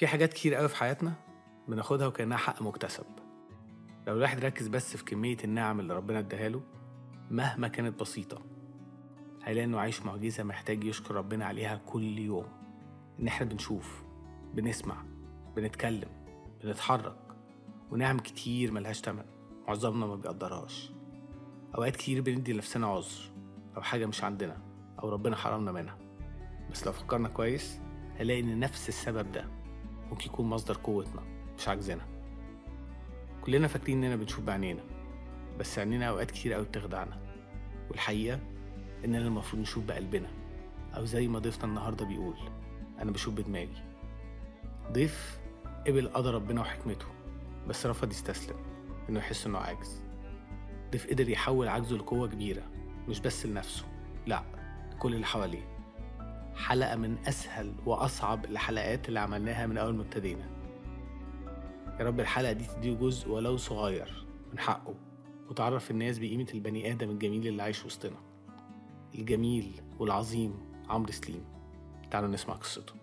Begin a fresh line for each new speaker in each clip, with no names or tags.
في حاجات كتير قوي في حياتنا بناخدها وكأنها حق مكتسب. لو الواحد ركز بس في كمية النعم اللي ربنا اداهاله مهما كانت بسيطة، هيلاقي انه عايش معجزة محتاج يشكر ربنا عليها كل يوم. ان احنا بنشوف، بنسمع، بنتكلم، بنتحرك، ونعم كتير ملهاش تمن معظمنا ما بيقدرهاش. اوقات كتير بندي لنفسنا عذر او حاجة مش عندنا او ربنا حرمنا منها، بس لو فكرنا كويس هنلاقي ان نفس السبب ده ممكن يكون مصدر قوتنا مش عجزنا. كلنا فاكرين اننا بنشوف بعينينا، بس عينينا اوقات كتير قوي بتخدعنا، والحقيقة اننا المفروض نشوف بقلبنا، او زي ما ضيفنا النهاردة بيقول انا بشوف بدماغي. ضيف قبل قدر ربنا وحكمته، بس رفض يستسلم انه يحس انه عاجز. ضيف قدر يحول عجزه لقوة كبيرة، مش بس لنفسه، لا، لكل اللي حواليه. حلقة من اسهل واصعب الحلقات اللي عملناها من اول ما ابتدينا. يا رب الحلقة دي تديه جزء ولو صغير من حقه، وتعرف الناس بقيمة البني آدم الجميل اللي عايش وسطنا، الجميل والعظيم عمرو سليم. تعالوا نسمع قصته.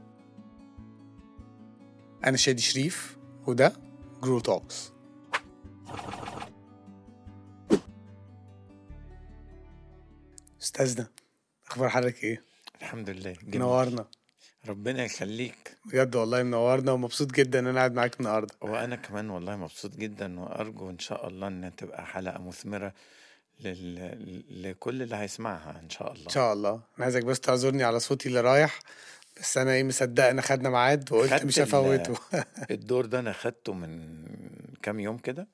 أنا شادي شريف وده جرو توكس. أستاذنا، أخبار حضرتك إيه؟
الحمد لله جميل.
منورنا.
ربنا يخليك
بجد والله منورنا، ومبسوط جدا إن أنا قاعد معاك النهاردة.
وأنا كمان والله مبسوط جدا، وأرجو إن شاء الله إنها تبقى حلقة مثمرة لكل اللي هيسمعها إن شاء الله.
إن شاء الله. أنا عايزك بس تعذرني على صوتي اللي رايح، بس أنا مصدق إن خدنا ميعاد وقلت مش هفوته.
الدور ده أنا خدته من كام يوم كده.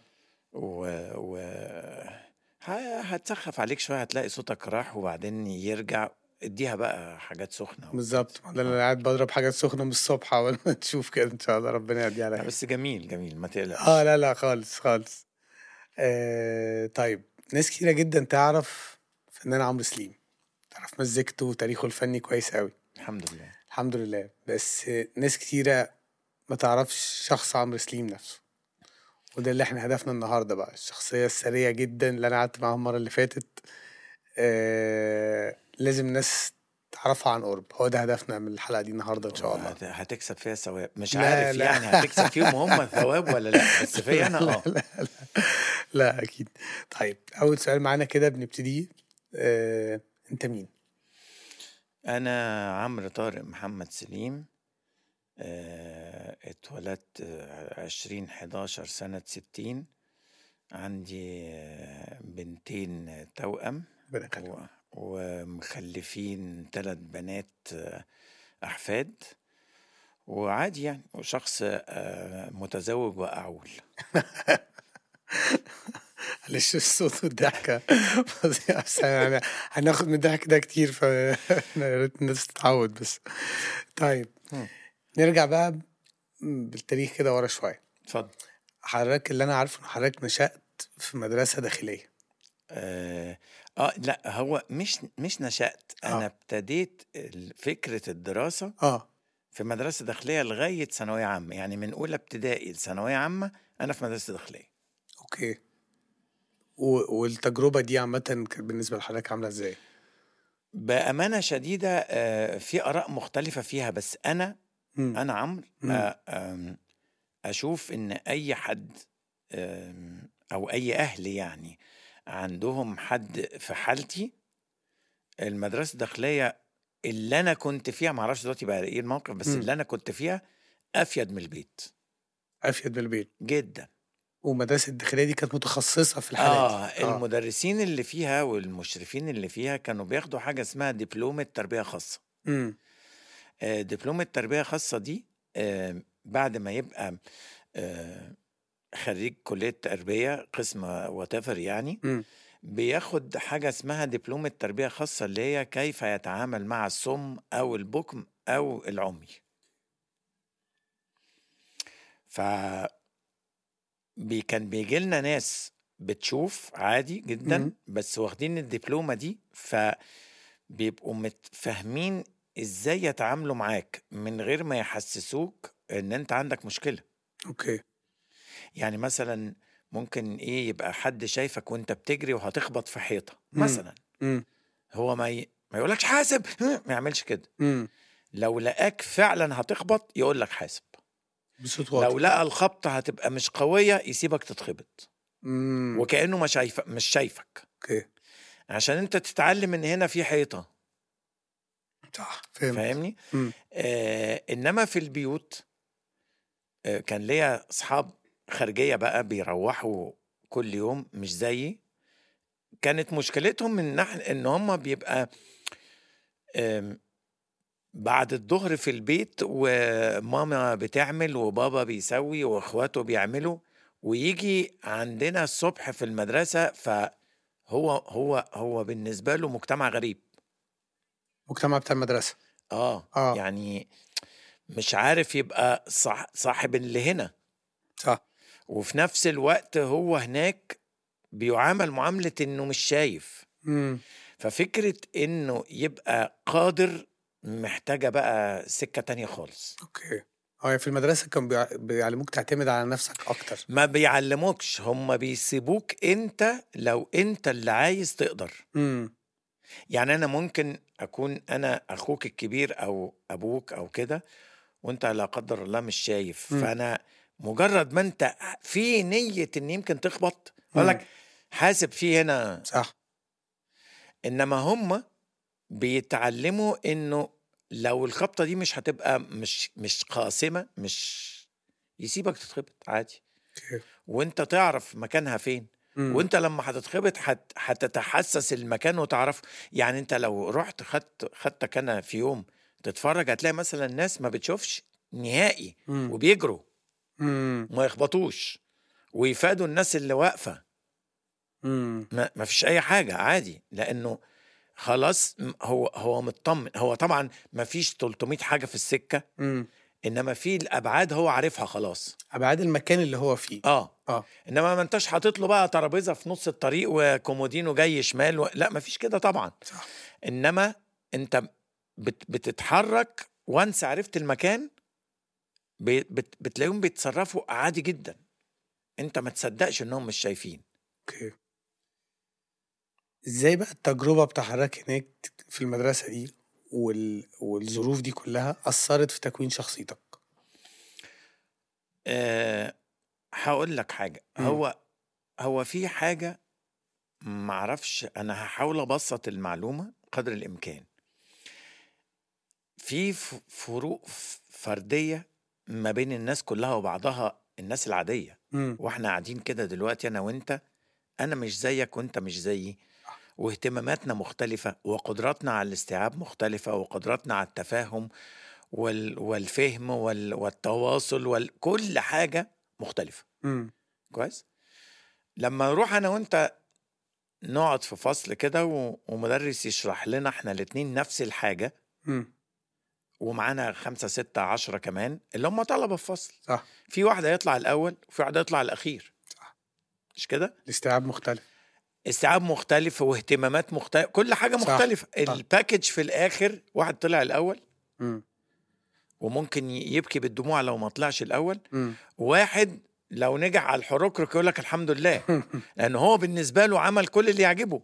هتسخف عليك شوية، هتلاقي صوتك راح وبعدين يرجع. اديها بقى حاجات سخنة
بالظبط. انا قاعد بضرب حاجات سخنة من الصبح اول ما تشوف كده. ان شاء الله ربنا يهدي عليك.
بس جميل ما تقلقش.
لا خالص. طيب، ناس كتيرة جدا تعرف فنان عمرو سليم، تعرف مزيكته وتاريخه الفني كويس قوي. الحمد لله. بس ناس كتيرة ما تعرفش شخص عمرو سليم نفسه، وده اللي احنا هدفنا النهاردة بقى. الشخصية السرية جدا اللي انا قعدت معاها المرة اللي فاتت، لازم الناس تعرفها عن قرب. هو ده هدفنا من الحلقة دي النهاردة إن شاء الله.
هتكسب فيها ثواب، مش عارف لا. يعني هتكسب فيهم هم ثواب ولا لا، بس فيا أنا
لا أكيد. طيب، أول سؤال معانا كده بنبتديه. أنت مين؟
أنا عمرو طارق محمد سليم. اتولدت 20/11 سنة 60. عندي بنتين توأم ومخلفين 3 بنات أحفاد، وعادي يعني، وشخص متزوج وأعول.
معلش الصوت والضحكة فظيعة، يعني هناخد من الضحك ده كتير، فنريد الناس تتعود بس. طيب نرجع بقى بالتاريخ كده ورا شوية.
اتفضل.
حضرتك اللي أنا عارفه إن حضرتك نشأت في مدرسة داخلية.
لا، هو مش نشأت. أنا ابتديت فكرة الدراسة في مدرسة داخلية لغاية ثانوية عامة، يعني من أولى ابتدائي لثانوية عامة أنا في مدرسة داخلية.
أوكي. والتجربة دي عامة كانت بالنسبة لحضرتك عاملة إزاي؟
بأمانة شديدة في آراء مختلفة فيها، بس أنا عمرو أشوف إن أي حد أو أي أهل يعني عندهم حد في حالتي، المدرسة الداخلية اللي أنا كنت فيها، معرفش دلوقتي بقى إيه الموقف، بس اللي أنا كنت فيها أفيد من البيت.
أفيد من البيت
جدا.
ومدرسة الداخلية دي كانت متخصصة في الحالات
دي. المدرسين اللي فيها والمشرفين اللي فيها كانوا بياخدوا حاجة اسمها دبلومة تربية خاصة. دبلومة تربية خاصة دي بعد ما يبقى خريج كلية تربية قسم واتفر يعني، بياخد حاجة اسمها دبلومة تربية خاصة، اللي هي كيف يتعامل مع الصم أو البكم أو العمي. كان بيجي لنا ناس بتشوف عادي جدا، بس واخدين الدبلومة دي، فبيبقوا متفاهمين ازاي يتعاملوا معاك من غير ما يحسسوك ان انت عندك مشكلة.
اوكي.
يعني مثلا ممكن يبقى حد شايفك وانت بتجري وهتخبط في حيطة مثلا، هو ما يقولكش حاسب، ما يعملش كده. لو لقاك فعلا هتخبط يقول لك حاسب،
بصوت واضح.
لو لقى الخبطة هتبقى مش قوية يسيبك تتخبط، وكأنه مش شايفك.
اوكي.
عشان انت تتعلم ان هنا في حيطة.
صح،
فاهمني؟ انما في البيوت كان ليا اصحاب خارجية بقى بيروحوا كل يوم مش زيي. كانت مشكلتهم ان هم بيبقى بعد الظهر في البيت وماما بتعمل وبابا بيسوي واخواته بيعملوا، ويجي عندنا الصبح في المدرسة، فهو بالنسبة له مجتمع غريب.
مجتمع بتاع المدرسة.
يعني مش عارف يبقى صاحب اللي هنا.
صح.
وفي نفس الوقت هو هناك بيعامل معاملة انه مش شايف. ففكرة انه يبقى قادر محتاجة بقى سكة تانية خالص.
اوكي. في المدرسة كان بيعلموك تعتمد على نفسك اكتر.
ما بيعلموكش، هم بيسيبوك انت لو انت اللي عايز تقدر. يعني انا ممكن اكون انا اخوك الكبير او ابوك او كده، وانت لا قدر الله مش شايف. فانا مجرد ما انت في نية ان يمكن تخبط اقول لك حاسب فيه هنا.
صح.
انما هم بيتعلموا انه لو الخبطة دي مش هتبقى مش قاسمة، مش يسيبك تتخبط عادي. وانت تعرف مكانها فين. وانت لما هتتخبط هتتحسس المكان وتعرف. يعني انت لو رحت خدتك انا في يوم تتفرج، هتلاقي مثلا الناس ما بتشوفش نهائي وبيجروا ما يخبطوش ويفادوا الناس اللي واقفة. ما فيش اي حاجة عادي، لانه خلاص هو مطمن. هو طبعا ما فيش 300 حاجة في السكة، انما في الابعاد هو عارفها خلاص،
ابعاد المكان اللي هو فيه.
انما ما انتش حاطط له بقى ترابيزه في نص الطريق وكومودينو جاي شمال لا ما فيش كده طبعا.
صح.
انما انت بتتحرك وانس عرفت المكان بتلاقيهم بيتصرفوا عادي جدا، انت ما تصدقش انهم مش شايفين.
اوكي. ازاي بقى التجربه بتاع حضرتك هناك في المدرسه دي والظروف دي كلها اثرت في تكوين شخصيتك؟
هقول لك حاجه. هو في حاجه معرفش، انا هحاول ابسط المعلومه قدر الامكان. في فروق فرديه ما بين الناس كلها وبعضها، الناس العاديه. واحنا قاعدين كده دلوقتي انا وانت، انا مش زيك وانت مش زيي، واهتماماتنا مختلفه، وقدراتنا على الاستيعاب مختلفه، وقدراتنا على التفاهم والفهم والتواصل وكل حاجه مختلفه. كويس. لما نروح انا وانت نقعد في فصل كده ومدرس يشرح لنا احنا الاتنين نفس الحاجة، ومعانا 5 6 10 كمان اللي هم طلبة في فصل.
صح.
في واحدة يطلع الأول وفي واحدة يطلع الأخير.
صح.
مش كده؟
الاستيعاب مختلف.
استيعاب مختلف واهتمامات مختلفة، كل حاجة مختلفة. صح. الباكج في الآخر واحد طلع الأول وممكن يبكي بالدموع لو ما طلعش الأول. واحد لو نجح على الحروكرك يقول لك الحمد لله لأن هو بالنسبة له عمل كل اللي يعجبه.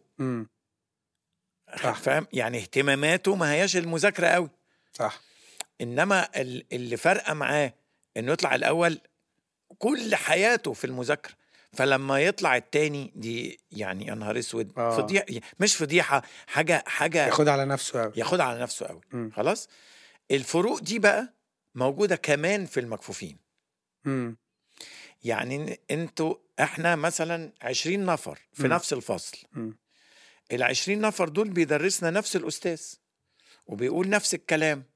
فاهم؟ يعني اهتماماته ما هياش المذاكرة قوي.
صح.
إنما اللي فرقه معاه إنه يطلع الأول كل حياته في المذاكرة، فلما يطلع التاني دي يعني يا نهار اسود. فضيحة، مش فضيحة، حاجة
ياخد على نفسه قوي.
خلاص. الفروق دي بقى موجودة كمان في المكفوفين. يعني احنا مثلا 20 نفر في نفس الفصل. 20 نفر دول بيدرسنا نفس الأستاذ وبيقول نفس الكلام،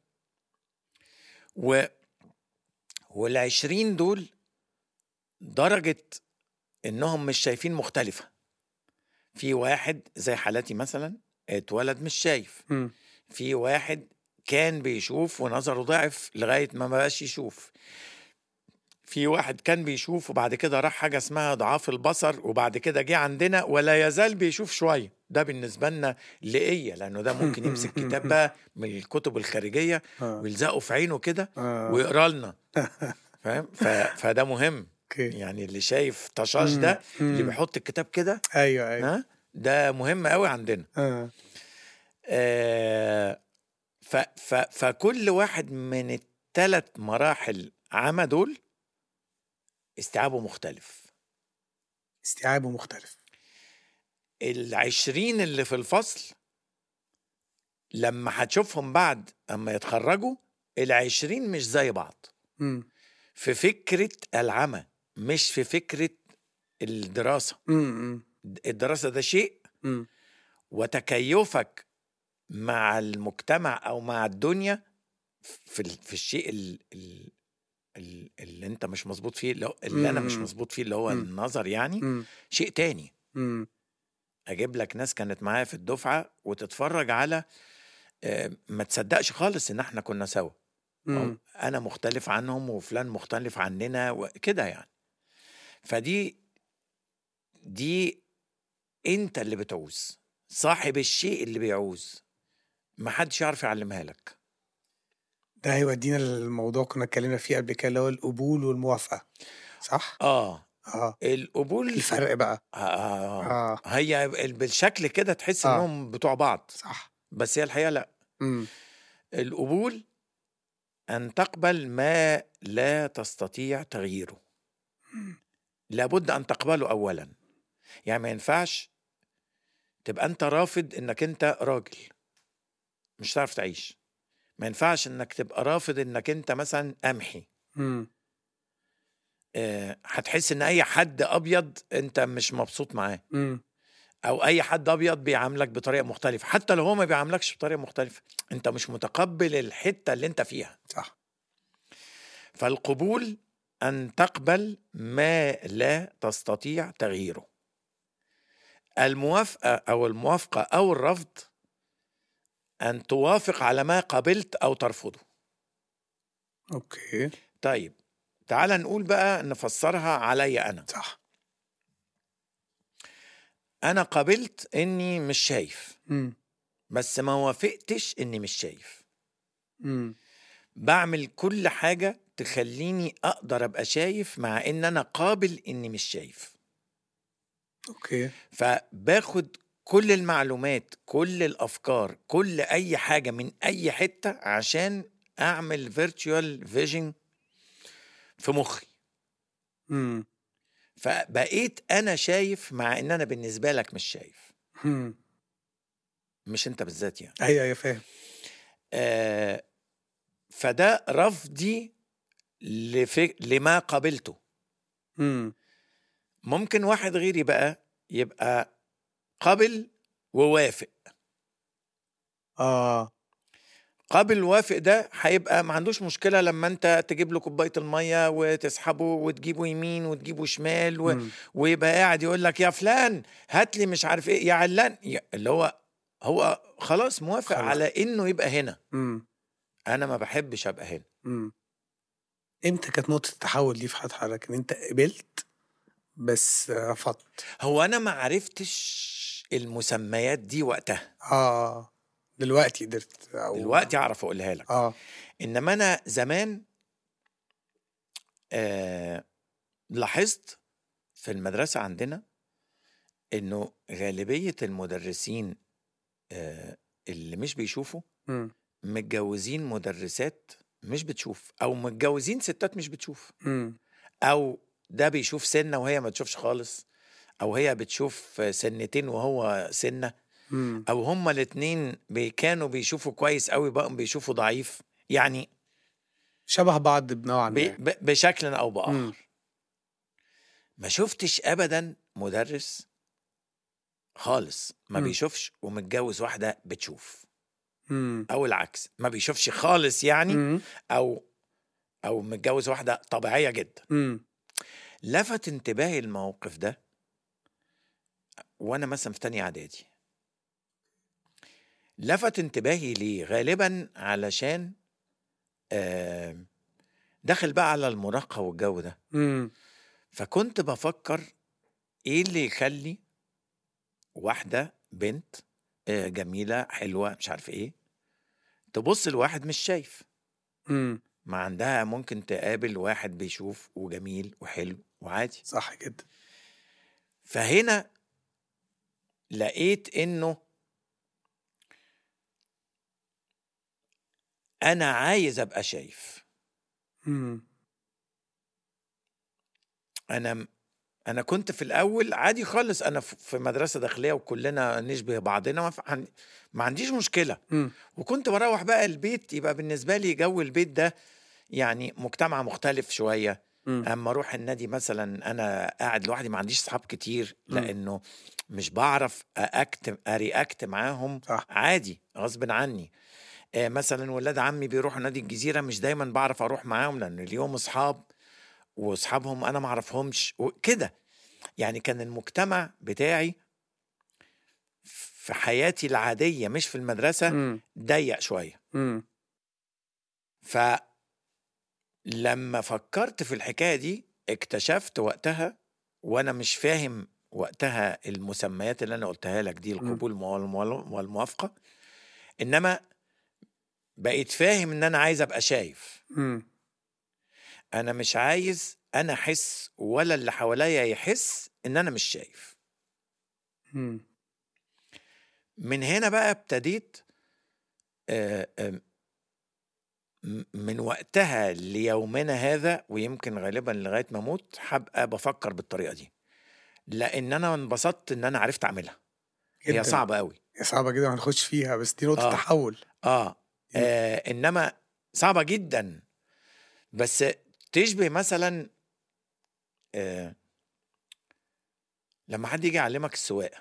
20 دول درجة انهم مش شايفين مختلفة. في واحد زي حالتي مثلا اتولد مش شايف. في واحد كان بيشوف ونظره ضعف لغاية ما بقاش يشوف. في واحد كان بيشوف وبعد كده راح حاجة اسمها ضعاف البصر، وبعد كده جه عندنا ولا يزال بيشوف شوية. ده بالنسبة لنا لقية، لأنه ده ممكن يمسك كتاب بقى من الكتب الخارجية ويلزقه في عينه كده ويقرأ لنا. فاهم؟ فده مهم. يعني اللي شايف طشاش ده اللي بيحط الكتاب كده.
أيوة.
ده مهم قوي عندنا. فكل واحد من الثلاث مراحل عمى دول استيعابه مختلف.
استيعابه مختلف.
20 اللي في الفصل لما هتشوفهم بعد اما يتخرجوا 20 مش زي بعض في فكرة العمى، مش في فكرة الدراسة. الدراسة ده شيء، وتكيفك مع المجتمع أو مع الدنيا في الشيء اللي انت مش مظبوط فيه، اللي انا مش مظبوط فيه، اللي هو النظر يعني شيء تاني. اجيب لك ناس كانت معايا في الدفعة وتتفرج على ما تصدقش خالص ان احنا كنا سوا، انا مختلف عنهم وفلان مختلف عننا وكده يعني. فدي انت اللي بتعوز، صاحب الشيء اللي بيعوز، محدش يعرف يعلمها لك.
ده هيودينا للموضوع كنا اتكلمنا فيه قبل كده، اللي هو القبول والموافقة، صح؟
القبول
الفرق بقى
هي بالشكل كده تحس انهم بتوع بعض،
صح،
بس هي الحقيقة لا. القبول أن تقبل ما لا تستطيع تغييره. لابد أن تقبله أولا. يعني ما ينفعش تبقى أنت رافض إنك أنت راجل مش هتعرف تعيش. ما ينفعش إنك تبقى رافض إنك أنت مثلا قمحي. هتحس إن أي حد أبيض أنت مش مبسوط معاه، أو أي حد أبيض بيعاملك بطريقة مختلفة، حتى لو هو ما بيعاملكش بطريقة مختلفة أنت مش متقبل الحتة اللي أنت فيها،
صح.
فالقبول أن تقبل ما لا تستطيع تغييره. الموافقة أو الموافقة أو الرفض أن توافق على ما قبلت أو ترفضه.
أوكي.
طيب تعال نقول بقى نفسرها علي أنا.
صح.
أنا قبلت إني مش شايف، بس ما وافقتش إني مش شايف. بعمل كل حاجة تخليني أقدر أبقى شايف مع إن أنا قابل إني مش شايف.
أوكي.
فباخد كل المعلومات، كل الأفكار، كل أي حاجة من أي حتة عشان أعمل virtual vision في مخي. فبقيت أنا شايف مع إن أنا بالنسبة لك مش شايف. مش أنت بالذات يعني.
أيوة فاهم.
فده رفضي لما قبلته. ممكن واحد غيري بقى يبقى قبل ووافق. قبل ووافق ده هيبقى ما عندوش مشكلة لما انت تجيب له كوباية المية وتسحبه وتجيبه يمين وتجيبه شمال ويبقى قاعد يقول لك يا فلان هات لي مش عارف ايه يا علان، اللي هو خلاص موافق على انه يبقى هنا. انا ما بحبش ابقى هنا.
امتى كانت نقطة التحول دي في حضرتك ان انت قبلت بس رفضت؟
هو انا ما عرفتش المسميات دي وقتها.
دلوقتي قدرت
دلوقتي اعرف اقولها لك. انما انا زمان لاحظت في المدرسة عندنا انه غالبية المدرسين اللي مش بيشوفوا متجوزين مدرسات مش بتشوف، او متجوزين ستات مش بتشوف، او ده بيشوف سنة وهي ما تشوفش خالص، او هي بتشوف سنتين وهو سنة، او هما الاتنين كانوا بيشوفوا كويس قوي بقوا بيشوفوا ضعيف، يعني
شبه بعض بنوعا ما
بشكل او باخر. ما شفتش ابدا مدرس خالص ما بيشوفش ومتجوز واحدة بتشوف، او العكس ما بيشوفش خالص يعني، او متجوز واحدة طبيعية جدا. لفت انتباهي الموقف ده وانا مثلا في تانية اعدادي. لفت انتباهي ليه؟ غالبا علشان دخل بقى على المراهقة والجو ده. فكنت بفكر ايه اللي يخلي واحدة بنت جميلة حلوة مش عارف ايه تبص لواحد مش شايف. ما عندها ممكن تقابل واحد بيشوف وجميل وحلو وعادي.
صح جدا.
فهنا لقيت انه انا عايز ابقى شايف. انا كنت في الاول عادي خالص، انا في مدرسه داخليه وكلنا نشبه بعضنا، ما عنديش مشكله. وكنت بروح بقى البيت، يبقى بالنسبه لي جو البيت ده يعني مجتمع مختلف شويه. اما اروح النادي مثلا انا قاعد لوحدي، ما عنديش صحاب كتير، لانه مش بعرف ارياكت معاهم.
صح.
عادي غصب عني. مثلا ولاد عمي بيروحوا نادي الجزيره، مش دايما بعرف اروح معاهم لان اليوم اصحاب واصحابهم انا ما اعرفهمش وكده. يعني كان المجتمع بتاعي في حياتي العاديه مش في المدرسه ضيق شويه. فلما فكرت في الحكايه دي اكتشفت وقتها، وانا مش فاهم وقتها المسميات اللي انا قلتها لك دي، القبول والموافقه، انما بقيت فاهم ان انا عايز ابقى شايف. انا مش عايز انا احس ولا اللي حواليا يحس ان انا مش شايف. من هنا بقى ابتديت من وقتها ليومنا هذا، ويمكن غالبا لغاية ما اموت هبقى بفكر بالطريقة دي، لان انا انبسطت ان انا عرفت اعملها. هي صعبة قوي،
هي صعبة جدا، هنخش فيها، بس دي نقطة تحول.
انما صعبة جدا، بس تشبه مثلا لما حد يجي يعلمك السواقة،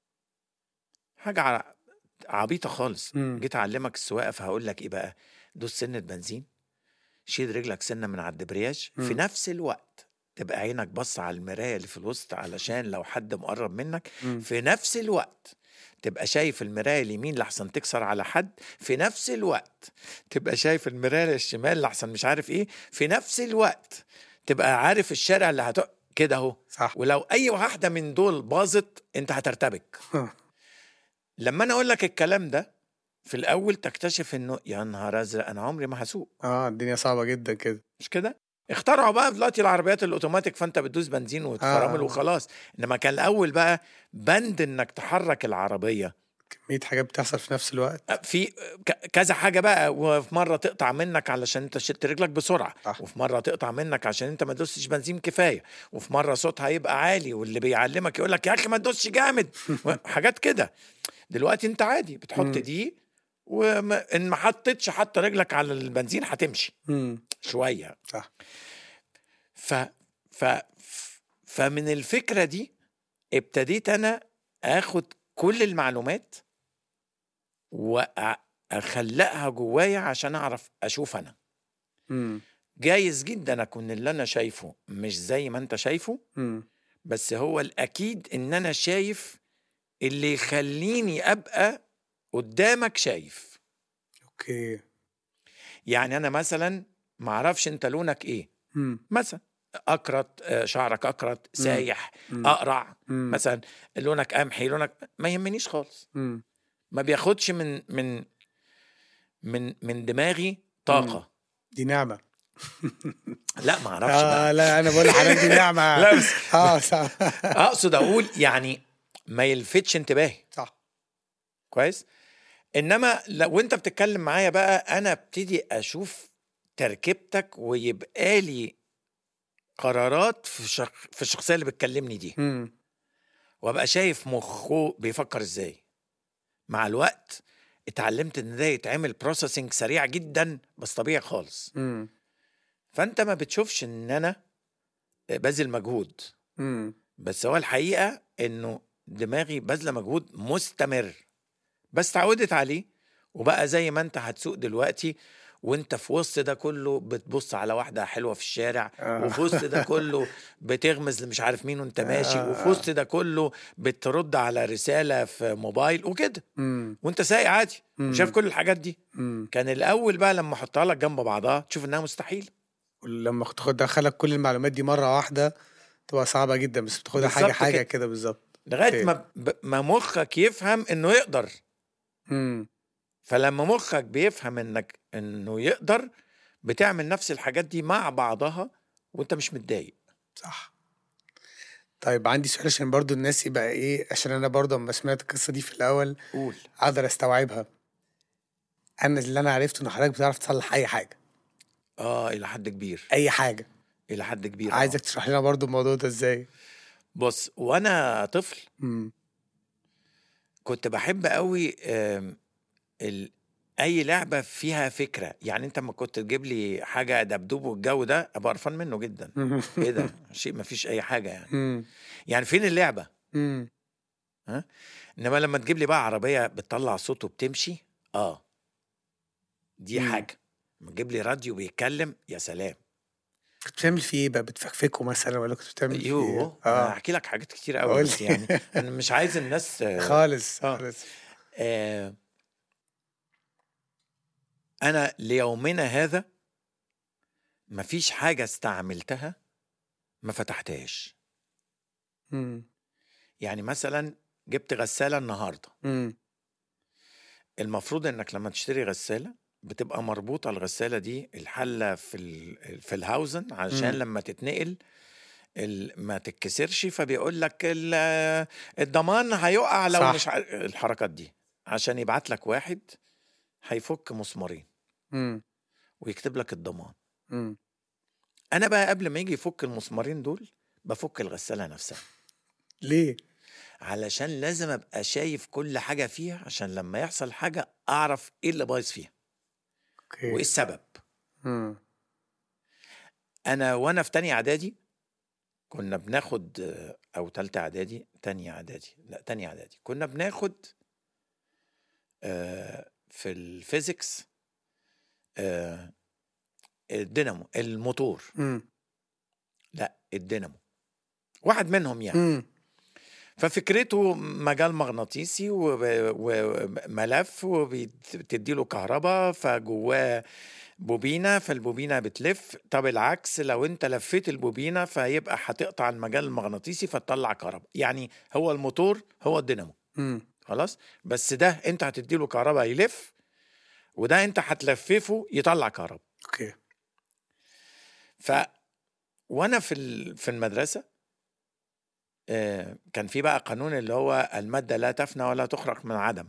حاجة عبيطة خالص. جيت أعلمك السواقة، فهقول لك إيه بقى؟ دوس سنة بنزين، شيل رجلك سنة من على الدبرياج، في نفس الوقت تبقى عينك بص على المراية اللي في الوسط علشان لو حد مقرب منك، في نفس الوقت تبقى شايف المراية اليمين لحسن تكسر على حد، في نفس الوقت تبقى شايف المراية الشمال لحسن مش عارف إيه، في نفس الوقت تبقى عارف الشارع اللي كده اهو. ولو أي واحدة من دول باظت أنت هترتبك. لما أنا أقول لك الكلام ده في الأول تكتشف إنه يا نهار أزرق، أنا عمري ما هسوق.
الدنيا صعبة جدا كده،
مش كده؟ اخترعوا بقى دلوقتي العربيات الأوتوماتيك، فأنت بتدوس بنزين وتفرامل وخلاص. إنما كان الأول بقى بند إنك تحرك العربية،
كمية حاجات بتحصل في نفس الوقت،
في كذا حاجة بقى. وفي مرة تقطع منك علشان انت شلت رجلك بسرعة، وفي مرة تقطع منك عشان انت ما دوستش بنزين كفاية، وفي مرة صوتها يبقى عالي واللي بيعلمك يقول لك يا أخي ما تدوسش جامد حاجات كده. دلوقتي انت عادي بتحط دي، وإن ما حطتش حتى رجلك على البنزين هتمشي شوية.
صح.
فمن الفكرة دي ابتديت أنا أخد كل المعلومات وأخلقها جوايا عشان أعرف أشوف أنا. جايز جدا أكون اللي أنا شايفه مش زي ما أنت شايفه، بس هو الأكيد إن أنا شايف اللي يخليني أبقى قدامك شايف.
أوكي.
يعني أنا مثلا معرفش أنت لونك إيه، مثلا أكرت، شعرك أكرت، سايح، أقرع، مثلا لونك قمحي، لونك ما يهمنيش خالص. ما بياخدش من دماغي طاقة.
دي نعمة.
لا ما اعرفش بقى.
لا انا بقول لحضرتك دي نعمة.
لا بس اقصد اقول يعني ما يلفتش انتباهي.
صح.
كويس. انما لو انت بتتكلم معايا بقى انا ابتدي اشوف تركيبتك، ويبقى لي قرارات في الشخصية اللي بتكلمني دي، وابقى شايف مخه بيفكر ازاي. مع الوقت اتعلمت ان ده يتعمل بروسيسنج سريع جدا بس طبيعي خالص. فانت ما بتشوفش ان انا بذل مجهود، بس هو الحقيقة انه دماغي بذل مجهود مستمر، بس تعودت عليه. وبقى زي ما انت هتسوق دلوقتي وانت في وسط ده كله بتبص على واحدة حلوة في الشارع، وفي وسط ده كله بتغمز مش عارف مين وانت ماشي، وفي وسط ده كله بترد على رسالة في موبايل وكده، وانت سايق عادي وشايف كل الحاجات دي. كان الأول بقى لما احطها لك جنب بعضها تشوف انها مستحيل.
ولما تدخلك كل المعلومات دي مرة واحدة تبقى صعبة جدا، بس بتاخدها حاجة كده بالظبط
لغاية ما مخك يفهم انه يقدر. فلما مخك بيفهم انه يقدر بتعمل نفس الحاجات دي مع بعضها وانت مش متضايق.
صح. طيب عندي سؤال عشان برضو الناس يبقى ايه، عشان انا برضو لما سمعت القصة دي في الاول
قول
اقدر استوعبها. انا اللي انا عرفته ان حضرتك بتعرف تصلح اي حاجه.
الى حد كبير.
اي حاجه.
الى حد كبير.
عايزك تشرح لنا برضو الموضوع ده ازاي.
بص، وانا طفل كنت بحب قوي اي لعبه فيها فكره. يعني انت ما كنت تجيب لي حاجه دبدوب والجو ده ابقى قرفان منه جدا. ايه ده؟ شيء ما فيش اي حاجه يعني. يعني فين اللعبه؟ ها؟ انما لما تجيب لي بقى عربيه بتطلع صوت وبتمشي، دي حاجه. لما تجيب لي راديو بيتكلم، يا سلام.
كنت بتعمل فيه ايه بقى؟ بتفكفكه مثلا ولا كنت بتعمل فيه ايه؟
احكي لك حاجات كتير قوي، بس يعني انا مش عايز الناس
خالص.
انا ليومنا هذا مفيش حاجه استعملتها ما فتحتهاش. يعني مثلا جبت غساله النهارده. المفروض انك لما تشتري غساله بتبقى مربوطه الغساله دي الحله في الهاوزن عشان لما تتنقل ما تتكسرش، فبيقول لك الضمان هيقع لو صح. مش الحركات دي عشان يبعت لك واحد هيفك مسمارين ويكتب لك الضمان. انا بقى قبل ما يجي يفك المسمارين دول بفك الغسالة نفسها.
ليه؟
علشان لازم ابقى شايف كل حاجة فيها عشان لما يحصل حاجة اعرف ايه اللي بايظ فيها وايه السبب. انا وانا في تانية اعدادي كنا بناخد، او تالتة اعدادي، تانية اعدادي كنا بناخد في الفيزيكس الدينامو، الموتور. لا، الدينامو واحد منهم يعني. ففكرته مجال مغناطيسي وملف وبتديله كهرباء فجواه بوبينة، فالبوبينة بتلف. طب العكس، لو انت لفيت البوبينة فيبقى هتقطع المجال المغناطيسي فتطلع كهرباء. يعني هو الموتور هو الدينامو. خلاص، بس ده انت هتديله كهرباء يلف، وده انت هتلففه يطلع كهرباء.
اوكي.
وانا في المدرسة كان في بقى قانون اللي هو المادة لا تفنى ولا تخرق من عدم.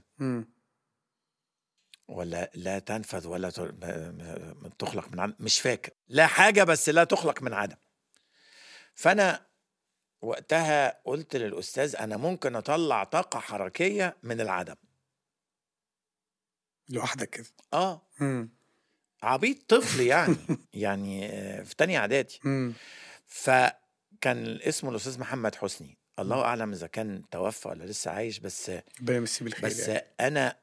ولا لا تنفذ ولا تخلق من عدم، مش فاكر. لا حاجة بس لا تخلق من عدم. فأنا وقتها قلت للأستاذ أنا ممكن أطلع طاقة حركية من العدم
لوحدك كده.
عبيط، طفل يعني. يعني في تانية إعدادي. فكان اسمه الأستاذ محمد حسني، الله أعلم إذا كان توفى ولا لسه عايش، بس يعني. أنا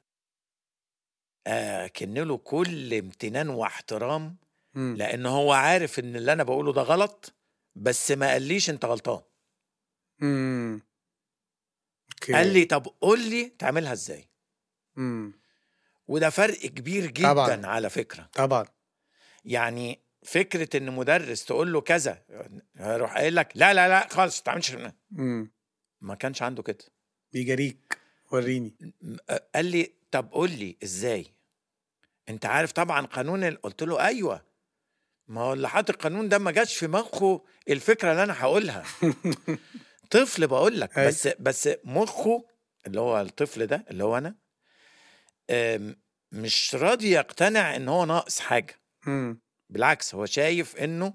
كنله كل امتنان واحترام، لأن هو عارف إن اللي أنا بقوله ده غلط، بس ما قاليش أنت غلطان. قال لي طب قول لي تعملها إزاي. وده فرق كبير جدا طبعًا. على فكرة
طبعا.
يعني فكرة إن مدرس تقول له كذا هيروح قايل لك لا لا لا خالص تعملش. ما كانش عنده كده،
بيجريك وريني.
قال لي طب قول لي ازاي، انت عارف طبعا قانون قلت له ايوه، ما هو اللي حاطط القانون ده ما جاش في مخه الفكره اللي انا هقولها. طفل بقول لك، بس مخه اللي هو الطفل ده اللي هو انا مش راضي يقتنع ان هو ناقص حاجه. بالعكس، هو شايف انه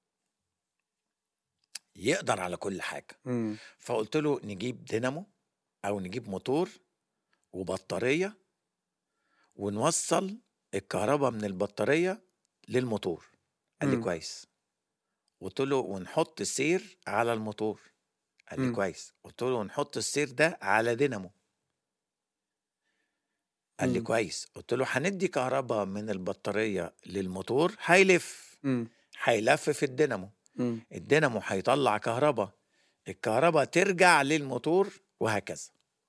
يقدر على كل حاجه. فقلت له نجيب دينامو او نجيب موتور وبطاريه ونوصل الكهرباء من البطارية للموتور. قال لي كويس. قلت له ونحط سير على الموتور. قال لي كويس. قلت له ونحط السير ده على دينامو. قال لي كويس. قلت له هندي كهرباء من البطارية للموتور هيلف في الدينامو. الدينامو هيطلع كهرباء، الكهرباء ترجع للموتور وهكذا.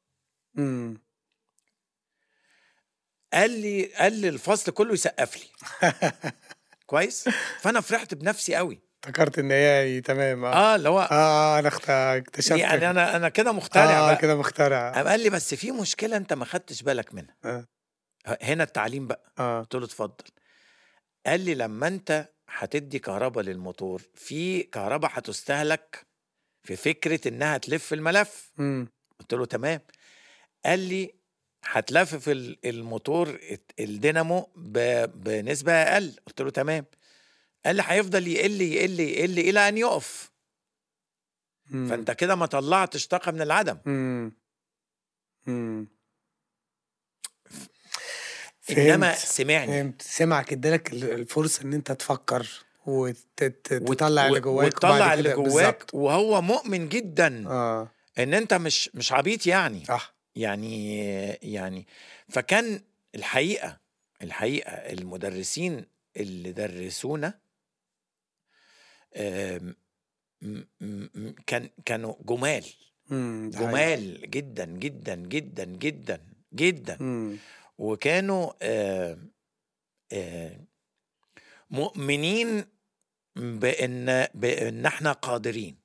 قال لي الفصل كله يسقف لي. كويس. فانا فرحت بنفسي قوي،
افتكرت ان هي تمام.
اللي هو
انا اكتشفت
يعني انا كده مخترع بقى.
كده مخترع.
قال لي بس في مشكله انت ما خدتش بالك منها. هنا التعليم بقى. قلت له اتفضل. قال لي لما انت هتدي كهرباء للموتور، في كهرباء هتستهلك في فكره انها تلف الملف. قلت له تمام. قال لي هتلفف الموتور الدينامو بنسبة أقل. قلت له تمام. قال لي هيفضل يقل يقل يقل إلى أن يقف. فأنت كده ما طلعتش طاقة من العدم. إنما سمعني،
سمعك ادالك الفرصة إن أنت تفكر وتطلع اللي جواك،
وتطلع اللي جواك، وهو مؤمن جدا إن أنت مش عبيط يعني. يعني فكان الحقيقة المدرسين اللي درسونا كانوا جمال جدا جدا جدا جدا جدا. وكانوا مؤمنين بأن احنا قادرين.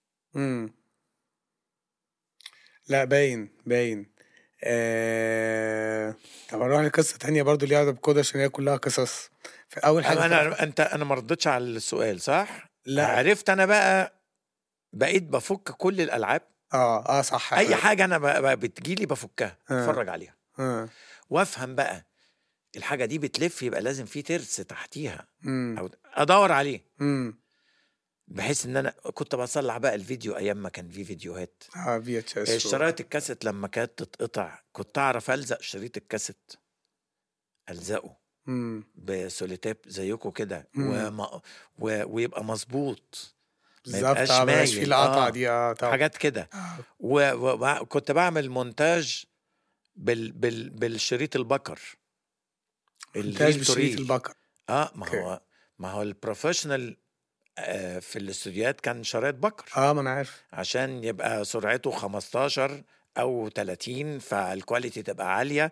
لا باين. طب اروح لقصه تانية برضو ليها علاقه بالكود عشان هي كلها قصص. في اول حاجه
انا ما ردتش على السؤال صح؟
لا
عرفت. انا بقيت بفك كل الالعاب.
صح.
اي حاجه انا بتجيلي بفكها، اتفرج عليها وافهم بقى الحاجه دي بتلف، يبقى لازم في ترس تحتيها او ادور عليه. بحيث ان انا كنت بصلح بقى الفيديو ايام ما كان في فيديوهات. شرايط الكاسيت لما كانت تتقطع كنت اعرف الزق شريط الكاسيت، الزقه بسوليتيب زيكم كده ويبقى مظبوط، ما يبقاش مايل
في القطعه دي
حاجات كده. وكنت بعمل مونتاج بالشريط البكر،
مونتاج بالشريط البكر.
ما هو البروفيشنال في الاستوديوهات كان شرايط بكر.
ما انا عارف،
عشان يبقى سرعته 15 او 30 فالكواليتي تبقى عالية.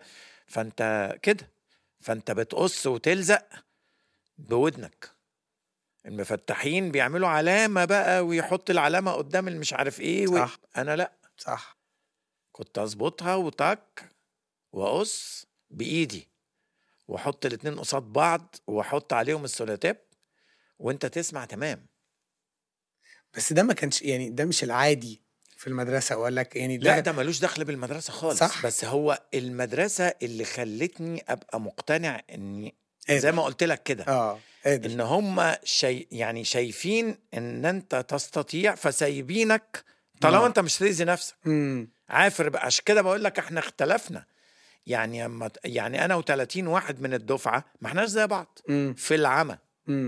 فانت بتقص وتلزق بودنك. المفتحين بيعملوا علامة بقى ويحط العلامة قدام المش عارف ايه
صح.
انا لا،
صح،
كنت اظبطها وطاك واقص بايدي واحط الاتنين قصاد بعض واحط عليهم السوليتيب وانت تسمع تمام.
بس ده ما كانش يعني ده مش العادي في المدرسة ولا لك يعني
لا ده ملوش دخل بالمدرسة خالص.
صح.
بس هو المدرسة اللي خلتني ابقى مقتنع اني زي ما قلت لك كده ان هم يعني شايفين ان انت تستطيع فسايبينك طالما انت مش تأذي نفسك. عافر بقى. عشان كده بقول لك احنا اختلفنا يعني انا و30 واحد من الدفعة ما احناش زي بعض في العمى.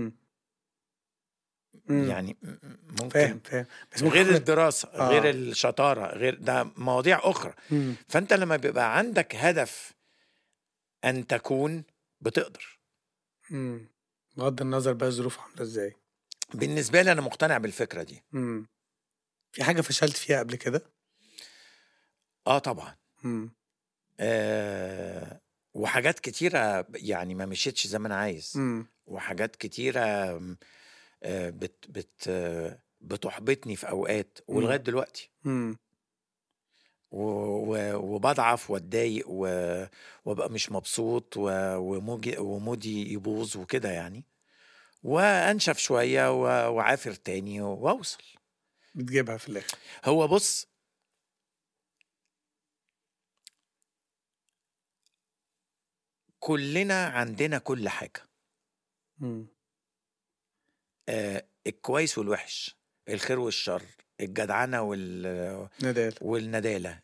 يعني ممكن
فاهم.
بس غير الدراسة غير الشطارة غير ده مواضيع أخرى. فأنت لما بيبقى عندك هدف أن تكون بتقدر.
بغض النظر بقى الظروف عاملة ازاي.
بالنسبة لي أنا مقتنع بالفكرة دي.
في حاجة فشلت فيها قبل كده؟
طبعا. وحاجات كتيرة يعني ما مشيتش زي ما أنا عايز. وحاجات كتيرة بتحبطني في أوقات ولغاية دلوقتي. وبضعف واتضايق وابقى مش مبسوط ومودي يبوظ وكده يعني، وانشف شوية وعافر تاني واوصل.
بتجيبها في الاخر.
هو بص، كلنا عندنا كل حاجة. الكويس والوحش، الخير والشر، الجدعنة والندالة،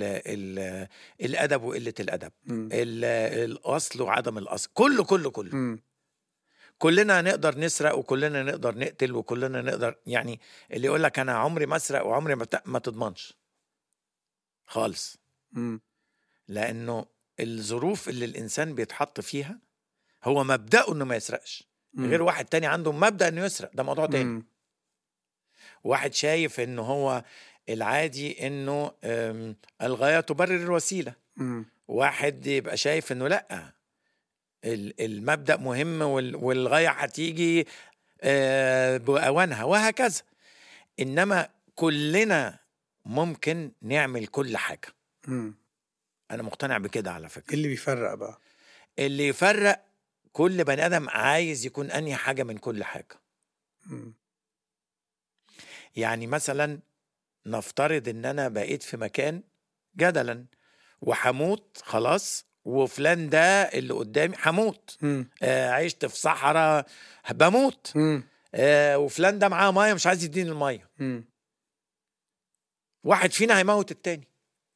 الأدب وقلة الأدب، الأصل وعدم الأصل، كله كلنا نقدر نسرق وكلنا نقدر نقتل وكلنا نقدر يعني. اللي يقول لك أنا عمري ما أسرق وعمري ما تضمنش خالص. لأنه الظروف اللي الإنسان بيتحط فيها هو مبدأه إنه ما يسرقش. غير واحد تاني عنده مبدأ إنه يسرق، ده موضوع تاني. واحد شايف إنه هو العادي إنه الغاية تبرر الوسيلة. واحد يبقى شايف إنه لأ، المبدأ مهم والغاية هتيجي بأوانها وهكذا. إنما كلنا ممكن نعمل كل حاجة. أنا مقتنع بكده على فكرة.
اللي بيفرق بقى،
اللي يفرق كل بني آدم عايز يكون أنهي حاجة من كل حاجة. يعني مثلا نفترض إن أنا بقيت في مكان جدلا وحموت خلاص، وفلان ده اللي قدامي حموت، عشت في صحراء بموت، وفلان ده معاه ميه مش عايز يديني الميه. واحد فينا هيموت التاني.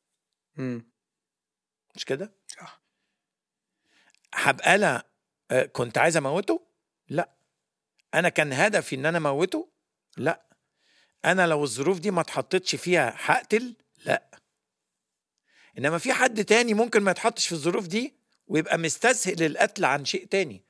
مش كده؟ هبقى انا كنت عايز اموته؟ لا. انا كان هدفي ان انا اموته؟ لا. انا لو الظروف دي ما اتحطتش فيها هقتل؟ لا. انما في حد تاني ممكن ما يتحطش في الظروف دي ويبقى مستسهل القتل عن شيء تاني.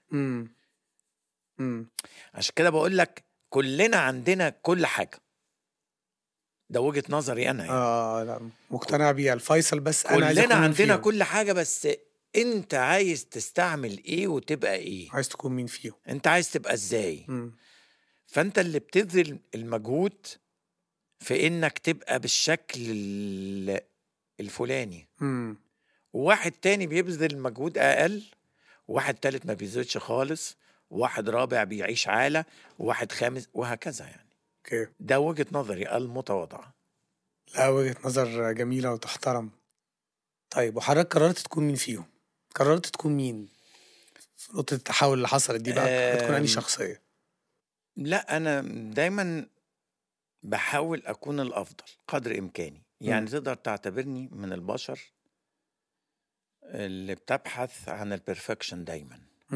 عشان كده بقول لك كلنا عندنا كل حاجة. ده وجهة نظري انا يعني.
لا مقتنع بيها. الفيصل بس انا عايز
كلنا عندنا
فيهم.
كل حاجة، بس انت عايز تستعمل ايه وتبقى ايه؟
عايز تكون مين فيهم؟
انت عايز تبقى ازاي؟ فانت اللي بتبذل المجهود في انك تبقى بالشكل الفلاني. وواحد تاني بيبذل مجهود اقل، وواحد تالت ما بيبذلش خالص، وواحد رابع بيعيش عالة، وواحد خامس، وهكذا يعني. ده وجهة نظري المتواضعة.
لا وجهة نظر جميلة وتحترم. طيب وحضرتك قررت تكون مين فيهم؟ قررت تكون مين في نقطة التحول اللي حصلت دي بقى؟ تكون أنهي شخصية؟
لا أنا دايما بحاول أكون الأفضل قدر إمكاني. يعني تقدر تعتبرني من البشر اللي بتبحث عن البرفكشن دايما.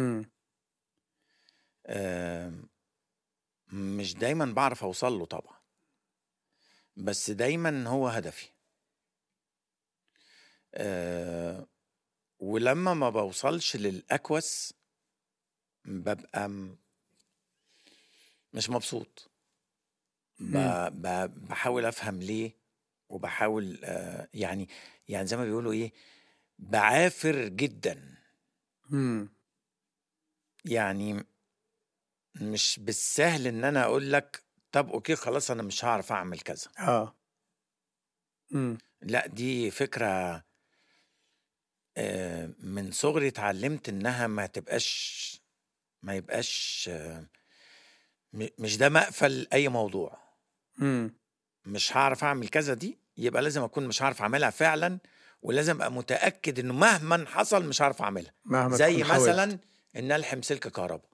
مش دايما بعرف أوصل له طبعا، بس دايما هو هدفي. ولما ما بوصلش للأكوس ببقى مش مبسوط. بحاول أفهم ليه، وبحاول يعني زي ما بيقولوا إيه، بعافر جدا. يعني مش بالسهل إن أنا أقول لك طب أوكي خلاص أنا مش هعرف أعمل كذا. لا دي فكرة من صغري اتعلمت إنها ما يبقاش مش ده مقفل أي موضوع. مش هعرف أعمل كذا دي يبقى لازم أكون مش هعرف أعملها فعلا، ولازم أبقى متأكد إنه مهما حصل مش هعرف أعملها. زي مثلا إن ألحم سلك كهرباء.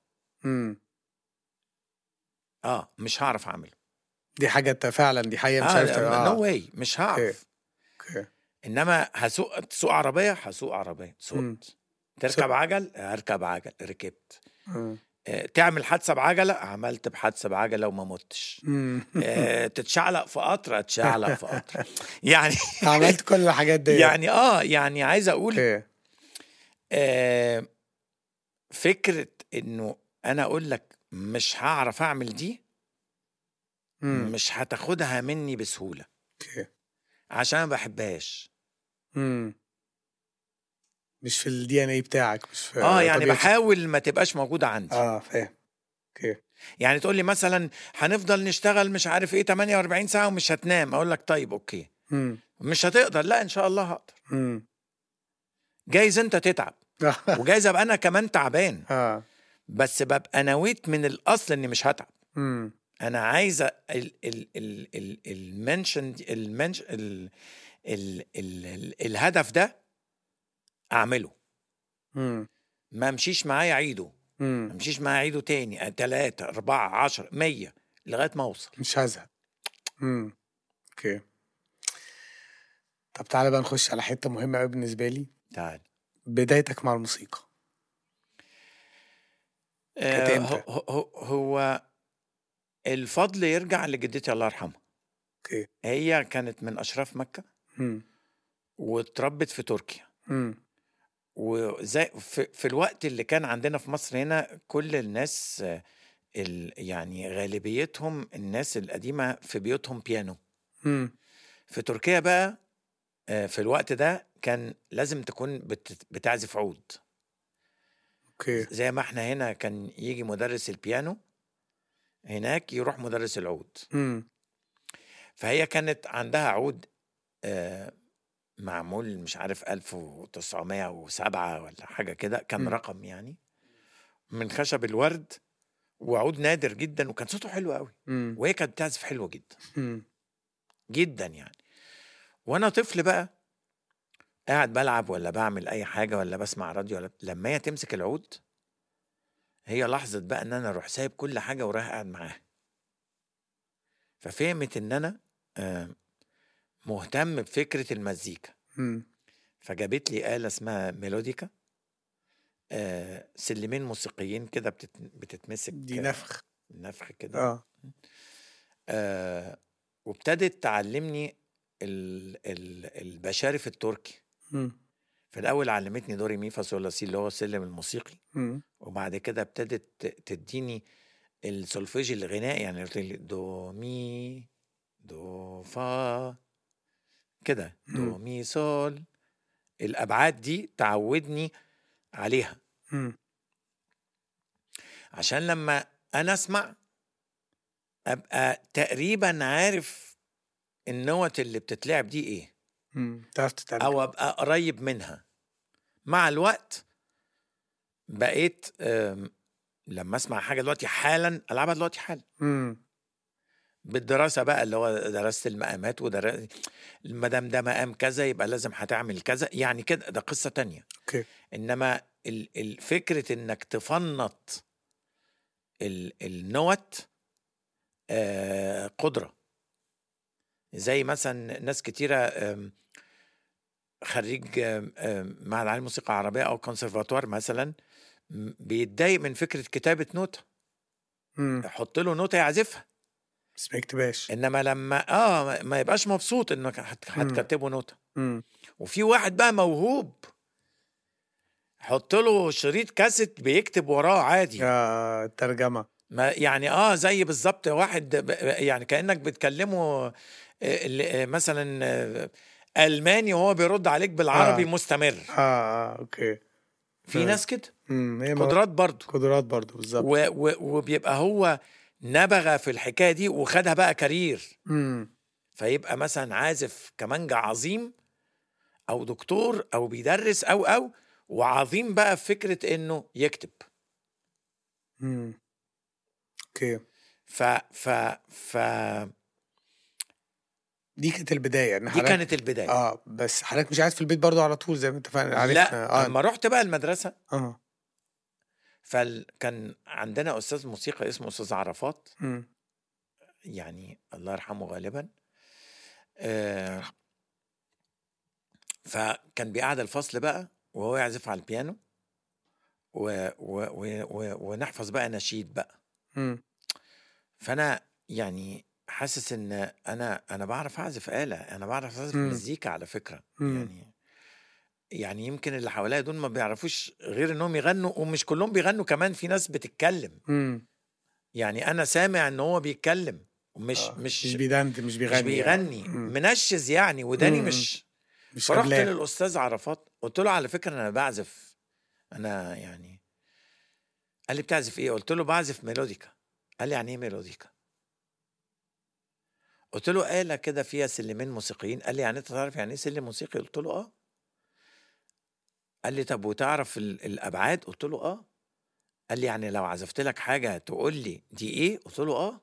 مش هعرف أعمله.
دي حاجة فعلا، دي حقيقة مش عارف.
نو واي مش هعرف. إنما تسوق عربية، هسوق عربية، سوقت. تركب عجل، هركب عجل، ركبت. تعمل حادثة بعجلة، عملت بحادثة بعجلة وما متش. تتشعلق في قطر، اتشعلق في قطر. يعني
عملت كل الحاجات دي.
يعني عايز اقول فكرة انه انا اقول لك مش هعرف اعمل دي، مش هتاخدها مني بسهولة عشان ما بحبهاش.
مش في الدي ان اي بتاعك، مش في
يعني بحاول ما تبقاش موجودة عندي.
فاهم.
يعني تقول لي مثلا هنفضل نشتغل مش عارف ايه 48 ساعة ومش هتنام، اقول لك طيب اوكي. مش هتقدر، لا ان شاء الله هقدر. جايز انت تتعب وجايز ابقى انا كمان تعبان، بس ببقى نويت من الاصل اني مش هتعب. انا عايزه الهدف ده اعمله. ما امشيش معايا عيده، ما امشيش معايا عيده تاني 3 4 10 100 لغايه ما اوصل.
مش هزهق. اوكي. طب تعالى بقى نخش على حته مهمه قوي بالنسبه لي.
تعال.
بدايتك مع الموسيقى كانت امتى؟
هو الفضل يرجع لجدتي الله يرحمها.
اوكي.
هي كانت من اشراف مكه واتربت في تركيا. وزي في الوقت اللي كان عندنا في مصر هنا كل الناس يعني غالبيتهم الناس القديمه في بيوتهم بيانو. في تركيا بقى في الوقت ده كان لازم تكون بتعزف عود.
اوكي.
زي ما احنا هنا كان يجي مدرس البيانو، هناك يروح مدرس العود. فهي كانت عندها عود معمول مش عارف 1907 ولا حاجة كده، كان رقم يعني من خشب الورد، وعود نادر جدا، وكان صوته حلو قوي. وهي كانت بتعزف حلوة جدا جدا يعني. وانا طفل بقى قاعد بلعب ولا بعمل اي حاجه ولا بسمع راديو ولا لما هي تمسك العود، هي لحظه بقى ان انا اروح سايب كل حاجه ورايح قاعد معاها. ففهمت ان انا مهتم بفكره المزيكا. فجابت لي آلة اسمها ميلوديكا، سلمين موسيقيين كده بتتمسك،
دي
نفخ كده. وابتدت تعلمني البشارف التركي. في الأول علمتني دوري مي فا صول لا سي اللي هو السلم الموسيقي. وبعد كده ابتدت تديني السولفيج الغنائي، يعني قلت لي دو مي دو فا كده، دو مي سول، الأبعاد دي تعودني عليها عشان لما أنا أسمع أبقى تقريبا عارف النوت اللي بتتلعب دي إيه، أو أبقى قريب منها. مع الوقت بقيت لما أسمع حاجة دلوقتي حالا ألعبها دلوقتي حالا. بالدراسة بقى اللي هو درست المقامات المدام ده مقام كذا يبقى لازم هتعمل كذا، يعني كده ده قصة تانية. إنما الفكرة إنك تفنط النوت قدرة. زي مثلا ناس كتيرة خريج معهد عالي موسيقى عربية أو كونسرفاتوار مثلا بيتضايق من فكرة كتابة نوتة، يحط له نوتة يعزفها
بس ما يكتبهاش.
انما لما ما يبقاش مبسوط انك هتكتبه نوتة. وفي واحد بقى موهوب حط له شريط كاسيت بيكتب وراه عادي.
ترجمة
ما يعني زي بالظبط واحد يعني كأنك بتكلمه مثلا ألماني وهو بيرد عليك بالعربي مستمر.
اوكي.
في ناس كده قدرات برضو
بالظبط.
وبيبقى هو نبغى في الحكاية دي وخدها بقى كارير. فيبقى مثلا عازف كمانجا عظيم او دكتور او بيدرس او وعظيم بقى في فكرة انه يكتب.
اوكي.
ف
دي كانت البداية.
دي كانت البداية.
بس حضرتك مش قاعد في البيت برضو على طول زي ما اتفقنا عرفنا.
لا اما رحت بقى المدرسة فكان عندنا أستاذ موسيقى اسمه أستاذ عرفات. يعني الله يرحمه غالبا. فكان بيقعد الفصل بقى وهو يعزف على البيانو ونحفظ بقى نشيد بقى. فأنا يعني حاسس إن أنا بعرف أعزف آلة، أنا بعرف أعزف مزيكا على فكرة. يعني يمكن اللي حواليا دول ما بيعرفوش غير إنهم يغنوا، ومش كلهم بيغنوا كمان، في ناس بتتكلم. يعني أنا سامع إن هو بيتكلم مش
بيدند مش بيغني
منشز يعني وداني مش فرحت للأستاذ عرفات قلت له على فكرة أنا بعزف، أنا يعني. قال لي بتعزف إيه؟ قلت له بعزف ميلوديكا. قال لي يعني إيه ميلوديكا؟ قلت له آلة كده فيها سلمين موسيقيين. قال لي يعني أنت تعرف يعني إيه سلم موسيقي؟ قلت له قال لي طب وتعرف الأبعاد؟ قلت له قال لي يعني لو عزفت لك حاجة تقول لي دي إيه؟ قلت له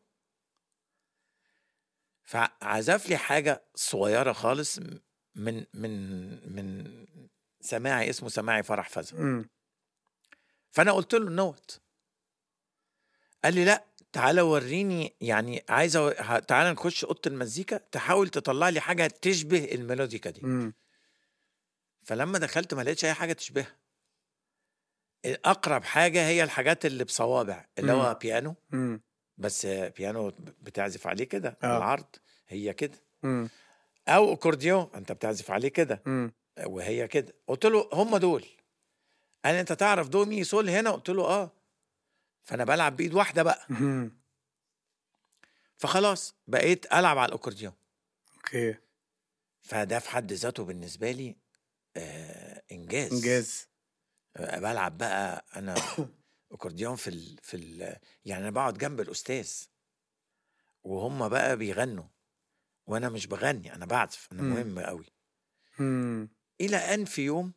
فعزف لي حاجة صغيرة خالص من سماعي اسمه سماعي فرح فزع. فأنا قلت له النوت. قال لي لا تعالى وريني، يعني تعالى نخش أوضة المزيكا تحاول تطلع لي حاجة تشبه الميلوديكا دي. فلما دخلت ما لقيتش أي حاجة تشبهها. أقرب حاجة هي الحاجات اللي بصوابع اللي هو بيانو. بس بيانو بتعزف عليه كده العرض هي كده. او اكورديون انت بتعزف عليه كده وهي كده. قلت له هم دول. قال انت تعرف دو مي سول هنا؟ قلت له فانا بلعب بايد واحده بقى. فخلاص بقيت العب على الاكورديون.
اوكي.
فده في حد ذاته بالنسبه لي انجاز. بلعب بقى انا اكورديون يعني انا بقعد جنب الاستاذ وهم بقى بيغنوا وانا مش بغني، انا بعزف، انا مهم قوي. الى ان في يوم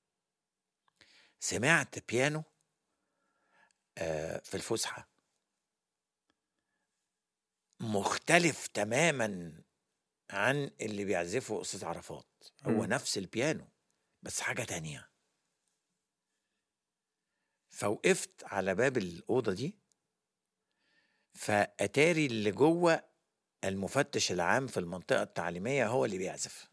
سمعت بيانو في الفسحة مختلف تماما عن اللي بيعزفه أستاذ عرفات. هو نفس البيانو بس حاجة تانية. فوقفت على باب الأوضة دي، فأتاري اللي جوه المفتش العام في المنطقة التعليمية هو اللي بيعزف.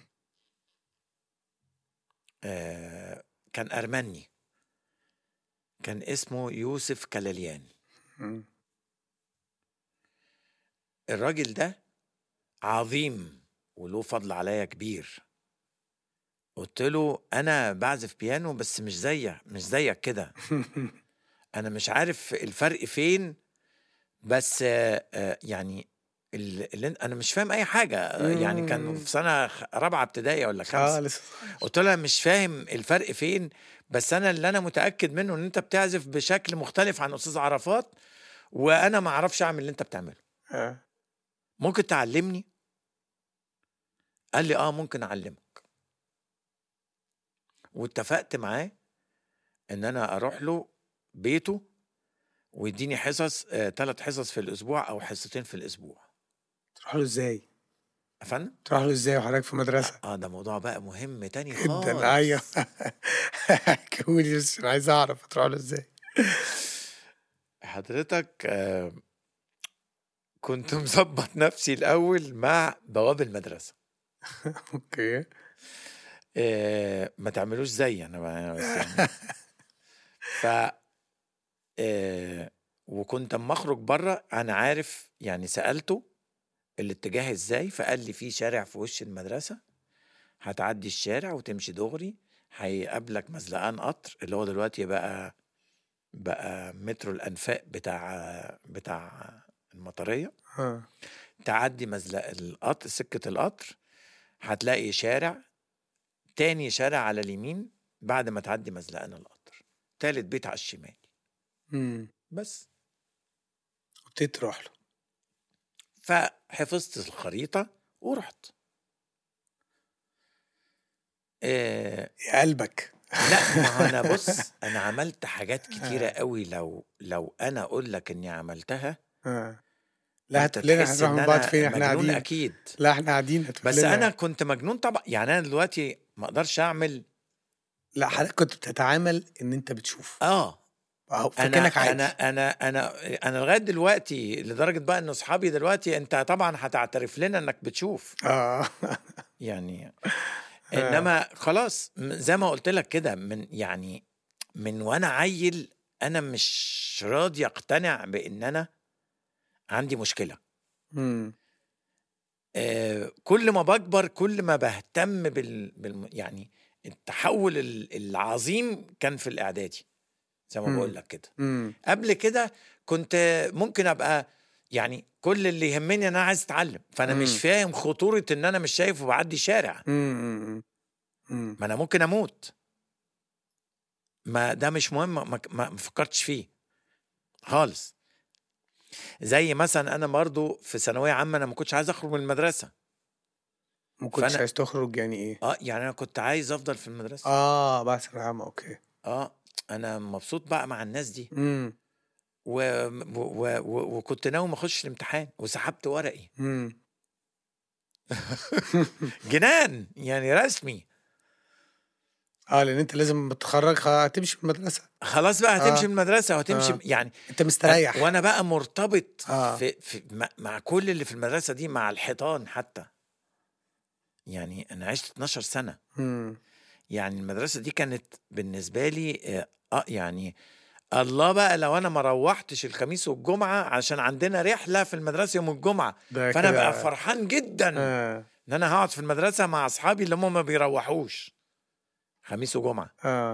كان أرمني، كان اسمه يوسف كلاليان. الراجل ده عظيم وله فضل عليا كبير. قلت له أنا بعزف بيانو بس مش زيك كده. أنا مش عارف الفرق فين، بس يعني اللي أنا مش فاهم أي حاجة. يعني كان في سنة رابعة ابتدائي ولا خمسة. قلت له مش فاهم الفرق فين، بس أنا اللي أنا متأكد منه إن أنت بتعزف بشكل مختلف عن أستاذ عرفات، وأنا ما أعرفش أعمل اللي أنت بتعمله. ممكن تعلمني؟ قال لي ممكن أعلمك. واتفقت معاه إن أنا أروح له بيته ويديني حصص 3 حصص في الأسبوع أو حصتين في الأسبوع.
تروح له إزاي؟
أفهم؟
تروح له إزاي وحضرتك في مدرسة؟
ده موضوع بقى مهم تاني خالص
جدا. أيوه كولي، بس عايز أعرف تروح له إزاي.
حضرتك كنت مظبط نفسي الأول مع بواب المدرسة.
أوكي.
ما تعملوش زي أنا بس يعني. وكنت اما اخرج بره انا عارف يعني، سألته الاتجاه ازاي، فقال لي في شارع في وش المدرسة، هتعدي الشارع وتمشي دغري، هيقابلك مزلقان قطر اللي هو دلوقتي بقى مترو الأنفاق بتاع المطرية. تعدي مزلق القطر، سكة القطر، هتلاقي شارع تاني، شارع على اليمين بعد ما تعدي مزلقان القطر، تالت بيت على الشمال. بس
ابتديت تروح له.
فحفظت الخريطة ورحت.
يا قلبك.
لا، ما أنا بص، أنا عملت حاجات كتيرة قوي. لو أنا أقول لك إني عملتها
لا هتقول لنا هنروح من بعض فين؟ احنا قاعدين
أكيد.
لا احنا قاعدين.
بس أنا كنت مجنون طبعا. يعني أنا دلوقتي ما أقدرش أعمل.
لا حضرتك كنت بتتعامل إن أنت بتشوف.
فكانك عادي. أنا لغاية دلوقتي، لدرجة بقى إن أصحابي دلوقتي أنت طبعا هتعترف لنا إنك بتشوف. يعني إنما خلاص زي ما قلت لك كده، من وأنا عيل أنا مش راضي أقتنع بإن أنا عندي مشكلة. كل ما بكبر كل ما بهتم يعني التحول العظيم كان في الإعدادي زي ما بقول لك كده. قبل كده كنت ممكن أبقى يعني كل اللي يهمني أنا عايز أتعلم، فأنا مش فاهم خطورة إن أنا مش شايف وبعدي شارع. ما أنا ممكن أموت، ما ده مش مهم، ما فكرتش فيه خالص. زي مثلا أنا برضو في ثانوية عامة أنا ما كنتش عايز أخرج من المدرسة.
ما كنتش عايز تخرج يعني إيه؟
يعني أنا كنت عايز أفضل في المدرسة.
بعد ثانوية عامة. أوكي.
أنا مبسوط بقى مع الناس دي. وكنت ناوي ما اخش الامتحان وسحبت ورقي. جنان يعني رسمي.
لان انت لازم تتخرج هتمشي من المدرسه.
خلاص بقى هتمشي من المدرسه وهتمشي. يعني
انت مستريح.
وانا بقى مرتبط مع كل اللي في المدرسه دي، مع الحيطان حتى. يعني انا عشت 12 سنه. يعني المدرسه دي كانت بالنسبه لي يعني الله بقى لو انا ما روحتش الخميس والجمعه عشان عندنا رحله في المدرسه يوم الجمعه، فانا بقى فرحان جدا ان انا هقعد في المدرسه مع اصحابي اللي هم ما بيروحوش خميس وجمعه.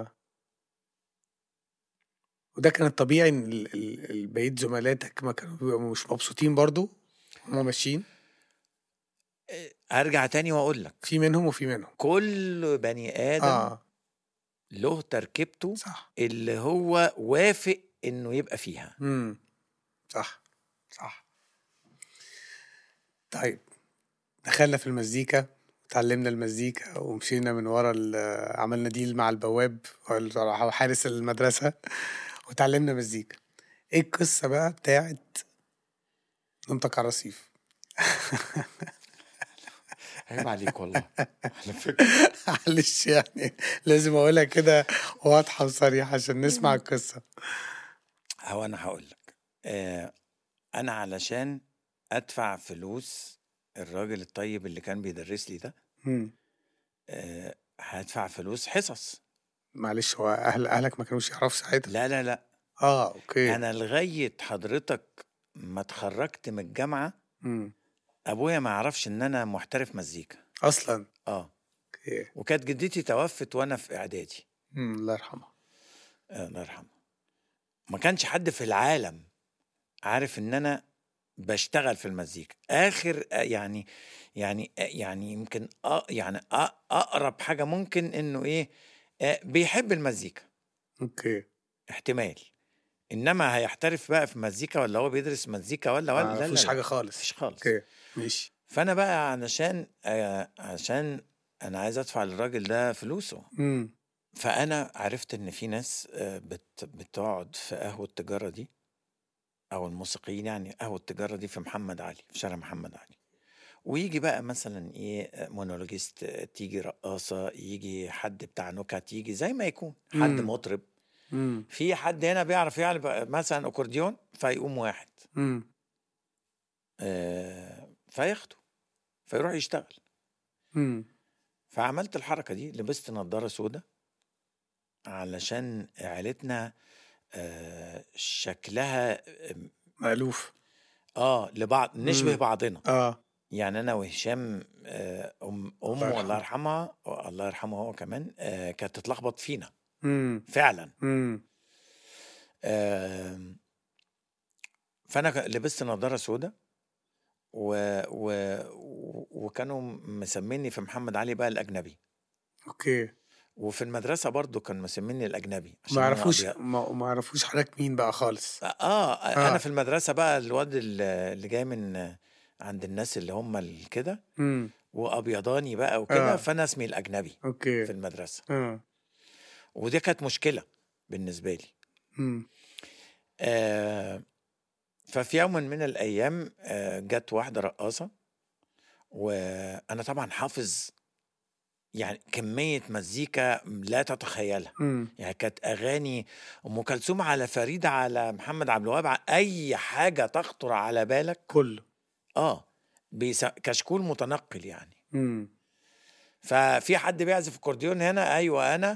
وده كان الطبيعي ان بقيت زملاتك ما كانوا مش مبسوطين برضو هم ماشيين.
ارجع تاني واقول لك،
في منهم وفي منهم.
كل بني ادم له تركيبته، صح، اللي هو وافق انه يبقى فيها.
صح. طيب دخلنا في المزيكا، تعلمنا المزيكا ومشينا من ورا عملنا ديل مع البواب أو حارس المدرسة وتعلمنا مزيكا. ايه القصة بقى بتاعت نومتك على الرصيف؟
عيب عليك والله على فكرة.
معلش يعني لازم اقولها كده واضحه وصريحه عشان نسمع القصه.
هو انا هقول لك، انا علشان ادفع فلوس الراجل الطيب اللي كان بيدرس لي ده،
مم.
هدفع فلوس حصص.
معلش، هو اهلك ما كانوش يعرفوا ساعتها؟
لا لا لا،
اوكي.
انا لغايه حضرتك ما اتخرجت من الجامعه
مم.
ابويا ما يعرفش ان انا محترف مزيكا
اصلا.
اوكي. وكانت جدتي توفت وانا في اعدادي،
الله يرحمها.
الله يرحمها. ما كانش حد في العالم عارف ان انا بشتغل في المزيكا. اخر يعني يمكن يعني اقرب حاجه ممكن انه ايه، بيحب المزيكا.
اوكي.
احتمال، انما هيحترف بقى في مزيكا ولا هو بيدرس مزيكا ولا
ما
لا
فيش
لا
حاجه خالص.
مفيش خالص.
اوكي ماشي.
فانا بقى عشان انا عايز ادفع للراجل ده فلوسه. فانا عرفت ان في ناس بتقعد في قهوه التجاره دي، او الموسيقيين يعني، قهوه التجاره دي في محمد علي، في شارع محمد علي. ويجي بقى مثلا ايه مونولوجيست، تيجي رقاصه، يجي حد بتاع نكت، يجي زي ما يكون حد مطرب. في حد هنا بيعرف يلعب مثلا اكورديون، فيقوم واحد فياخده فيروح يشتغل. فعملت الحركه دي، لبست نظاره سودة علشان عيلتنا شكلها
مألوف.
لبعض، نشبه بعضنا. يعني انا وهشام، امه الله يرحمها، الله يرحمه هو كمان، كانت تتلخبط فينا فعلا. فانا لبست نظاره سودة وكانوا مسميني في محمد علي بقى الاجنبي.
اوكي.
وفي المدرسه برضو كان مسميني الاجنبي عشان
ما يعرفوش حضرتك مين بقى خالص.
انا في المدرسه بقى الواد اللي جاي من عند الناس اللي هم كده وابيضاني بقى وكده. فانا اسمي الاجنبي.
اوكي.
في المدرسه. ودي كانت مشكله بالنسبه لي. ففي يوم من الايام جت واحده رقاصه، وانا طبعا حافظ يعني كميه مزيكا لا تتخيلها. يعني كانت اغاني ام كلثوم، على فريده، على محمد عبد الوهاب، اي حاجه تخطر على بالك
كله.
كشكول متنقل يعني. ففي حد بيعزف اكورديون هنا، ايوه انا.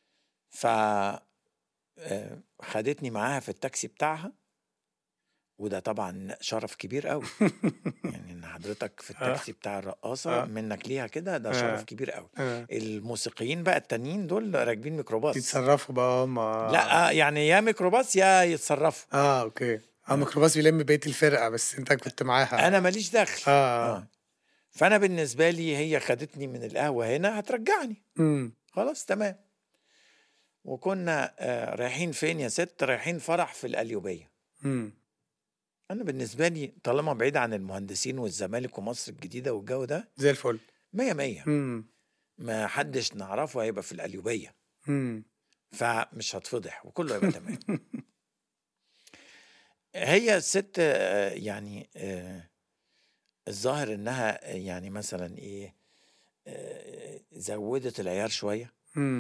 خدتني معاها في التاكسي بتاعها، وده طبعا شرف كبير قوي. يعني ان حضرتك في التاكسي بتاع الرقاصه منك ليها كده، ده شرف كبير قوي. الموسيقيين بقى التانيين دول راكبين ميكروباص،
يتصرفوا بقى
لا يعني يا ميكروباص يا يتصرفوا.
اوكي. الميكروباص بيلم بقيه الفرقه، بس انت كنت معاها.
انا ماليش دخل. فانا بالنسبه لي هي خدتني من القهوه هنا، هترجعني. خلاص تمام. وكنا رايحين فين يا ست؟ رايحين فرح في القليوبيه. انا بالنسبه لي طالما بعيد عن المهندسين والزمالك ومصر الجديده والجو ده،
زي الفل،
100. ما حدش نعرفه هيبقى في القليوبيه، فمش هتفضح وكله هيبقى تمام. هي الست يعني الظاهر انها يعني مثلا ايه، زودت العيار شويه.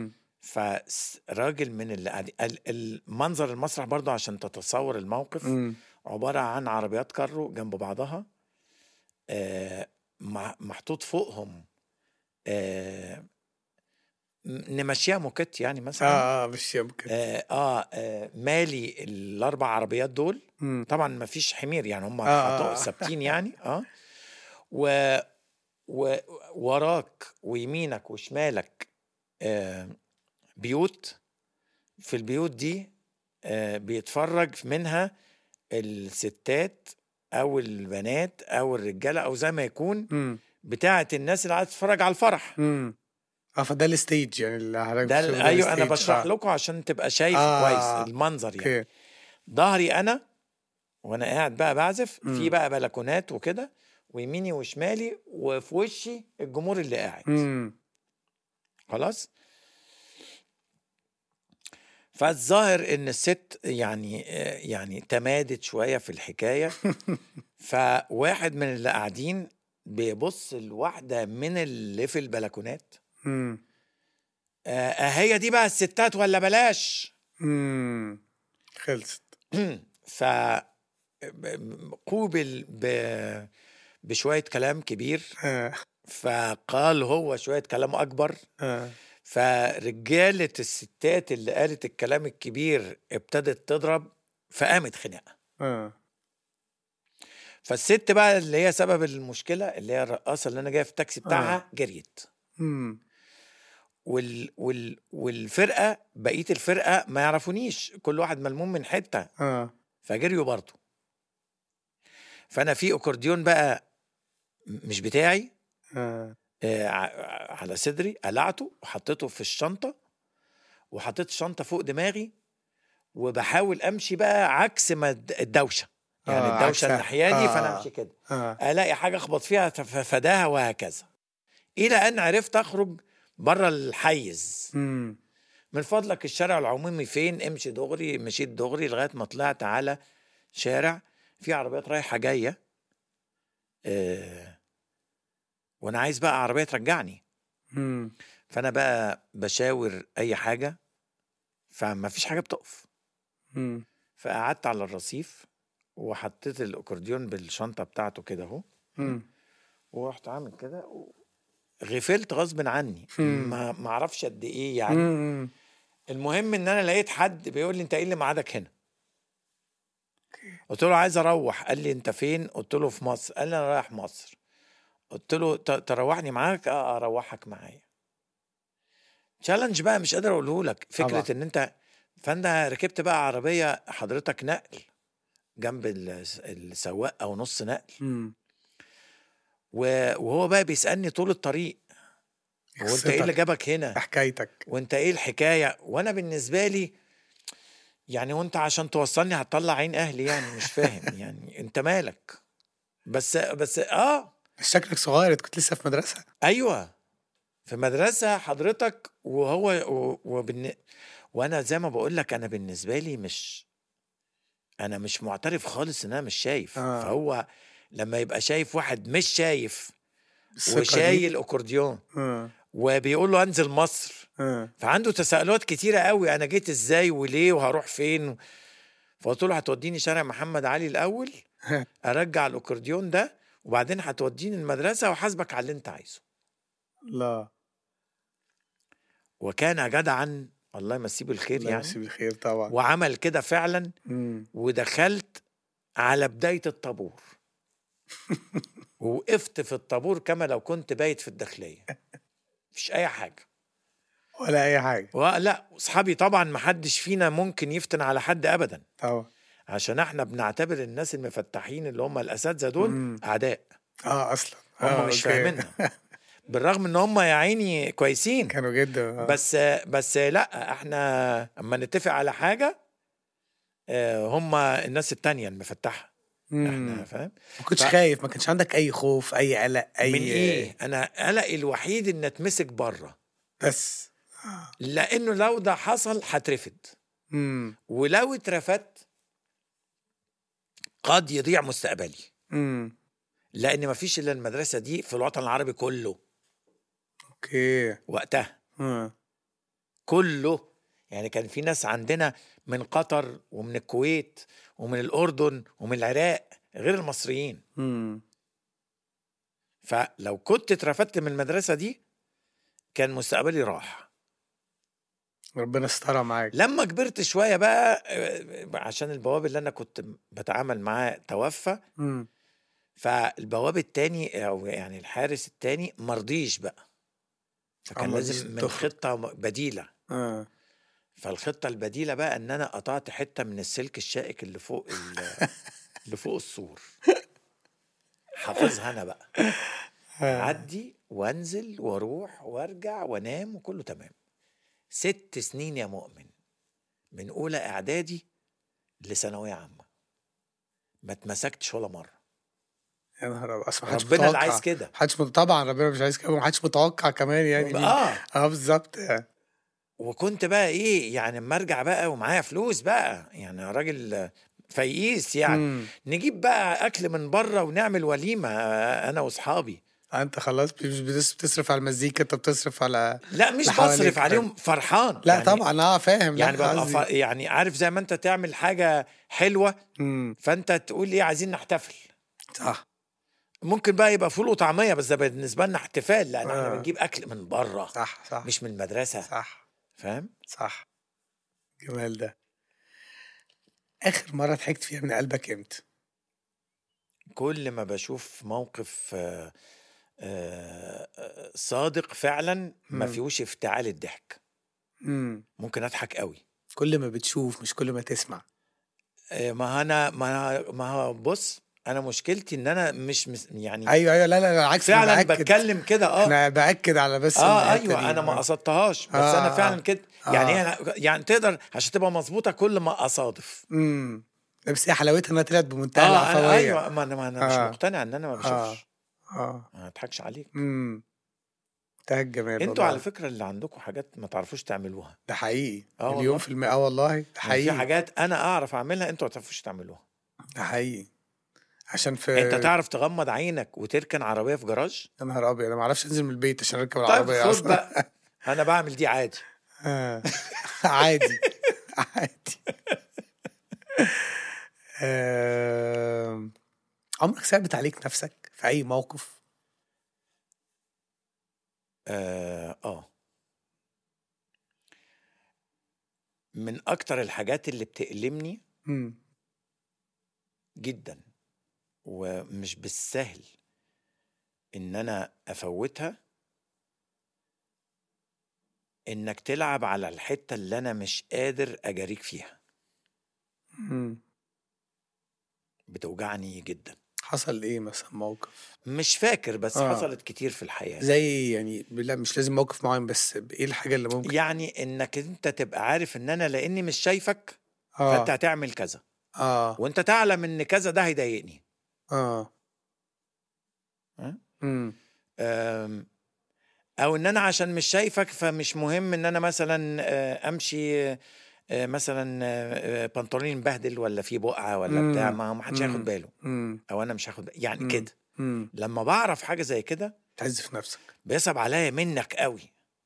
فراجل من اللي قاعد المنظر المسرح برضو عشان تتصور الموقف، عبارة عن عربيات كارو جنب بعضها، محطوط فوقهم نمشيها موكت يعني مثلا.
مشيها موكت.
مالي الاربع عربيات دول. طبعا ما فيش حمير يعني، هم ثابتين يعني. ووراك ويمينك وشمالك بيوت. في البيوت دي بيتفرج منها الستات او البنات او الرجاله او زي ما يكون بتاعه الناس اللي عايزه تتفرج على الفرح.
فده الستيج يعني اللي
ده ايوه انا بشرح لكم عشان تبقى شايف كويس المنظر يعني. ظهري انا وانا قاعد بقى بعزف، في بقى بلكونات وكده، ويميني وشمالي، وفي وشي الجمهور اللي قاعد. خلاص. فالظاهر ان الست يعني تمادت شويه في الحكايه. فواحد من اللي قاعدين بيبص الواحدة من اللي في البلكونات. هي دي بقى الستات ولا بلاش؟
خلصت.
قوبل بشوية كلام كبير. فقال هو شوية كلام أكبر. فرجالة الستات اللي قالت الكلام الكبير ابتدت تضرب، فقامت خناقة. فالست بقى اللي هي سبب المشكلة، اللي هي الرقاصة اللي أنا جاي في التاكسي بتاعها، جريت. والفرقة، بقية الفرقة ما يعرفونيش، كل واحد ملموم من حتة. فجريوا برضو. فأنا في أكورديون بقى مش بتاعي على صدري، قلعته وحطيته في الشنطة، وحطيت الشنطة فوق دماغي، وبحاول أمشي بقى عكس ما الدوشة، يعني الدوشة الناحية دي، فأنا أمشي كده ألاقي حاجة أخبط فيها ففداها، وهكذا، إلى أن عرفت أخرج برا الحيز. من فضلك الشارع العمومي فين؟ امشي دغري. مشيت دغري لغاية ما طلعت على شارع في عربيات رايحة جاية، وانا عايز بقى عربية ترجعني. فانا بقى بشاور اي حاجة، فما فيش حاجة بتقف. فقعدت على الرصيف وحطيت الاكورديون بالشنطة بتاعته كده اهو، ورحت عامل كده، غفلت غصب عني. ما اعرفش قد ايه يعني. المهم ان انا لقيت حد بيقول لي انت ايه اللي معادك هنا؟ قلت له عايز اروح. قال لي انت فين؟ قلت له في مصر. قال لي انا رايح مصر. قلت له تروحني معاك؟ اروحك معايا. تشالنج بقى مش قادر اقوله لك. فكره طبعا. ان انت فانا ركبت بقى عربيه حضرتك نقل جنب السواق او نص نقل، وهو بقى بيسالني طول الطريق وانت ايه اللي جابك هنا؟
حكايتك
وانت ايه الحكايه؟ وانا بالنسبه لي يعني وانت عشان توصلني هتطلع عين اهلي يعني؟ مش فاهم يعني انت مالك؟ بس
شكلك صغير، كنت لسه في مدرسة.
ايوه في مدرسة حضرتك. وانا زي ما بقول لك، انا بالنسبة لي انا مش معترف خالص ان انا مش شايف. فهو لما يبقى شايف واحد مش شايف وشايل اكورديون وبيقول له انزل مصر، فعنده تساؤلات كتيرة قوي. انا جيت ازاي وليه وهروح فين؟ فقلت له هتوديني شارع محمد علي الاول، ارجع الاكورديون ده، وبعدين هتوديني المدرسة وحاسبك على اللي انت عايزه.
لا.
وكان جدعا، الله يمسيه بالخير يعني.
الله يمسيه بالخير طبعا.
وعمل كده فعلا. ودخلت على بداية الطابور ووقفت في الطابور كما لو كنت بايت في الداخلية. مفيش اي حاجة
ولا اي حاجة.
لا اصحابي طبعا محدش فينا ممكن يفتن على حد ابدا
طبعا،
عشان احنا بنعتبر الناس المفتحين اللي هم الاساتذة دول اعداء.
اصلا
هم مش فاهمينها بالرغم ان هم يا عيني كويسين
كانوا جدا.
بس لا، احنا اما نتفق على حاجة هم الناس التانية المفتحة. احنا فاهم.
ما كنتش خايف؟ ما كانش عندك اي خوف، اي قلق؟
من ايه؟ انا قلقي الوحيد ان اتمسك بره
بس،
لانه لو ده حصل هترفد. ولو اترفدت قد يضيع مستقبلي. لان ما فيش الا المدرسة دي في الوطن العربي كله.
اوكي.
وقتها كله يعني كان في ناس عندنا من قطر ومن الكويت ومن الأردن ومن العراق غير المصريين. فلو كنت اترفدت من المدرسة دي كان مستقبلي راح.
ربنا استرها معاك.
لما كبرت شوية بقى عشان البواب اللي أنا كنت بتعامل معاه توفى، فالبواب التاني أو يعني الحارس التاني مرضيش بقى، فكان لازم من خطة بديلة. فالخطة البديلة بقى ان انا قطعت حتة من السلك الشائك اللي فوق اللي فوق السور، حافظها انا بقى، عدي وانزل واروح وارجع وانام وكله تمام. 6 سنين يا مؤمن، من اولى اعدادي لثانوية عامة ما اتمسكتش ولا مرة.
يا نهار أبيض.
ربنا اللي عايز كده.
طبعا ربنا مش عايز كده، ومحدش متوقع كمان يعني. بالظبط يعني.
وكنت بقى ايه يعني اما ارجع بقى ومعايا فلوس بقى، يعني راجل فيقيس يعني. نجيب بقى اكل من بره ونعمل وليمه انا واصحابي.
انت خلاص مش بتصرف على المزيكا، انت بتصرف على
لا مش بصرف عليهم، فرحان
لا
يعني.
طبعا فاهم.
يعني ببقى يعني عارف زي ما انت تعمل حاجه حلوه فانت تقول ايه عايزين نحتفل.
صح.
ممكن بقى يبقى فول وطعميه بس ده بالنسبه لنا احتفال، لان احنا بنجيب اكل من بره.
صح
مش من المدرسه.
صح
فاهم.
صح. جمال ده. اخر مره ضحكت فيها من قلبك امتى؟
كل ما بشوف موقف صادق فعلا ما فيهوش افتعال الضحك ممكن اضحك قوي.
كل ما بتشوف مش كل ما تسمع.
ما هو بص انا مشكلتي ان انا مش يعني
ايوه لا عكس
فعلا بتكلم كده.
انا باكد على بس
ايوه انا ما قصدتهاش بس انا فعلا كده يعني يعني تقدر عشان تبقى مضبوطه كل ما اصادف.
بس هي حلاوتها انها طلعت بمنتهى العفويه.
ايوه ما انا مش مقتنع ان انا ما بشوفش. ما اضحكش عليك.
منتهى الجمال.
انتوا على فكره اللي عندكم حاجات ما تعرفوش تعملوها.
ده حقيقي. مليون في المية. والله ده حقيقي.
في حاجات انا اعرف اعملها انتوا ما تعرفوش تعملوها.
ده حقيقي. عشان
انت تعرف تغمض عينك وتركن عربيه في جراج؟
يا نهار ابيض انا ما اعرفش انزل من البيت عشان اركب العربيه.
طيب خد بقى انا بعمل دي عادي.
عادي عادي. عمرك ثابت عليك نفسك في اي موقف؟
من اكتر الحاجات اللي بتألمني جدا ومش بالسهل ان انا افوتها، انك تلعب على الحتة اللي انا مش قادر اجاريك فيها. بتوجعني جدا.
حصل ايه مثلا موقف؟
مش فاكر بس حصلت كتير في الحياة.
زي يعني لا مش لازم موقف معين بس ايه الحاجة اللي ممكن
يعني انك انت تبقى عارف ان انا لاني مش شايفك فانت هتعمل كذا وانت تعلم ان كذا ده هيضايقني. او ان انا عشان مش شايفك فمش مهم ان انا مثلا امشي مثلا بنطلوني مبهدل ولا في بقعه ولا بتاع ما حدش هياخد باله او انا مش هاخد باله يعني كده. لما بعرف حاجه زي كده
تعز في نفسك
بيصعب عليا منك قوي.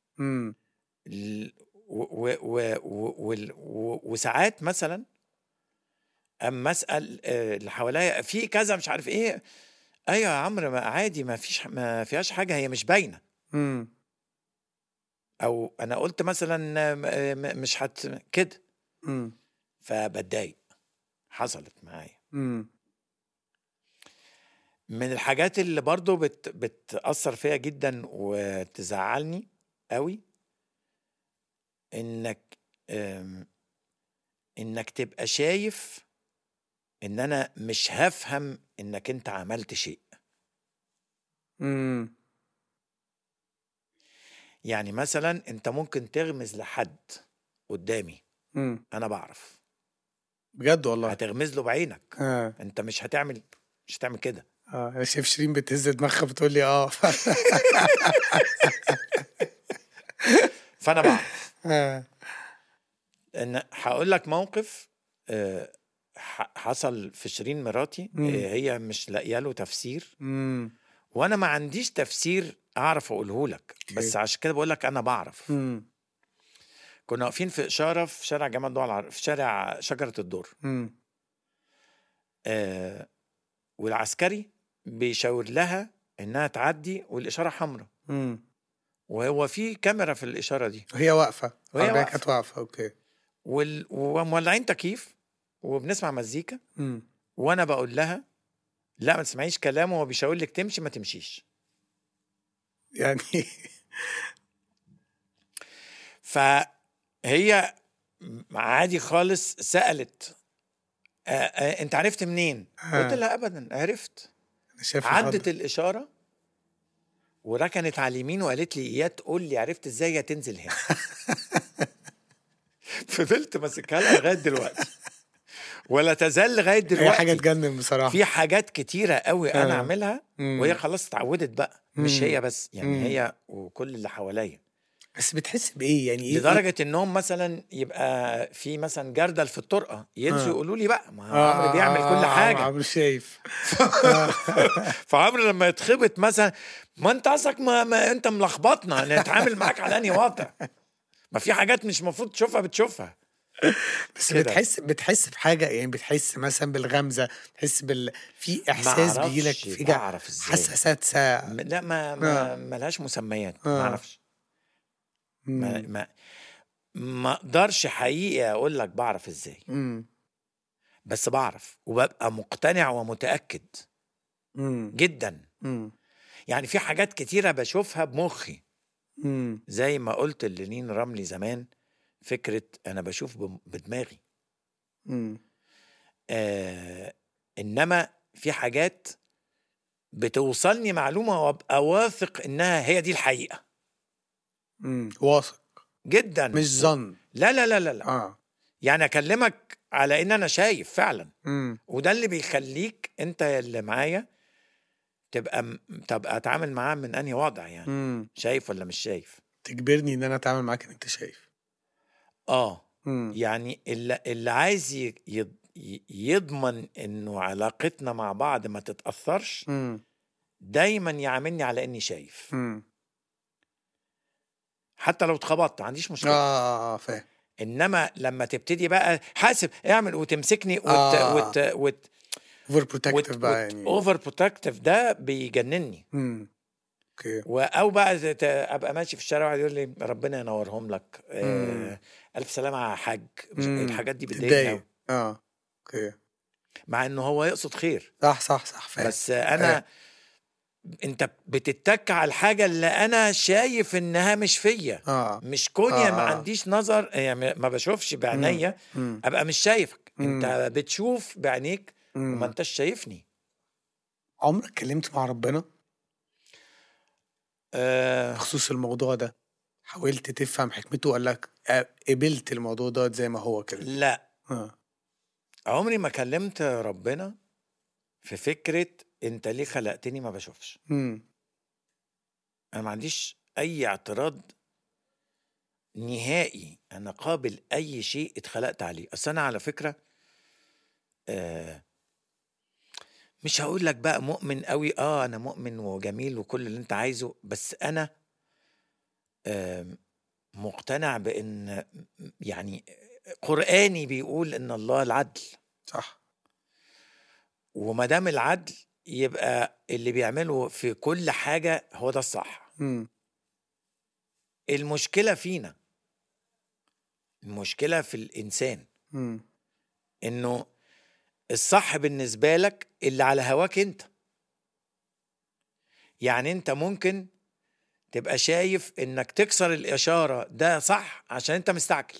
وساعات مثلا اما اسال اللي حواليا في كذا مش عارف ايه، ايوه يا عمرو ما عادي ما فيهاش حاجه هي مش باينه. او انا قلت مثلا مش كده فبتضايق. حصلت معايا. من الحاجات اللي برضو بتأثر فيا جدا وتزعلني قوي انك تبقى شايف ان انا مش هفهم انك انت عملت شيء. يعني مثلا انت ممكن تغمز لحد قدامي انا بعرف
بجد والله
هتغمز له بعينك. انت مش هتعمل كده.
انا شايف شيرين بتهز دماغها بتقول لي
فانا بعرف. ان هقول لك موقف حصل في شيرين مراتي. هي مش لاقيه له تفسير وانا ما عنديش تفسير اعرف اقوله لك بس عشان كده بقول لك انا بعرف. كنا واقفين في اشاره في شارع جامعه الدول العربيه في شارع شجره الدور. والعسكري بيشاور لها انها تعدي والاشاره حمراء وهو في كاميرا في الاشاره دي
وهي واقفه. وهي كانت واقفه. اوكي.
ومولعين تكييف وبنسمع مزيكا وانا بقول لها لا ما تسمعيش كلامه وهو بيشاور لك تمشي ما تمشيش
يعني.
فهي عادي خالص سألت انت عرفت منين؟ قلت لها ابدا عرفت. عدت الاشاره وركنت على اليمين وقالت لي يا تقول لي عرفت ازاي يا تنزل هنا. فضلت ماسكها لها لغايه دلوقتي ولا تزال لغايه دلوقتي.
هي حاجه تجنن بصراحه.
في حاجات كتيره قوي انا اعملها وهي خلاص اتعودت بقى. مش هي بس يعني هي وكل اللي حواليا
بس بتحس بايه يعني؟ ايه
لدرجه انهم مثلا يبقى في مثلا جردل في الطرقه ينسوا يقولوا لي بقى ما عمرو بيعمل كل حاجه.
عمرو شايف.
فعمرو لما يتخبط مثلا، ما انت قصدك ما انت ملخبطنا نتعامل معاك على انهي وضع، ما في حاجات مش المفروض تشوفها بتشوفها.
بس
كده.
بتحس بحاجه يعني، بتحس مثلا بالغمزه، بتحس في احساس بيجيلك في
بعرف ازاي
حساسات
لا ما لهاش مسميات. ما اعرفش. ما اقدرش حقيقي اقول لك بعرف ازاي. بس بعرف وببقى مقتنع ومتاكد جدا. يعني في حاجات كتيره بشوفها بمخي، زي ما قلت لنين رملي زمان، فكره انا بشوف بدماغي. انما في حاجات بتوصلني معلومه وابقى واثق انها هي دي الحقيقه.
واثق
جدا،
مش ظن.
لا لا لا لا, لا. يعني اكلمك على ان انا شايف فعلا. وده اللي بيخليك انت اللي معايا تبقى اتعامل معاه من انهي وضع يعني. شايف ولا مش شايف؟
تجبرني ان انا اتعامل معاك ان انت شايف.
يعني اللي عايز يضمن انه علاقتنا مع بعض ما تتأثرش دايما يعاملني على اني شايف. حتى لو اتخبطت ما عنديش مشكلة.
فاهم.
انما لما تبتدي بقى حاسب اعمل وتمسكني
اوفر بروتكتيف بقى يعني.
اوفر بروتكتيف ده بيجنني.
اوكي.
او بقى ابقى ماشي في الشارع واحد يقول لي ربنا ينورهم لك، الف سلامه يا حاج. الحاجات دي بتضايقني قوي.
اوكي.
مع انه هو يقصد خير.
صح فاهم.
بس انا انت بتتك على الحاجه اللي انا شايف انها مش فيا. مش كوني ما عنديش نظر يعني ما بشوفش بعينيا ابقى مش شايفك. انت بتشوف بعينيك وما انتش شايفني.
عمرك اتكلمت مع ربنا بخصوص الموضوع ده؟ حاولت تفهم حكمته ولا لك قبلت الموضوع ده زي ما هو كده؟
لا. عمري ما كلمت ربنا في فكرة انت ليه خلقتني ما بشوفش. انا ما عنديش اي اعتراض نهائي. انا قابل اي شيء اتخلقت عليه. اصل انا على فكرة مش هقول لك بقى مؤمن قوي. انا مؤمن وجميل وكل اللي انت عايزه، بس انا مقتنع بان يعني قرآني بيقول ان الله العدل.
صح.
وما دام العدل يبقى اللي بيعمله في كل حاجة هو ده الصح. المشكلة فينا، المشكلة في الإنسان. إنه الصح بالنسبة لك اللي على هواك أنت. يعني أنت ممكن تبقى شايف إنك تكسر الإشارة ده صح عشان أنت مستعجل.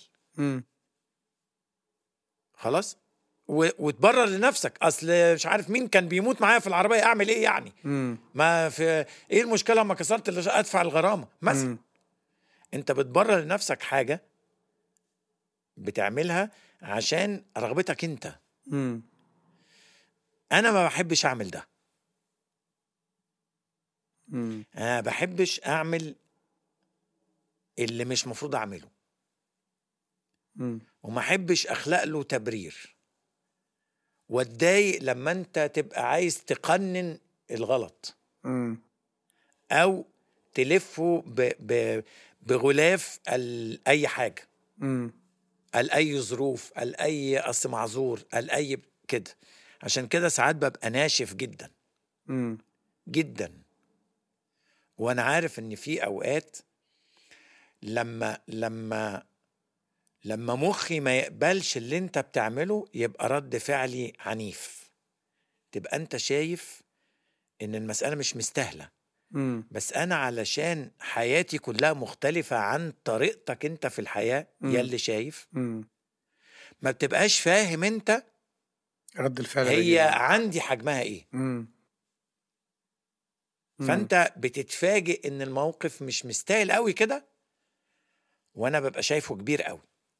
خلاص. وتبرر لنفسك اصل مش عارف مين كان بيموت معايا في العربيه، اعمل ايه يعني؟ ما في ايه المشكله لما كسرت ادفع الغرامه مثلا. انت بتبرر لنفسك حاجه بتعملها عشان رغبتك انت. انا ما بحبش اعمل ده. انا بحبش اعمل اللي مش مفروض اعمله. وما احبش اخلق له تبرير واتضايق لما انت تبقى عايز تقنن الغلط او تلفه بغلاف اي حاجه، اي ظروف، اي اصل معذور، اي كده. عشان كده ساعات ببقى ناشف جدا جدا. وانا عارف ان في اوقات لما مخي ما يقبلش اللي انت بتعمله يبقى رد فعلي عنيف. تبقى انت شايف ان المسألة مش مستاهلة، بس انا علشان حياتي كلها مختلفة عن طريقتك انت في الحياة يلي شايف، ما بتبقاش فاهم انت
رد الفعل
هي عندي حجمها ايه. فانت بتتفاجئ ان الموقف مش مستاهل قوي كده، وانا ببقى شايفه كبير قوي.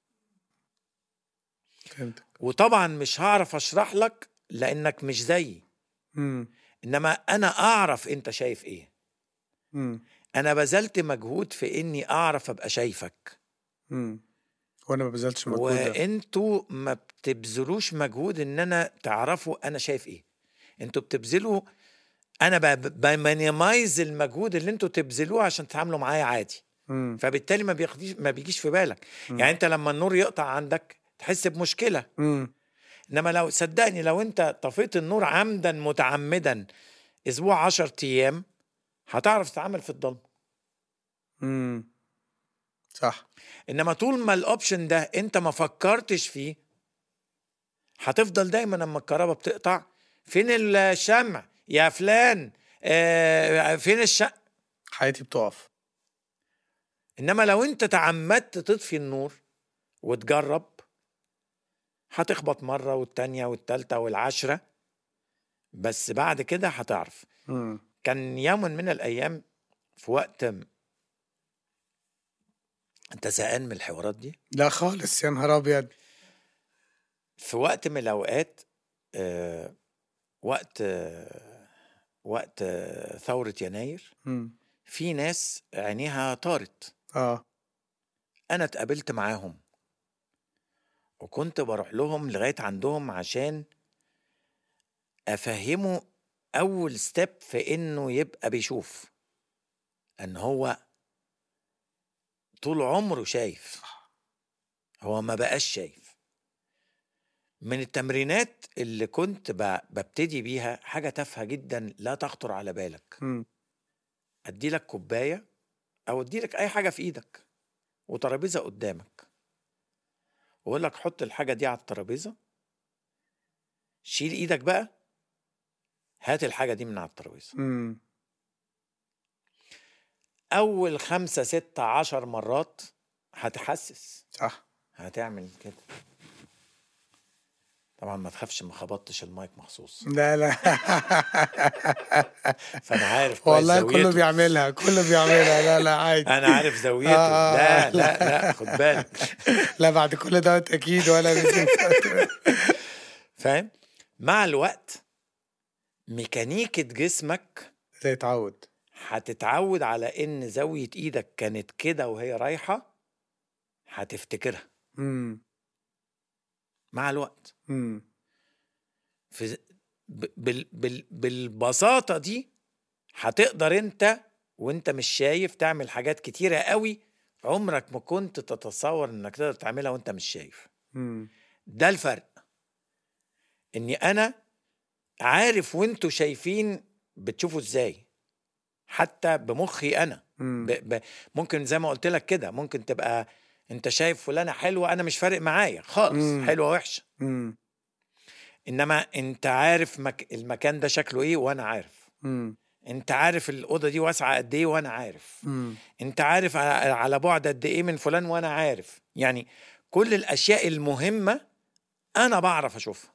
وطبعا مش هعرف اشرح لك لانك مش زيي. انما انا اعرف انت شايف ايه. انا بذلت مجهود في اني اعرف ابقى شايفك،
وانا ما بذلتش مجهود
وانتوا ما بتبذلوش مجهود ان انا تعرفوا انا شايف ايه. انتوا بتبذلوا، انا بمينيمايز المجهود اللي انتوا تبذلوه عشان تتعاملوا معايا عادي. فبالتالي ما بيجيش في بالك. يعني انت لما النور يقطع عندك تحس بمشكلة. انما لو صدقني لو انت طفيت النور عمدا متعمدا اسبوع 10 ايام هتعرف تتعامل في الضلمه.
صح.
انما طول ما الاوبشن ده انت ما فكرتش فيه هتفضل دايما لما الكهرباء بتقطع فين الشمع يا فلان، فين الشمع،
حياتي بتقف.
انما لو انت تعمدت تطفي النور وتجرب هتخبط مرة والتانية والتالتة والعشرة، بس بعد كده هتعرف. كان يوم من الأيام في وقت أنت زهقان من الحوارات دي؟
لا خالص، يا نهار أبيض.
في وقت من الأوقات وقت ثورة يناير في ناس عينيها طارت. أنا اتقابلت معاهم وكنت بروح لهم لغاية عندهم عشان أفهمه أول ستيب في إنه يبقى بيشوف، أن هو طول عمره شايف، هو ما بقاش شايف. من التمرينات اللي كنت ببتدي بيها حاجة تافهة جدا لا تخطر على بالك. أدي لك كوباية أو أدي لك أي حاجة في إيدك وترابيزة قدامك وأقول لك حط الحاجة دي على الترابيزة، شيل إيدك بقى، هات الحاجة دي من على الترابيزة. أول 5 6 10 مرات هتحسس.
صح.
هتعمل كده. طبعا ما تخافش، ما خبطتش المايك مخصوص.
لا
فأنا عارف
والله
زاويته.
كله بيعملها. لا عادي.
أنا عارف زاويته. لا خد بالك.
لا بعد كل ده أكيد ولا
فاهم؟ مع الوقت ميكانيكة جسمك هتتعود على إن زاوية إيدك كانت كده وهي رايحة، هتفتكرها مع الوقت. بالبساطة دي هتقدر انت وانت مش شايف تعمل حاجات كتيرة قوي عمرك ما كنت تتصور انك تقدر تعملها وانت مش شايف. ده الفرق، اني انا عارف وانتوا شايفين بتشوفوا ازاي، حتى بمخي انا. ممكن زي ما قلت لك كده، ممكن تبقى انت شايف فلانة حلوة انا مش فارق معايا خالص، حلوة وحشة. انما انت عارف المكان ده شكله ايه وانا عارف. انت عارف الأوضة دي واسعة قد ايه وانا عارف. انت عارف على بعد قد ايه من فلان وانا عارف. يعني كل الاشياء المهمة انا بعرف اشوفها،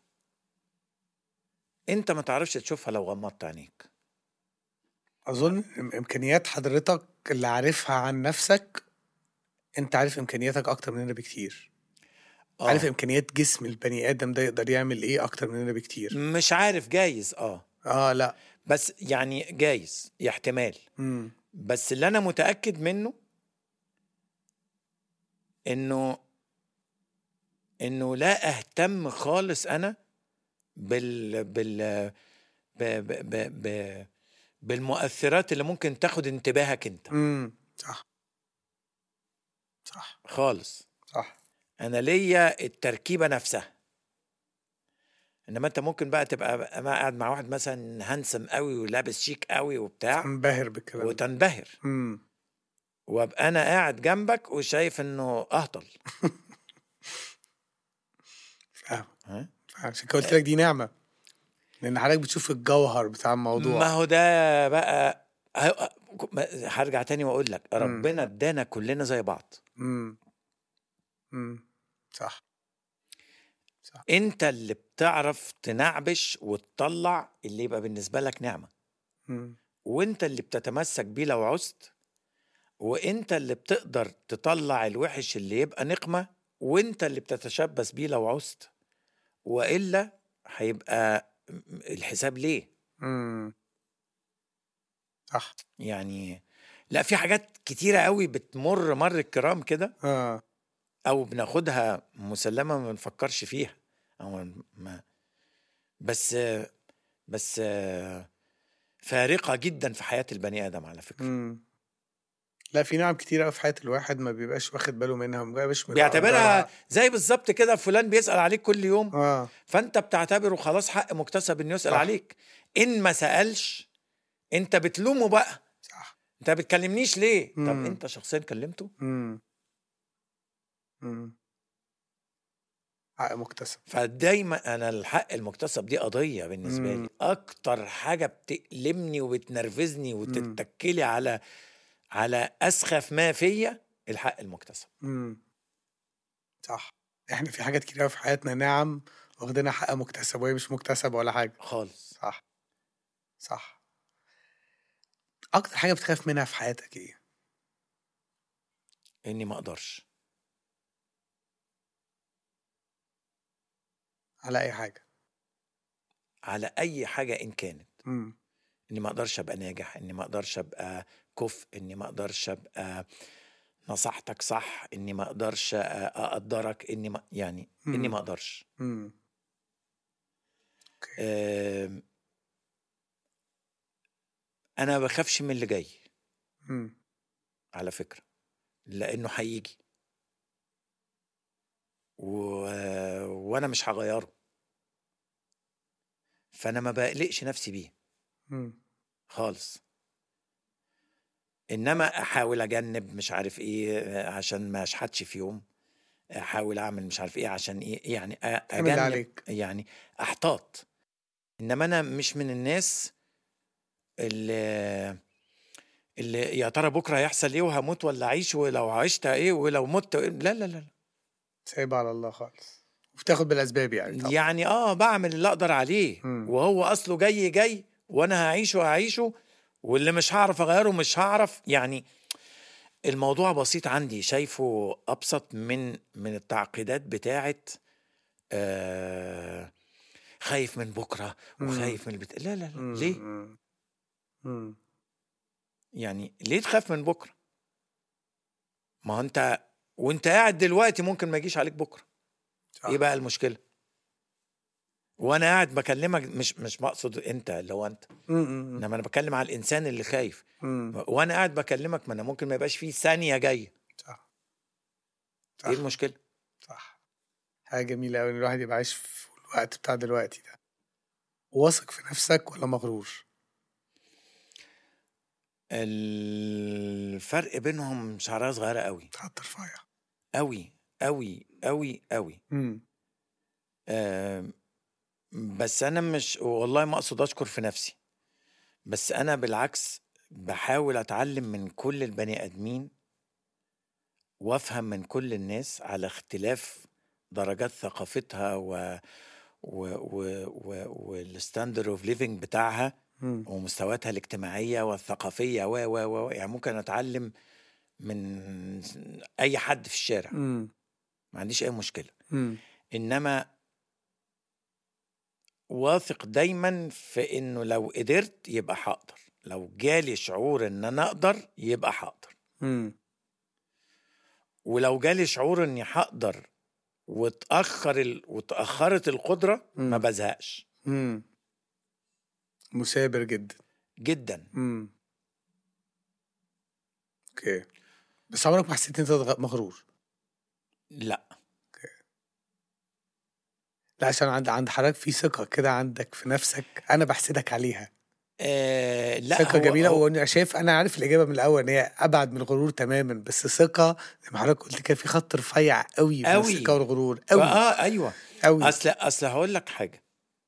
انت ما تعرفش تشوفها لو غمضت عينيك.
اظن امكانيات حضرتك اللي عارفها عن نفسك، انت عارف امكانياتك اكتر مننا بكتير. عارف امكانيات جسم البني ادم ده يقدر يعمل ايه اكتر مننا بكتير.
مش عارف، جايز
لا
بس يعني جايز احتمال. بس اللي انا متأكد منه انه لا اهتم خالص انا بالمؤثرات اللي ممكن تاخد انتباهك انت.
صح
خالص.
صح.
انا ليا التركيبة نفسها. انما انت ممكن بقى تبقى قاعد مع واحد مثلا هانسم قوي ولابس شيك قوي وبتاع،
تنبهر بالكلام
وتنبهر. وابقى انا قاعد جنبك وشايف انه اهطل.
فاهم. عشان كده قلت لك دي نعمة، لان حضرتك بتشوف الجوهر بتاع الموضوع.
ما هو ده بقى هرجع تاني واقول لك ربنا ادانا كلنا زي بعض.
صح.
انت اللي بتعرف تنعبش وتطلع اللي يبقى بالنسبة لك نعمة. وانت اللي بتتمسك بيه لو عزت، وانت اللي بتقدر تطلع الوحش اللي يبقى نقمة، وانت اللي بتتشبث بيه لو عزت، وإلا هيبقى الحساب ليه.
صح.
يعني لا، في حاجات كتيرة قوي بتمر مر الكرام كده او بناخدها مسلمة ما بنفكرش فيها او ما بس فارقة جدا في حياة البني آدم على فكرة.
لا، في نعم كتير قوي في حياة الواحد ما بيبقاش واخد باله منها، ما بيبقاش
بيعتبرها زي بالظبط كده، فلان بيسأل عليك كل يوم فانت بتعتبره خلاص حق مكتسب انه يسأل عليك. ان ما سألش انت بتلومه بقى.
صح.
انت بتكلمنيش ليه؟ طب انت شخصيا كلمته؟
حق مكتسب.
فدايما انا الحق المكتسب دي قضية بالنسبة لي، اكتر حاجة بتألمني وبتنرفزني وتتكلي على اسخف ما فيا الحق المكتسب.
صح. احنا في حاجات كتير في حياتنا نعم واخدينها حق مكتسب وهي مش مكتسب ولا حاجة
خالص.
صح. صح. اكتر حاجة بتخاف منها في حياتك ايه؟
اني ما اقدرش
على اي حاجة.
على اي حاجة ان كانت. اني ما اقدرش ابقى ناجح، اني ما اقدرش ابقى كفء، اني ما اقدرش ابقى نصحتك صح، اني ما اقدرش اقدرك، اني ما اني ما اقدرش. انا بخافش من اللي جاي على فكرة، لانه هيجي وانا مش هغيره، فانا ما بقلقش نفسي بيه خالص. انما احاول اجنب مش عارف ايه عشان ما اشحتش في يوم، احاول اعمل مش عارف ايه عشان ايه، يعني اجنب عليك. يعني احتاط. انما انا مش من الناس اللي يا ترى بكره هيحصل ايه وهموت ولا اعيش، ولو عشت ايه ولو مت إيه. لا لا لا،
سايب على الله خالص وبتاخد بالاسباب يعني طبعا.
يعني بعمل اللي اقدر عليه وهو اصله جاي وانا هعيشه واللي مش هعرف اغيره مش هعرف. يعني الموضوع بسيط عندي، شايفه ابسط من التعقيدات بتاعت خايف من بكره وخايف من لا لا لا. ليه؟ يعني ليه تخاف من بكره؟ ما هو انت وانت قاعد دلوقتي ممكن ما يجيش عليك بكره. صح. ايه بقى المشكله؟ وانا قاعد بكلمك مش بقصد انت اللي هو انت، انما انا بكلم على الانسان اللي خايف. وانا قاعد بكلمك ما انا ممكن ما يبقاش فيه ثانيه جايه.
صح.
ايه المشكله؟
صح. حاجه جميله قوي ان الواحد يبقى عايش في الوقت بتاع دلوقتي ده. واثق في نفسك ولا مغرور؟
الفرق بينهم شعرها صغيره قوي.
خط رفيع
قوي قوي قوي قوي. بس انا مش والله ما اقصد اشكر في نفسي، بس انا بالعكس بحاول اتعلم من كل البني ادمين وافهم من كل الناس على اختلاف درجات ثقافتها والستاندر اوف ليفينج بتاعها ومستوياتها الاجتماعيه والثقافيه يعني ممكن اتعلم من اي حد في الشارع. ما عنديش اي مشكله. انما واثق دايما في انه لو قدرت يبقى هقدر، لو جالي شعور ان انا اقدر يبقى هقدر. ولو جالي شعور اني هقدر وتأخرت القدرة ما بزهقش.
مثابر جدا
جدا.
اوكي. بس عمرك ما حسيت انت مغرور؟
لا.
اوكي. لا، عشان عند حضرتك في ثقة كده عندك في نفسك انا بحسدك عليها.
لا،
ثقة جميلة. وانا شايف انا عارف الإجابة من الأول ان هي أبعد من الغرور تماما، بس ثقة زي ما حضرتك قلت كده في خط رفيع قوي بين الثقة والغرور قوي.
ايوه
قوي.
اصل هقول لك حاجة.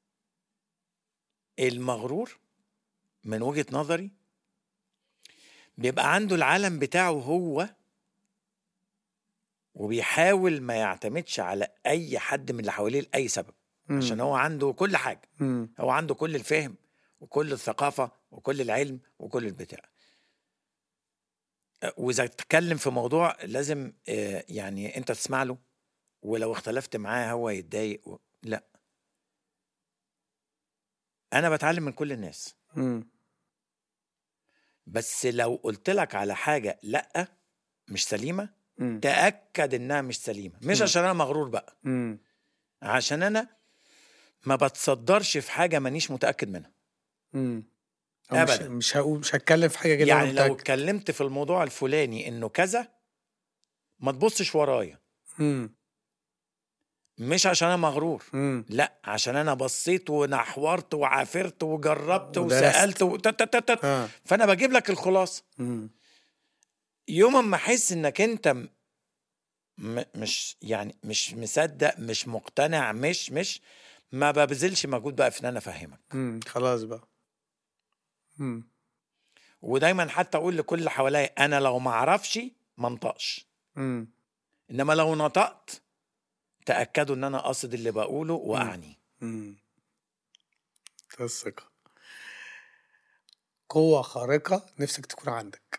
المغرور من وجهة نظري بيبقى عنده العالم بتاعه هو وبيحاول ما يعتمدش على اي حد من اللي حواليه لأي سبب. عشان هو عنده كل حاجة. هو عنده كل الفهم وكل الثقافة وكل العلم وكل البتاع. وإذا تتكلم في موضوع لازم يعني أنت تسمع له، ولو اختلفت معاه هو يتضايق لا. أنا بتعلم من كل الناس. بس لو قلت لك على حاجة لأ مش سليمة، تأكد إنها مش سليمة. مش عشان أنا مغرور بقى، عشان أنا ما بتصدرش في حاجة مانيش متأكد منها أبدا.
مش هتكلم في حاجة كده
يعني لو اتكلمت في الموضوع الفلاني إنه كذا، ما تبصش ورايا. مش عشان أنا مغرور، لا، عشان أنا بصيت ونحورت وعافرت وجربت وسألت فأنا بجيب لك الخلاصة. يوم ما أحس إنك أنت مش يعني مش مصدق، مش مقتنع، مش ما ببذلش مجهود بقى في ان انا افهمك.
خلاص بقى.
ودايما حتى اقول لكل اللي حواليا انا لو ما اعرفش ما انطقش، انما لو نطقت تاكدوا ان انا قاصد اللي بقوله واعني.
الثقة قوة خارقة نفسك تكون عندك.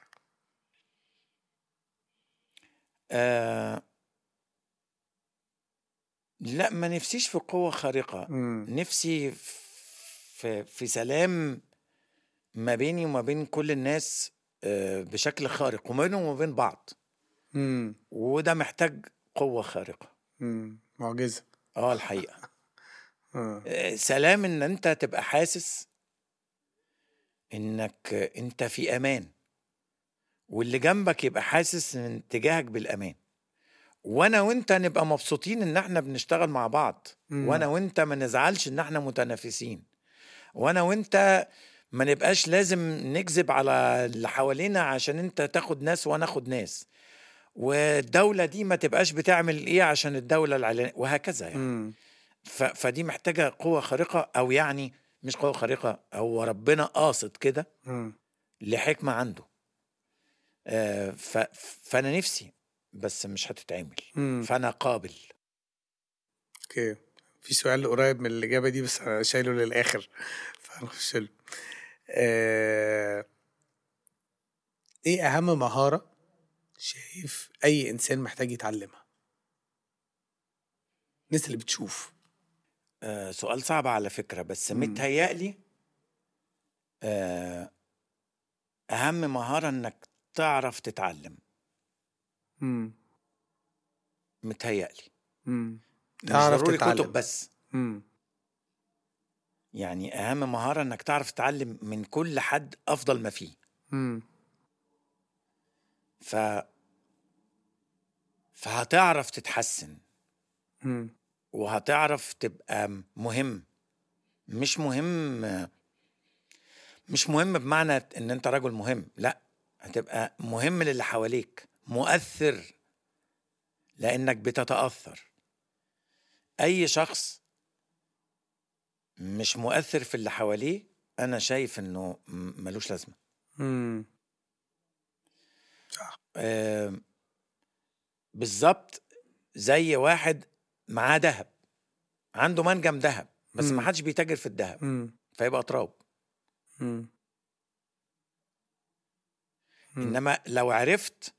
لا، ما نفسيش في قوة خارقة. نفسي في سلام ما بيني وما بين كل الناس بشكل خارق، وما بينهم وما بين بعض. وده محتاج قوة خارقة.
معجزة.
الحقيقة. سلام ان انت تبقى حاسس انك انت في امان، واللي جنبك يبقى حاسس ان اتجاهك بالامان، وانا وانت نبقى مبسوطين ان احنا بنشتغل مع بعض، وانا وانت ما نزعلش ان احنا متنافسين، وانا وانت ما نبقاش لازم نكذب على اللي حوالينا عشان انت تاخد ناس وانا اخد ناس، والدولة دي ما تبقاش بتعمل ايه عشان الدولة العلانية، وهكذا يعني. فدي محتاجة قوة خارقة، او يعني مش قوة خارقة، هو ربنا قاصد كده لحكمة عنده. فانا نفسي، بس مش هتتعمل. فانا قابل.
اوكي، في سؤال قريب من الإجابة دي بس أنا شايله للآخر فهنخش له. ايه اهم مهارة شايف اي انسان محتاج يتعلمها؟ الناس اللي بتشوف.
سؤال صعب على فكرة، بس متهيألي اهم مهارة انك تعرف تتعلم. متهيألي مش ضروري كتب بس. يعني اهم مهارة انك تعرف تتعلم من كل حد افضل ما فيه. فهتعرف تتحسن، وهتعرف تبقى مهم. مش مهم بمعنى ان انت رجل مهم، لا، هتبقى مهم للي حواليك، مؤثر لانك بتتأثر. اي شخص مش مؤثر في اللي حواليه انا شايف انه ملوش لازمة. بالظبط زي واحد معاه دهب، عنده منجم دهب، بس ما حدش بيتاجر في الدهب، فيبقى تراب. انما لو عرفت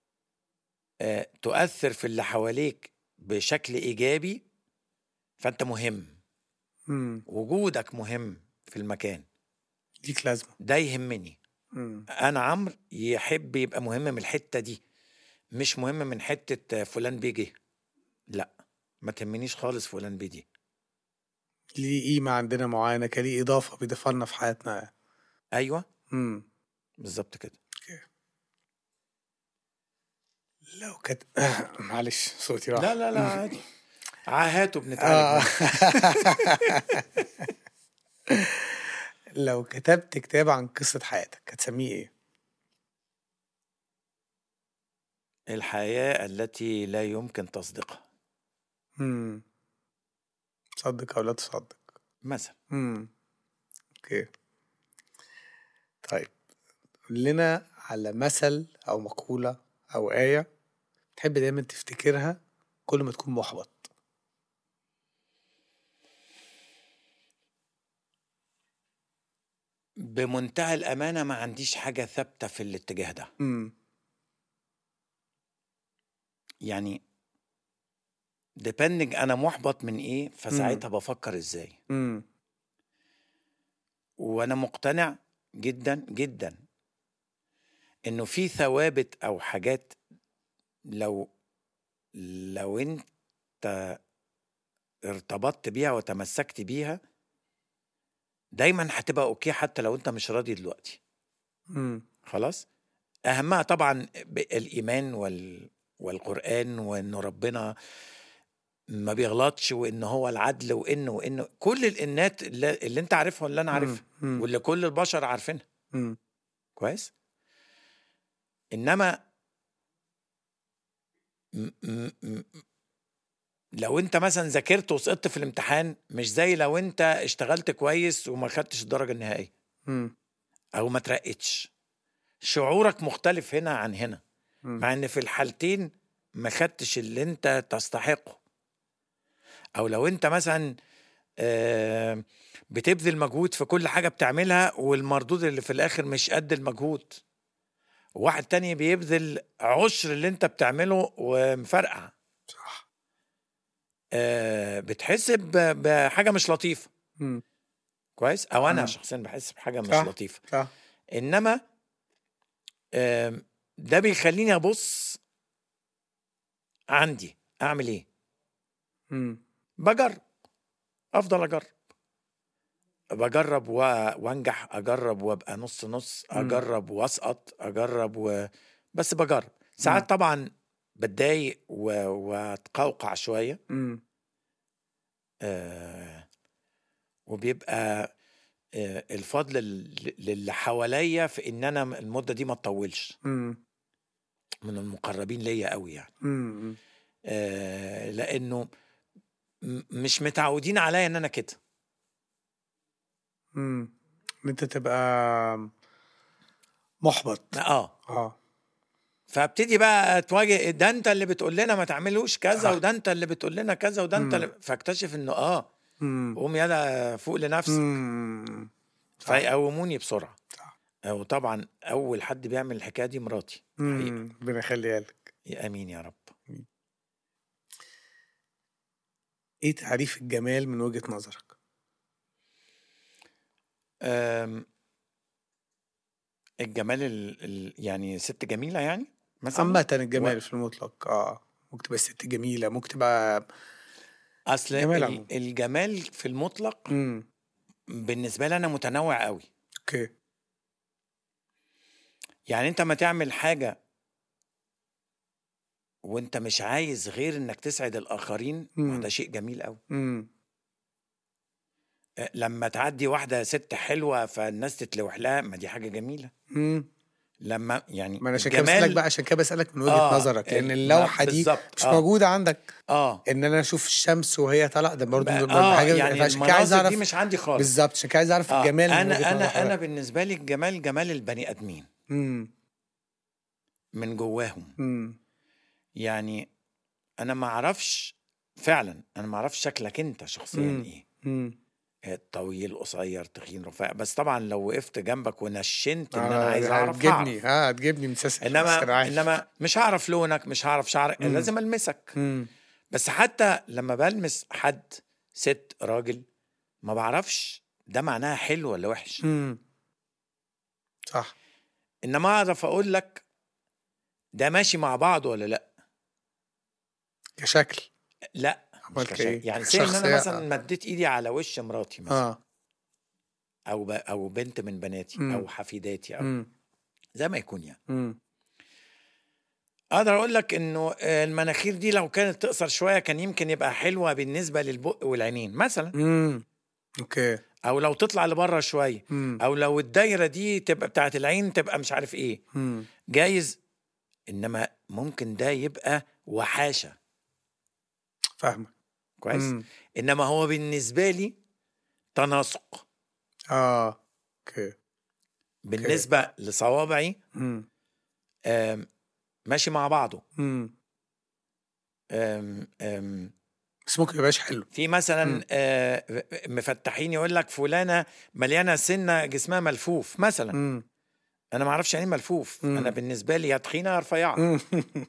تؤثر في اللي حواليك بشكل ايجابي فانت مهم. وجودك مهم في المكان،
ليك لازمة.
ده يهمني. انا عمرو يحب يبقى مهم من الحتة دي، مش مهم من حتة فلان بيجي. لا، ما تهمنيش خالص فلان بيجي.
ليه قيمة عندنا معينة، كليه إضافة بيضيفها لنا في حياتنا.
أيوة. بالظبط كده.
لو كانت معلش صوتي راح.
لا عادي. عاهاته بنتعالج.
لو كتبت كتاب عن قصة حياتك هتسميه ايه؟
الحياة التي لا يمكن تصديقها.
تصدق او لا تصدق
مثلا.
اوكي، طيب قول لنا على مثل او مقولة او آية تحب دايما تفتكرها كل ما تكون محبط.
بمنتهى الأمانة ما عنديش حاجة ثابتة في الاتجاه ده. يعني depending أنا محبط من إيه، فساعتها بفكر إزاي. وأنا مقتنع جدا جدا انه في ثوابت او حاجات لو انت ارتبطت بيها وتمسكت بيها دايما هتبقى اوكي حتى لو انت مش راضي دلوقتي. خلاص. اهمها طبعا الايمان والقرآن، وانه ربنا ما بيغلطش، وان هو العدل، وانه كل الانات اللي انت عارفها واللي انا عارفها واللي كل البشر عارفينها. كويس. انما لو انت مثلا ذاكرت وسقطت في الامتحان مش زي لو انت اشتغلت كويس وما خدتش الدرجة النهائية او ما ترقتش. شعورك مختلف هنا عن هنا، مع ان في الحالتين ما خدتش اللي انت تستحقه. او لو انت مثلا بتبذل مجهود في كل حاجة بتعملها والمردود اللي في الاخر مش قد المجهود، واحد تاني بيبذل عشر اللي انت بتعمله ومفرقع،
صح.
بتحس بحاجة مش لطيفة. كويس. او انا شخصيا بحس بحاجة مش لطيفة.
صح.
انما ده بيخليني ابص عندي اعمل ايه. بجرب، افضل بجرب وانجح، اجرب وابقى نص نص، اجرب واسقط، اجرب بس بجرب. ساعات طبعا بتضايق واتقوقع شوية. وبيبقى الفضل للي حواليا في ان انا المدة دي ما تطولش، من المقربين ليا قوي يعني. لانه مش متعودين عليا ان انا كده.
ان انت تبقى محبط.
فابتدي بقى تواجه ده انت اللي بتقول لنا ما تعملوش كذا، وده انت اللي بتقول لنا كذا، وده انت فاكتشف انه قوم يلا فوق لنفسك. فيقوموني بسرعة. وطبعا اول حد بيعمل الحكاية دي مراتي.
ربنا يخليها لك.
امين يا رب.
ايه تعريف الجمال من وجهة نظرك؟
الجمال يعني ست جميلة يعني مثلا.
عامة الجمال في المطلق ممكن تبقى ست جميلة، ممكن تبقى
اصل الجمال في المطلق بالنسبة لي انا متنوع قوي.
اوكي.
يعني انت ما تعمل حاجة وانت مش عايز غير انك تسعد الاخرين، ده شيء جميل قوي. لما تعدي واحدة ست حلوة فالناس تتلوح لها، ما دي حاجة جميلة. لما يعني
ما انا عشان كده بسألك بقى، عشان كده بسألك من وجهة نظرك، لان اللوحة دي مش موجودة عندك. ان انا اشوف الشمس وهي طالعة ده برضه حاجة
يعني
عشان كده عايز اعرف
دي مش عندي خالص.
بالظبط، عشان كده عايز اعرف الجمال من وجهة نظرك.
انا بالنسبة لي الجمال جمال البني ادمين من جواهم. يعني انا ما اعرفش فعلا، انا ما اعرفش شكلك انت شخصيا ايه، طويل قصير تخين رفيع، بس طبعا لو وقفت جنبك ونشنت ان انا عايز اعرف
هتجيبني مساسك.
انما مش هعرف لونك، مش هعرف شعرك، لازم المسك. بس حتى لما بلمس حد ست راجل ما بعرفش ده معناها حلو ولا وحش.
صح.
انما اعرف اقول لك ده ماشي مع بعض ولا لا.
كشكل
لا مش كشكل. يعني ان انا مثلا مديت ايدي على وش مراتي مثلا او بنت من بناتي او حفيداتي او زي ما يكون يعني اقدر اقول لك انه المناخير دي لو كانت تقصر شويه كان يمكن يبقى حلوه بالنسبه للبق والعينين مثلا.
اوكي.
او لو تطلع لبره شويه، او لو الدايره دي تبقى بتاعت العين تبقى مش عارف ايه، جايز. انما ممكن ده يبقى وحاشه.
فاهمك
كويس. انما هو بالنسبه لي تناسق.
اوكي.
بالنسبه لصوابعي ماشي مع بعضه.
بس ممكن يبقاش حلو.
في مثلا مفتحين يقول لك فلانه مليانه سنه جسمها ملفوف مثلا. انا ما اعرفش يعني ملفوف. انا بالنسبه لي يا تخينه يا رفيعه.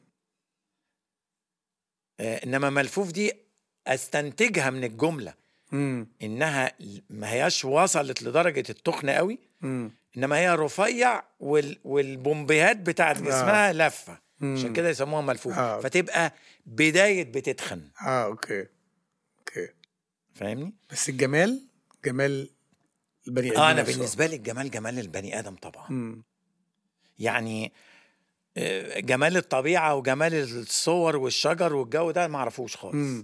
انما ملفوف دي استنتجها من الجمله انها ما هياش وصلت لدرجه التخن قوي، انما هي رفيع والبومبيهات بتاعت جسمها لفه، عشان كده يسموها ملفوفه. فتبقى بدايه بتتخن.
اوكي
فاهمني؟
بس الجمال جمال البني ادم.
انا بالنسبه لي الجمال جمال البني ادم طبعا. يعني جمال الطبيعه وجمال الصور والشجر والجو ده ما اعرفوش خالص.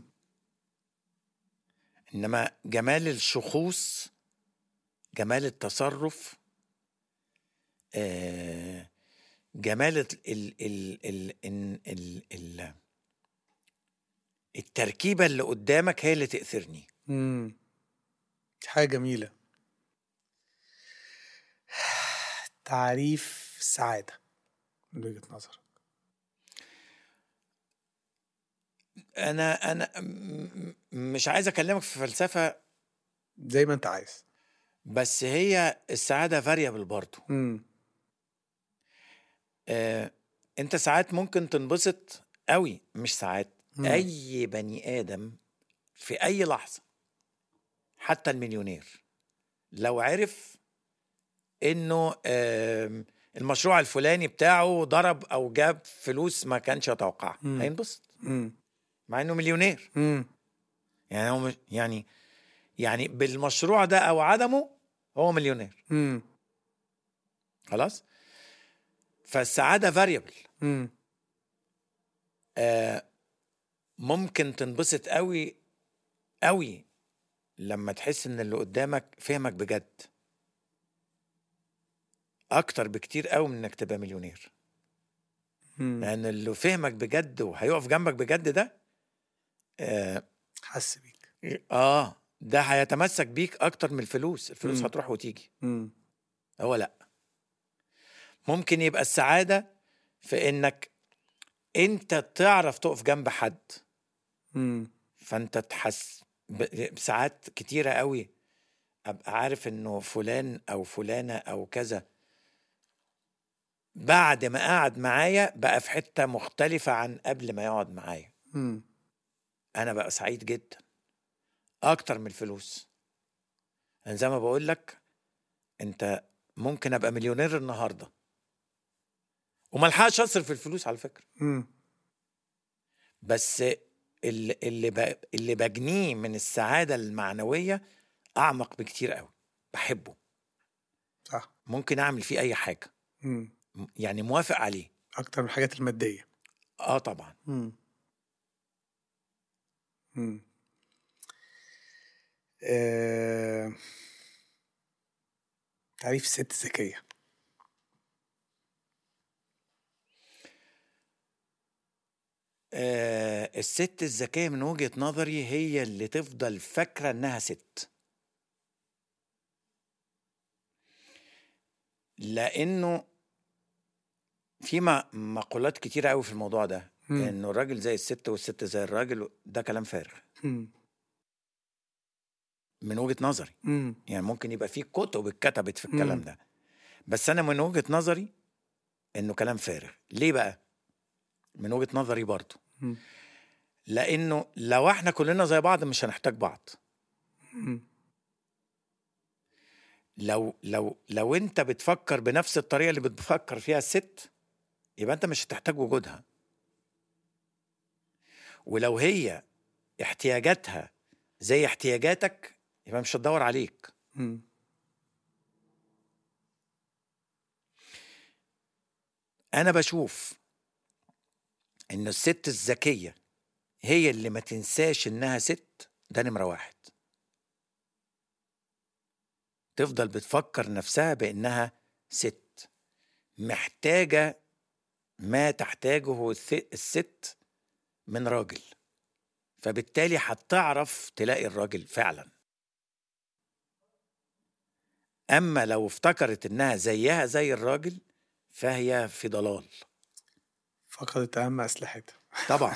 انما جمال الشخوص، جمال التصرف، جمال التركيبة اللي قدامك هي اللي تأثرني.
حاجة جميلة. تعريف السعادة من وجهة نظرك؟
أنا مش عايز أكلمك في فلسفة
زي ما أنت عايز،
بس هي السعادة فاريبل برضو. أنت ساعات ممكن تنبسط قوي، مش ساعات. أي بني آدم في أي لحظة، حتى المليونير، لو عرف إنه المشروع الفلاني بتاعه ضرب أو جاب فلوس ما كانش يتوقعها، هينبسط مع إنه مليونير. يعني هو يعني بالمشروع ده أو عدمه هو مليونير. خلاص. فالسعادة فاريبل. ممكن تنبسط قوي قوي لما تحس ان اللي قدامك فهمك بجد، اكتر بكتير قوي من انك تبقى مليونير. لان اللي فهمك بجد وهيقف جنبك بجد ده
حس بيك.
ده هيتمسك بيك اكتر من الفلوس. هتروح وتيجي. هو لا، ممكن يبقى السعادة في انك انت تعرف تقف جنب حد. فانت تحس ساعات كتيرة قوي ابقى عارف انه فلان او فلانة او كذا بعد ما قعد معايا بقى في حتة مختلفة عن قبل ما يقعد معايا. انا بقى سعيد جدا اكتر من الفلوس. يعني زي ما بقول لك، انت ممكن ابقى مليونير النهاردة وملحقش اصرف الفلوس على فكرة. بس اللي بجنيه من السعادة المعنوية أعمق بكتير قوي. بحبه.
صح.
ممكن أعمل فيه أي حاجة. يعني موافق عليه
أكتر من الحاجات المادية.
طبعا.
تعريف الست الذكية؟
الست الذكية من وجهة نظري هي اللي تفضل فاكرة انها ست، لانه في مقولات كتيرة قوي في الموضوع ده. انه الراجل زي الست والست زي الراجل، ده كلام فارغ من وجهة نظري. يعني ممكن يبقى في كتب اتكتبت في الكلام ده، بس انا من وجهة نظري انه كلام فارغ. ليه بقى؟ من وجهة نظري برضو لانه لو احنا كلنا زي بعض مش هنحتاج بعض. لو انت بتفكر بنفس الطريقة اللي بتفكر فيها الست، يبقى انت مش هتحتاج وجودها. ولو هي احتياجاتها زي احتياجاتك، يبقى مش هتدور عليك. انا بشوف ان الست الذكية هي اللي ما تنساش انها ست. ده نمرة واحد. تفضل بتفكر نفسها بانها ست محتاجة ما تحتاجه الست من راجل، فبالتالي هتعرف تلاقي الراجل فعلا. اما لو افتكرت انها زيها زي الراجل فهي في ضلال.
فقدت اهم اسلحتها.
طبعا.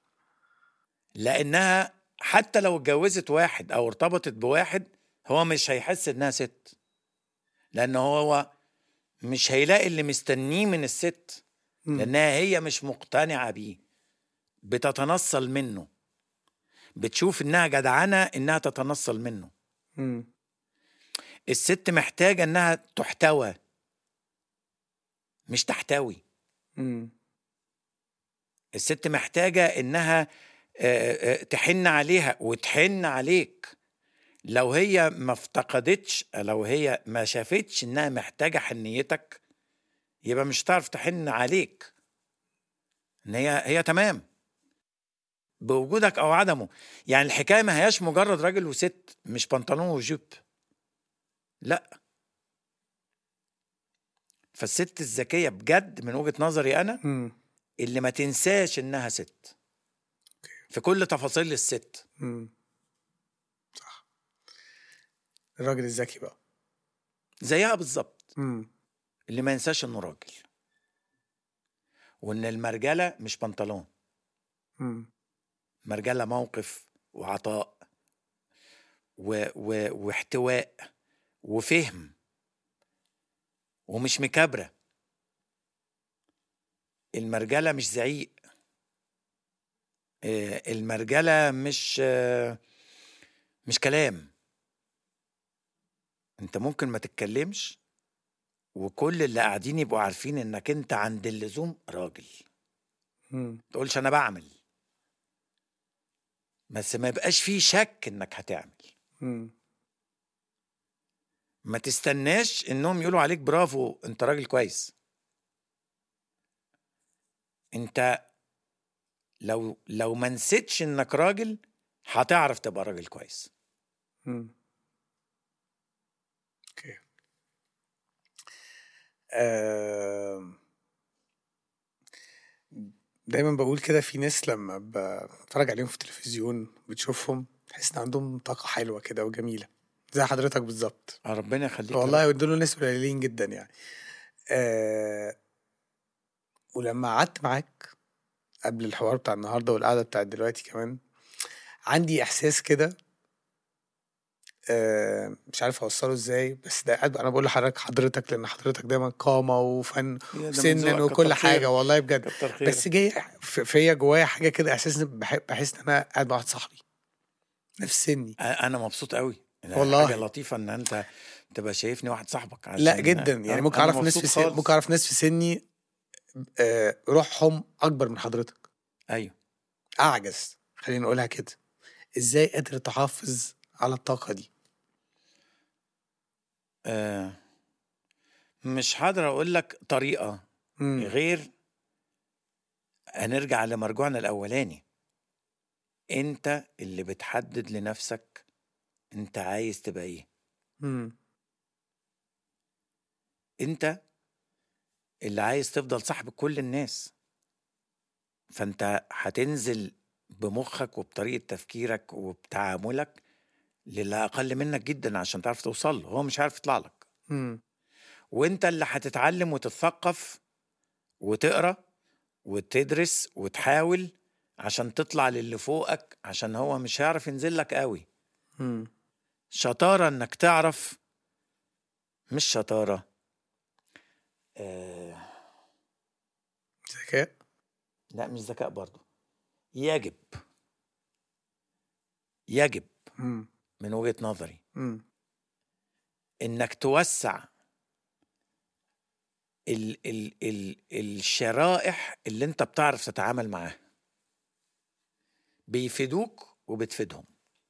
لانها حتى لو اتجوزت واحد او ارتبطت بواحد، هو مش هيحس انها ست، لانه هو مش هيلاقي اللي مستنيه من الست، لانها هي مش مقتنعة بيه، بتتنصل منه، بتشوف انها جدعانة انها تتنصل منه. الست محتاجة انها تحتوى مش تحتوي. الست محتاجة انها تحن عليها وتحن عليك. لو هي ما افتقدتش، لو هي ما شافتش انها محتاجة حنيتك، يبقى مش هتعرف تحن عليك. ان هي تمام بوجودك او عدمه. يعني الحكاية ما هياش مجرد راجل وست، مش بنطلون وجيب، لا. فالست الذكية بجد من وجهة نظري انا اللي ما تنساش انها ست في كل تفاصيل الست.
صح. الراجل الذكي بقى
زيها بالظبط، اللي ما ينساش انه راجل، وان المرجله مش بنطلون. مرجله موقف وعطاء واحتواء وفهم، ومش مكابره. المرجله مش زعيق. المرجله مش كلام. انت ممكن ما تتكلمش وكل اللي قاعدين يبقوا عارفين انك انت عند اللزوم راجل. تقولش انا بعمل، بس ما يبقاش فيه شك انك هتعمل. ما تستناش انهم يقولوا عليك برافو انت راجل كويس. انت لو ما نسيتش انك راجل هتعرف تبقى راجل كويس.
اوكي. دايما بقول كده، في ناس لما بتفرج عليهم في التلفزيون بتشوفهم تحس ان عندهم طاقة حلوة كده وجميلة زي حضرتك بالظبط.
ربنا يخليك.
والله دول ناس قليلين جدا يعني. ولما قعدت معاك قبل الحوار بتاع النهارده والقعده بتاع دلوقتي كمان، عندي احساس كده مش عارف اوصله ازاي، بس ده انا بقول لحضرتك لان حضرتك دايما قامه وفن وسنا وكل حاجه، والله بجد. بس جاي فيا جوايا حاجه كده، احساس بحس ان انا قاعد مع واحد صاحبي نفس سني.
انا مبسوط قوي
والله.
حاجه لطيفه ان انت تبقى شايفني واحد صاحبك. عشان
لا جدا يعني ممكن اعرف ناس في سني روحهم اكبر من حضرتك.
ايوه.
اعجز، خلينا نقولها كده. ازاي قادر تحافظ على الطاقه دي؟
مش هقدر اقول لك طريقه غير هنرجع لمرجوعنا الاولاني. انت اللي بتحدد لنفسك انت عايز تبقى ايه. انت اللي عايز تفضل صاحب كل الناس، فانت هتنزل بمخك وبطريقة تفكيرك وبتعاملك للي أقل منك جدا عشان تعرف توصل له. هو مش عارف يطلع لك. وانت اللي هتتعلم وتتثقف وتقرأ وتدرس وتحاول عشان تطلع للي فوقك، عشان هو مش هيعرف ينزل لك قوي. شطارة انك تعرف، مش شطارة،
ذكاء.
لا مش ذكاء برضو. يجب من وجهة نظري انك توسع الشرائح اللي انت بتعرف تتعامل معاها. بيفيدوك وبتفيدهم،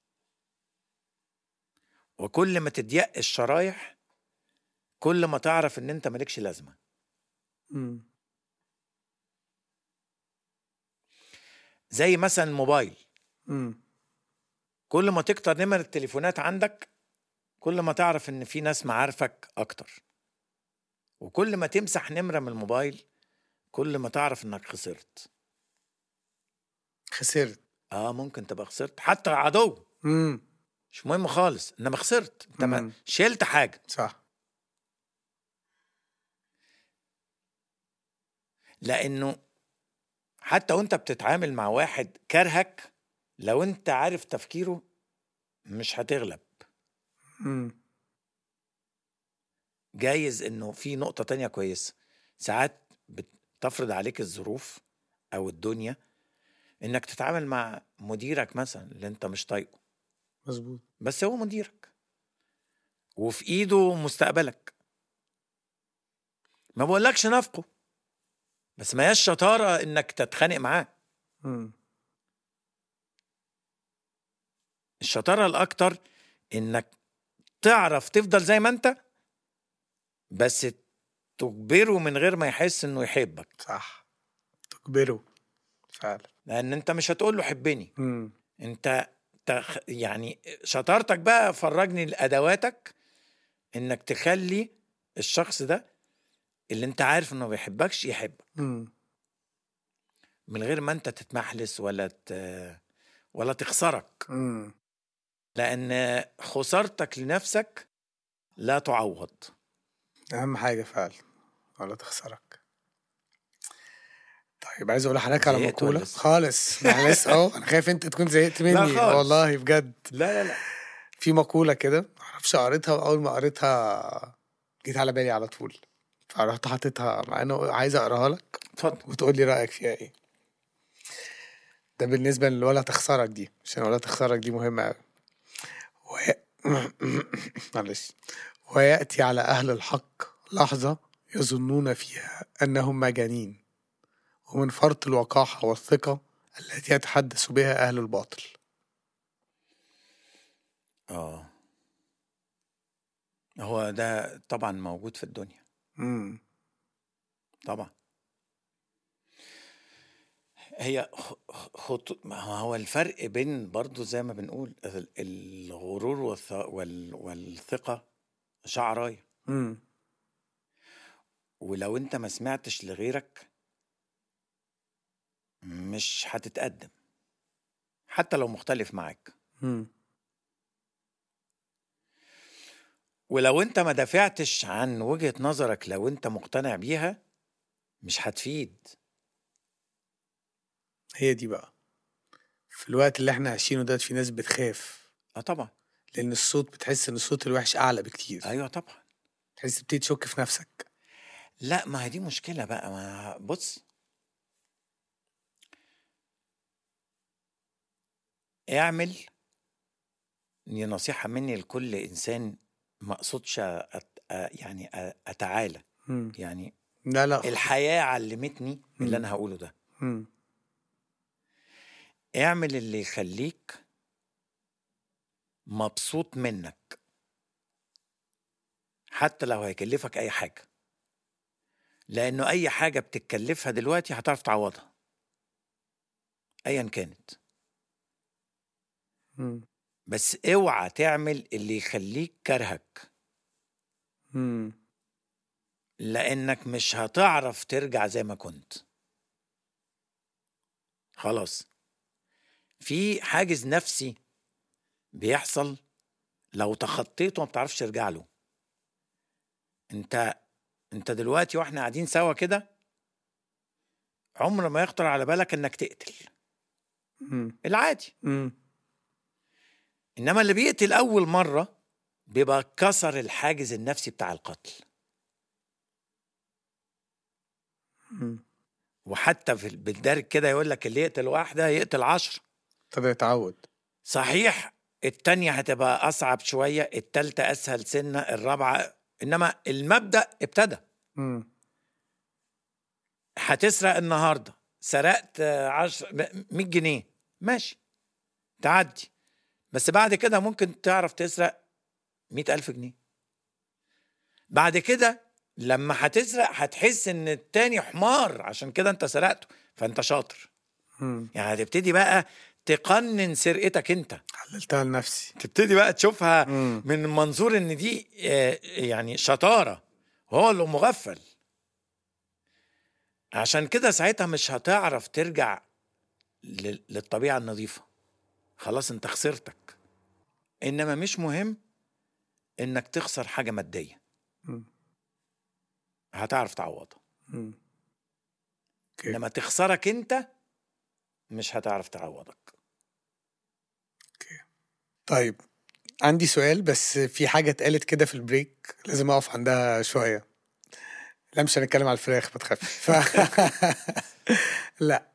وكل ما تضيق الشرايح كل ما تعرف ان انت مالكش لازمة. زي مثلا الموبايل. كل ما تكتر نمر التليفونات عندك كل ما تعرف ان في ناس معارفك اكتر، وكل ما تمسح نمرة من الموبايل كل ما تعرف انك خسرت. ممكن تبقى خسرت حتى عدو. مش مهم خالص، انما خسرت. انت ما شلت حاجة.
صح.
لانه حتى وانت بتتعامل مع واحد كرهك، لو انت عارف تفكيره مش هتغلب. جايز انه في نقطة تانية كويسة. ساعات بتفرض عليك الظروف او الدنيا انك تتعامل مع مديرك مثلا اللي انت مش طايقه.
مظبوط.
بس هو مديرك، وفي ايده مستقبلك. ما بقولكش نافقه، بس ما هياش شطارة انك تتخانق معاه. الشطارة الاكتر انك تعرف تفضل زي ما انت، بس تجبره من غير ما يحس انه يحبك.
صح، تجبره فعلا،
لان انت مش هتقول له حبني. انت يعني شطارتك بقى فرجني لادواتك انك تخلي الشخص ده اللي انت عارف انه ما بيحبكش يحبك. من غير ما انت تتمحلس ولا تخسرك. لان خسارتك لنفسك لا تعوض.
اهم حاجة فعلا، ولا تخسرك. طيب عايز اقول لحضرتك على مقولة خالص. انا لسه انا خايف انت تكون زهقت مني والله بجد.
لا
في مقولة كده معرفش قريتها، واول ما قريتها جيت على بالي على طول، فرحت حاططها مع انه عايز اقراها لك.
اتفضل
وتقول لي رايك فيها ايه. ده بالنسبة لولا تخسرك دي، عشان ولا تخسرك دي مهمة قوي. معلش. ويأتي على أهل الحق لحظة يظنون فيها أنهم مجانين، ومن فرط الوقاحة والثقة التي يتحدث بها أهل الباطل.
هو ده طبعا موجود في الدنيا. طبعا. هي هو الفرق بين برضو زي ما بنقول الغرور والثقة شعراية. ولو انت ما سمعتش لغيرك مش هتتقدم حتى لو مختلف معاك. ولو انت ما دافعتش عن وجهة نظرك لو انت مقتنع بيها مش هتفيد.
هي دي بقى في الوقت اللي احنا عايشينه ده في ناس بتخاف.
طبعا.
لان الصوت بتحس ان الصوت الوحش اعلى بكتير.
ايوه طبعا.
تحس بتبتدي تشك في نفسك.
لا ما هي دي مشكلة بقى. ما بص، اعمل دي نصيحة مني لكل انسان. ما اقصدش يعني اتعالى. يعني
لا
الحياة علمتني اللي انا هقوله ده. اعمل اللي يخليك مبسوط منك حتى لو هيكلفك اي حاجة، لانه اي حاجة بتتكلفها دلوقتي هتعرف تعوضها ايا كانت. بس اوعى تعمل اللي يخليك كرهك، لانك مش هتعرف ترجع زي ما كنت. خلاص، في حاجز نفسي بيحصل لو تخطيته ما بتعرفش ترجع له. انت دلوقتي واحنا قاعدين سوا كده عمر ما يخطر على بالك انك تقتل. العادي. انما اللي بيقتل اول مرة بيبقى كسر الحاجز النفسي بتاع القتل. وحتى بالدارج كده يقول لك اللي يقتل واحدة يقتل 10.
طب يتعود.
صحيح التانية هتبقى أصعب شوية، التالتة أسهل سنة، الرابعة، إنما المبدأ ابتدى. هتسرق النهاردة، سرقت 100 جنيه ماشي تعدي، بس بعد كده ممكن تعرف تسرق 100,000 جنيه. بعد كده لما هتسرق هتحس ان التاني حمار عشان كده انت سرقته، فانت شاطر. يعني هتبتدي بقى تقنن سرقتك انت.
حللتها لنفسي.
تبتدي بقى تشوفها من منظور ان دي يعني شطارة، وهو اللي مغفل. عشان كده ساعتها مش هتعرف ترجع للطبيعة النظيفة. خلاص انت خسرتك. انما مش مهم انك تخسر حاجة مادية. هتعرف تعوضها. انما تخسرك انت مش هتعرف تعوضك.
طيب عندي سؤال، بس في حاجة اتقالت كده في البريك لازم اقف عندها شوية. لا مش هنتكلم على الفراخ ما تخافش. لا،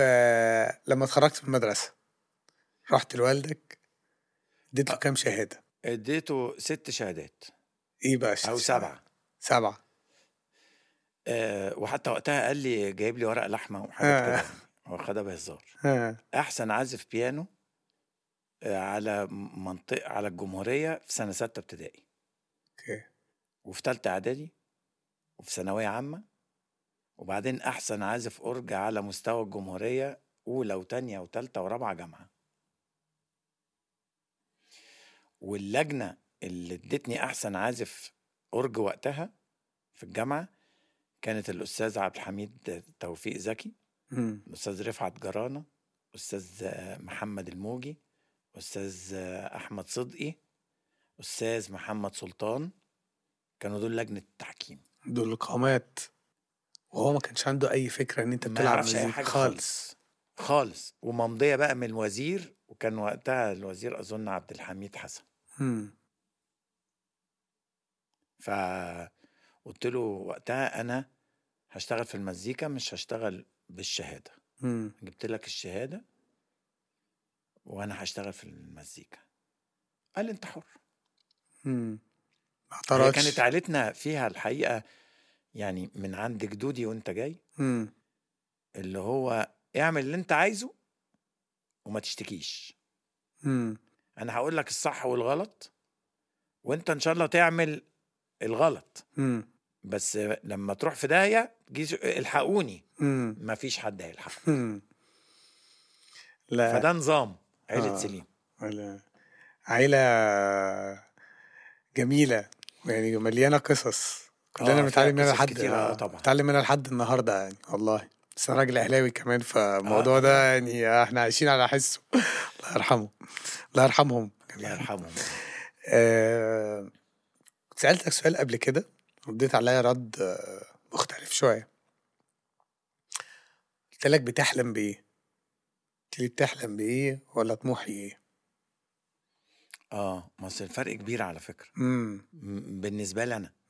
لما اتخرجت من المدرسة رحت لوالدك اديت له كام شهادة؟
اديته 6 شهادات
ايه بقى
او 7.
7.
وحتى وقتها قال لي جايب لي ورق لحمه وحاجات كده يعني. هو خدها بهزار. احسن عازف بيانو على منطقه على الجمهوريه في سنه 6 ابتدائي.
اوكي.
وفي 3 اعدادي وفي ثانويه عامه. وبعدين احسن عازف اورج على مستوى الجمهوريه اولى وثانيه وثالثه ورابعه جامعه. واللجنه اللي ادتني احسن عازف اورج وقتها في الجامعه كانت الاستاذ عبد الحميد توفيق زكي، الاستاذ رفعت جرانه، استاذ محمد الموجي، استاذ احمد صدقي، استاذ محمد سلطان. كانوا دول لجنه التحكيم،
دول القامات. وهو ما كانش عنده اي فكره ان انت بتلعب مزيكا
خالص. وممضيه بقى من الوزير، وكان وقتها الوزير اظن عبد الحميد حسن. فقلت له وقتها انا هشتغل في المزيكا، مش هشتغل بالشهاده. جبت لك الشهاده وانا هشتغل في المزيكا. قال لي انت حر. هي كانت عائلتنا فيها الحقيقه يعني من عند جدودي وانت جاي، اللي هو اعمل اللي انت عايزه وما تشتكيش. انا هقول لك الصح والغلط، وانت ان شاء الله تعمل الغلط. بس لما تروح في داهيه الحقوني. ما فيش حد هيلحق.
لا.
فده نظام عيلة سليم.
عيلة جميلة يعني، مليانة قصص كلنا بنتعلم منها لحد النهارده يعني والله. بس انا راجل اهلاوي كمان، فالموضوع ده يعني احنا عايشين على حسه. الله يرحمه، الله يرحمهم،
الله يرحمهم.
سألتك سؤال قبل كده رديت عليا رد مختلف شوية. قلت لك بتحلم بإيه؟ قلت لي بتحلم بإيه ولا طموحي إيه؟
ما الفرق كبير على فكرة. بالنسبة لي أنا.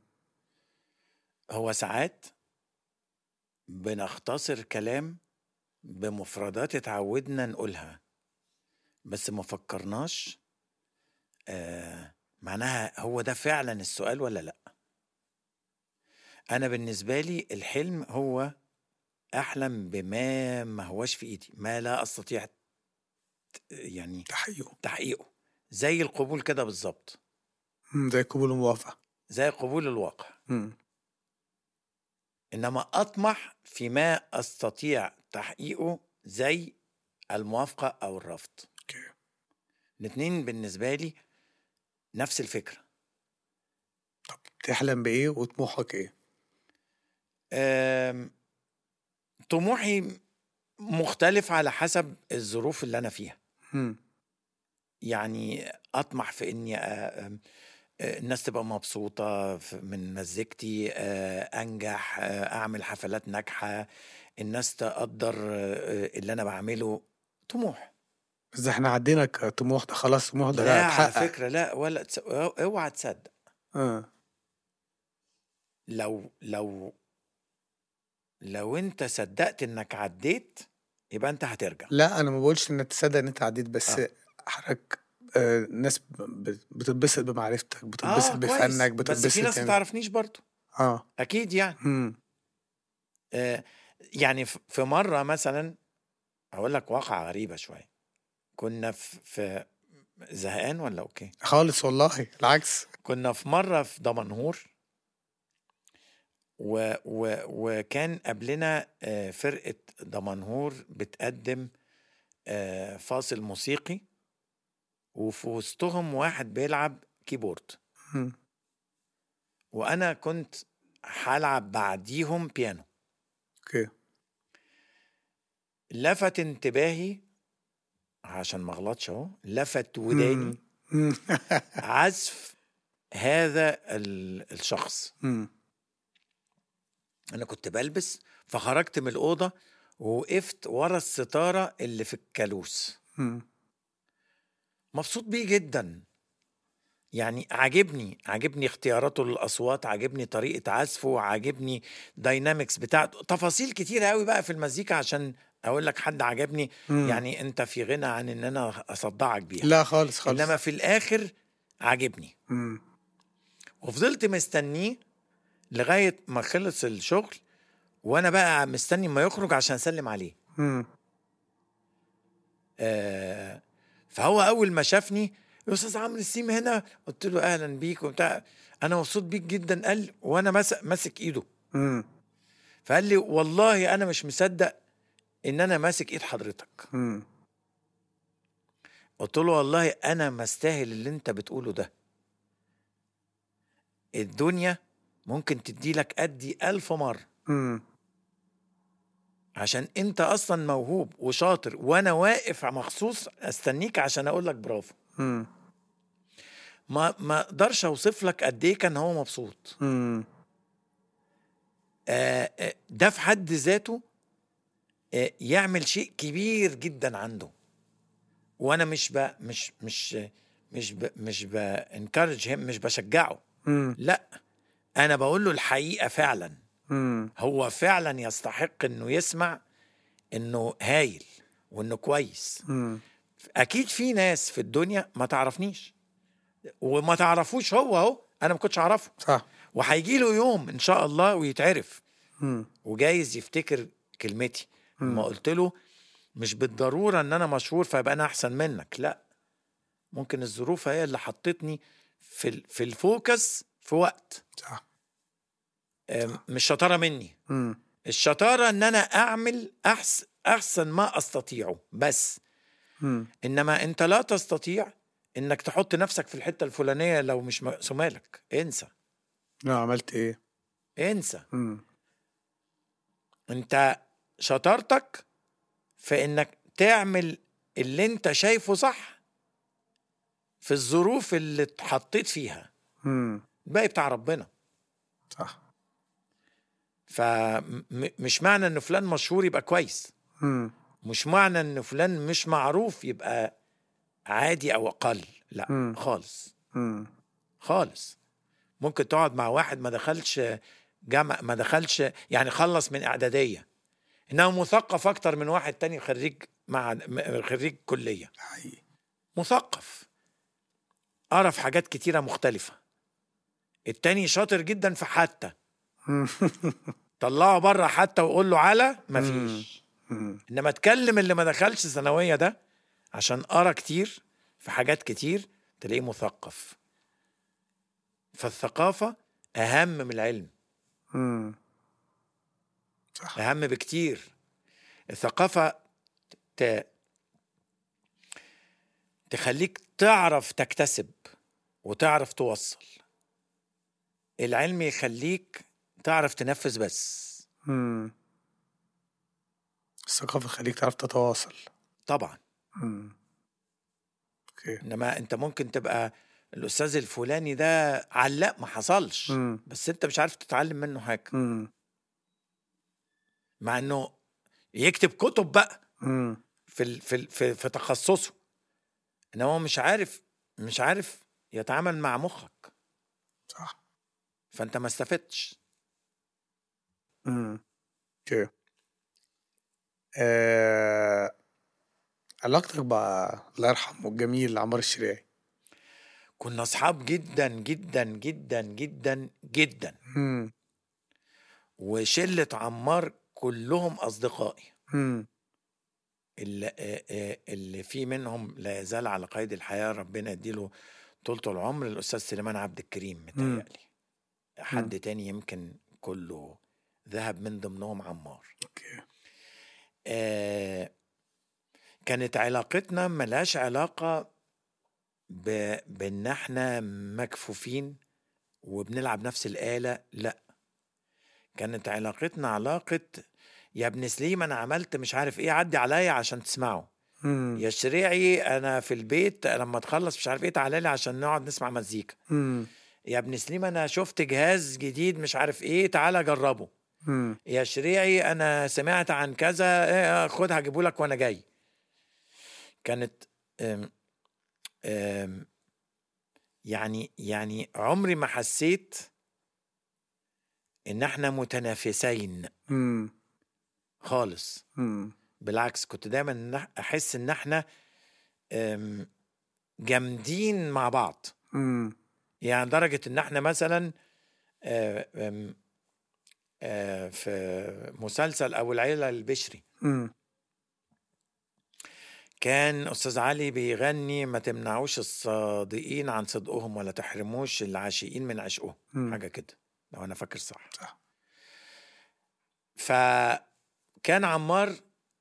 هو ساعات بنختصر كلام بمفردات اتعودنا نقولها، بس ما فكرناش معناها هو ده فعلا السؤال ولا لأ. أنا بالنسبة لي الحلم هو أحلم بما ما هوش في إيدي، ما لا أستطيع يعني تحقيقه. زي القبول كده بالظبط.
زي قبول الموافقة،
زي قبول الواقع. إنما أطمح فيما أستطيع تحقيقه زي الموافقة أو الرفض. الاتنين بالنسبة لي نفس الفكرة.
طب تحلم بإيه وطموحك إيه؟
طموحي مختلف على حسب الظروف اللي أنا فيها. يعني أطمح في إني الناس تبقى مبسوطة من مزيكتي، أنجح، أعمل حفلات ناجحة، الناس تقدر اللي أنا بعمله. طموح.
بس احنا عدينا طموح ده خلاص. طموح ده
لا على فكرة لا، ولا اوعى تصدق. لو انت صدقت انك عديت يبقى انت هترجع.
لا انا ما بقولش انك تصدق ان انت عديت، بس حضرتك الناس بتتبسط بمعرفتك، بتتبسط بفنك، بتتبسط.
بس في ناس ما تعرفنيش برضو. اكيد يعني. يعني في مرة مثلا اقول لك واقعة غريبة شوية. كنا في زهقان ولا اوكي
خالص والله العكس.
كنا في مرة في دمنهور وكان قبلنا فرقة دمنهور بتقدم فاصل موسيقي، وفي وسطهم واحد بيلعب كيبورد وأنا كنت هلعب بعديهم بيانو. لفت انتباهي عشان ما اغلطش اهو، لفت وداني عزف هذا الشخص. أنا كنت بلبس، فخرجت من الأوضة ووقفت ورا الستارة اللي في الكالوس. مبسوط بيه جدا يعني. عجبني اختياراته للأصوات، عجبني طريقة عزفه، عجبني داينامكس بتاعته، تفاصيل كتير قوي بقى في المزيكا عشان أقول لك حد عجبني. يعني أنت في غنى عن إن أنا أصدعك بيها.
لا خالص.
إنما في الآخر عاجبني. وفضلت مستنيه لغاية ما خلص الشغل، وانا بقى مستني ما يخرج عشان اسلم عليه. فهو اول ما شافني، يا استاذ عمرو سليم هنا، قلت له اهلا بيك وبتاع، انا مبسوط بيك جدا. قال وانا ماسك ايده. فقال لي والله انا مش مصدق ان انا ماسك ايد حضرتك. قلت له والله انا ما استاهل اللي انت بتقوله ده. الدنيا ممكن تدي لك قدي 1000 مرة، عشان انت اصلا موهوب وشاطر، وانا واقف مخصوص استنيك عشان اقول لك برافو. ما اقدرش اوصف لك قد ايه كان هو مبسوط. ده في حد ذاته يعمل شيء كبير جدا عنده. وانا مش بانكارج هم، مش بشجعه. لا، انا بقول له الحقيقة فعلا. هو فعلا يستحق انه يسمع انه هايل وانه كويس. اكيد في ناس في الدنيا ما تعرفنيش وما تعرفوش هو انا ما كنتش اعرفه.
صح.
وهيجي له يوم ان شاء الله ويتعرف. وجايز يفتكر كلمتي ما قلت له مش بالضرورة ان انا مشهور فيبقى انا احسن منك. لا، ممكن الظروف هي اللي حطتني في الفوكس في وقت.
صح.
مش شطارة مني. الشطارة ان انا اعمل احسن ما استطيعه بس. انما انت لا تستطيع انك تحط نفسك في الحتة الفلانية لو مش مقسومة لك. انسى.
لا، عملت ايه؟
انسى. انت شطارتك في انك تعمل اللي انت شايفه صح في الظروف اللي اتحطيت فيها. الباقي بتاع ربنا.
صح.
فمش معنى ان فلان مشهور يبقى كويس. مش معنى ان فلان مش معروف يبقى عادي او اقل. لا، خالص. خالص. ممكن تقعد مع واحد ما دخلش جامعة، ما دخلش يعني خلص من اعدادية، انه مثقف اكتر من واحد تاني خريج كلية.
حقيقي.
مثقف، عرف حاجات كتيرة مختلفة. التاني شاطر جدا في حتى طلعه بره حتى وقول له على مفيش. انما اتكلم اللي ما دخلش ثانوية ده عشان قرا كتير في حاجات كتير تلاقيه مثقف. فالثقافة اهم من العلم.
صح.
اهم بكتير. الثقافة تخليك تعرف تكتسب وتعرف توصل. العلم يخليك تعرف تنفذ بس.
الثقافة تخليك تعرف تتواصل.
طبعا.
اوكي.
انما انت ممكن تبقى الاستاذ الفلاني ده علاق ما حصلش، بس انت مش عارف تتعلم منه حاجة. مع انه يكتب كتب بقى في تخصصه، انما هو مش عارف يتعامل مع مخك.
صح.
فانت ما استفدتش.
اوكي. علاقتك بقى الله يرحمه الجميل عمار الشريعي؟
كنا اصحاب جدا جدا جدا جدا جدا. وشلة عمار كلهم اصدقائي. اللي في منهم لا يزال على قيد الحياة، ربنا يديله طولة العمر، الأستاذ سليمان عبد الكريم متهيألي. حد تاني يمكن كله ذهب، من ضمنهم عمار.
اوكي.
كانت علاقتنا ملهاش علاقة بان احنا مكفوفين وبنلعب نفس الآلة. لا، كانت علاقتنا علاقة يا ابن سليم انا عملت مش عارف ايه، عدي عليا عشان تسمعه. يا شريعي انا في البيت لما تخلص مش عارف ايه تعالى لي عشان نقعد نسمع مزيكا. يا ابن سليم انا شفت جهاز جديد مش عارف ايه تعالى جربه. يا شريعي انا سمعت عن كذا، خدها اجيبهولك وانا جاي. كانت يعني عمري ما حسيت ان احنا متنافسين خالص. بالعكس، كنت دايما احس ان احنا جامدين مع بعض. يعني درجة ان احنا مثلا في مسلسل ابو العيلة البشري كان أستاذ علي بيغني ما تمنعوش الصادقين عن صدقهم ولا تحرموش العاشقين من عشقهم، حاجة كده لو أنا فاكر صح. فكان عمار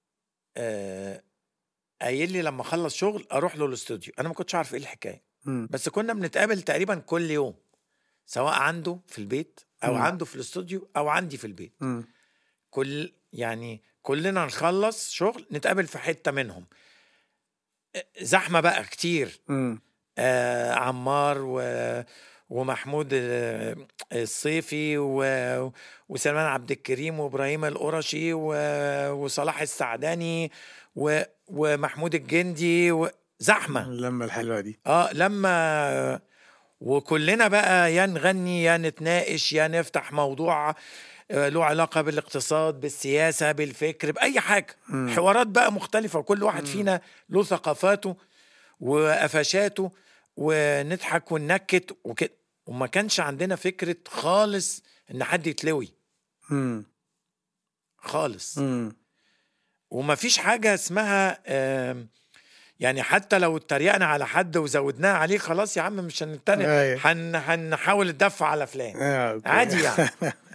قايل لي لما أخلص شغل أروح له الاستوديو. أنا ما كنتش عارف إيه الحكاية، بس كنا بنتقابل تقريبا كل يوم، سواء عنده في البيت أو عنده في الاستوديو أو عندي في البيت. يعني كلنا نخلص شغل نتقابل في حتة منهم، زحمة بقى كتير. عمار ومحمود الصيفي وسلمان عبد الكريم وإبراهيم القرشي وصلاح السعداني ومحمود الجندي، زحمة
اللمة الحلوة دي.
لما وكلنا بقى يا نغني يا نتناقش يا نفتح موضوع له علاقة بالاقتصاد بالسياسة بالفكر بأي حاجة. حوارات بقى مختلفة، وكل واحد فينا له ثقافاته وقفشاته، ونضحك وننكت وكده. وما كانش عندنا فكرة خالص ان حد يتلوي خالص. وما فيش حاجة اسمها يعني حتى لو اتريقنا على حد وزودناه عليه خلاص يا عم مش هنتنق، هنحاول ندفع على فلان عادي يعني.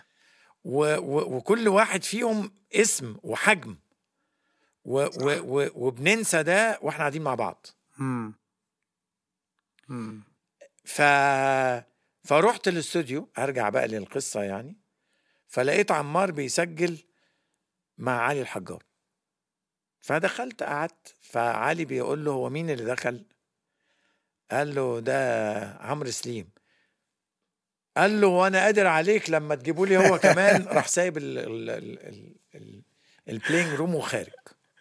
وكل واحد فيهم اسم وحجم وبننسى ده واحنا قاعدين مع بعض. فروحت الاستوديو، ارجع بقى للقصة يعني، فلقيت عمار بيسجل مع علي الحجار. فدخلت قعدت، فعلي بيقول له هو مين اللي دخل؟ قال له ده عمرو سليم. قال له وانا قادر عليك لما تجيبوا لي هو كمان. راح سايب البلاينج روم وخارج.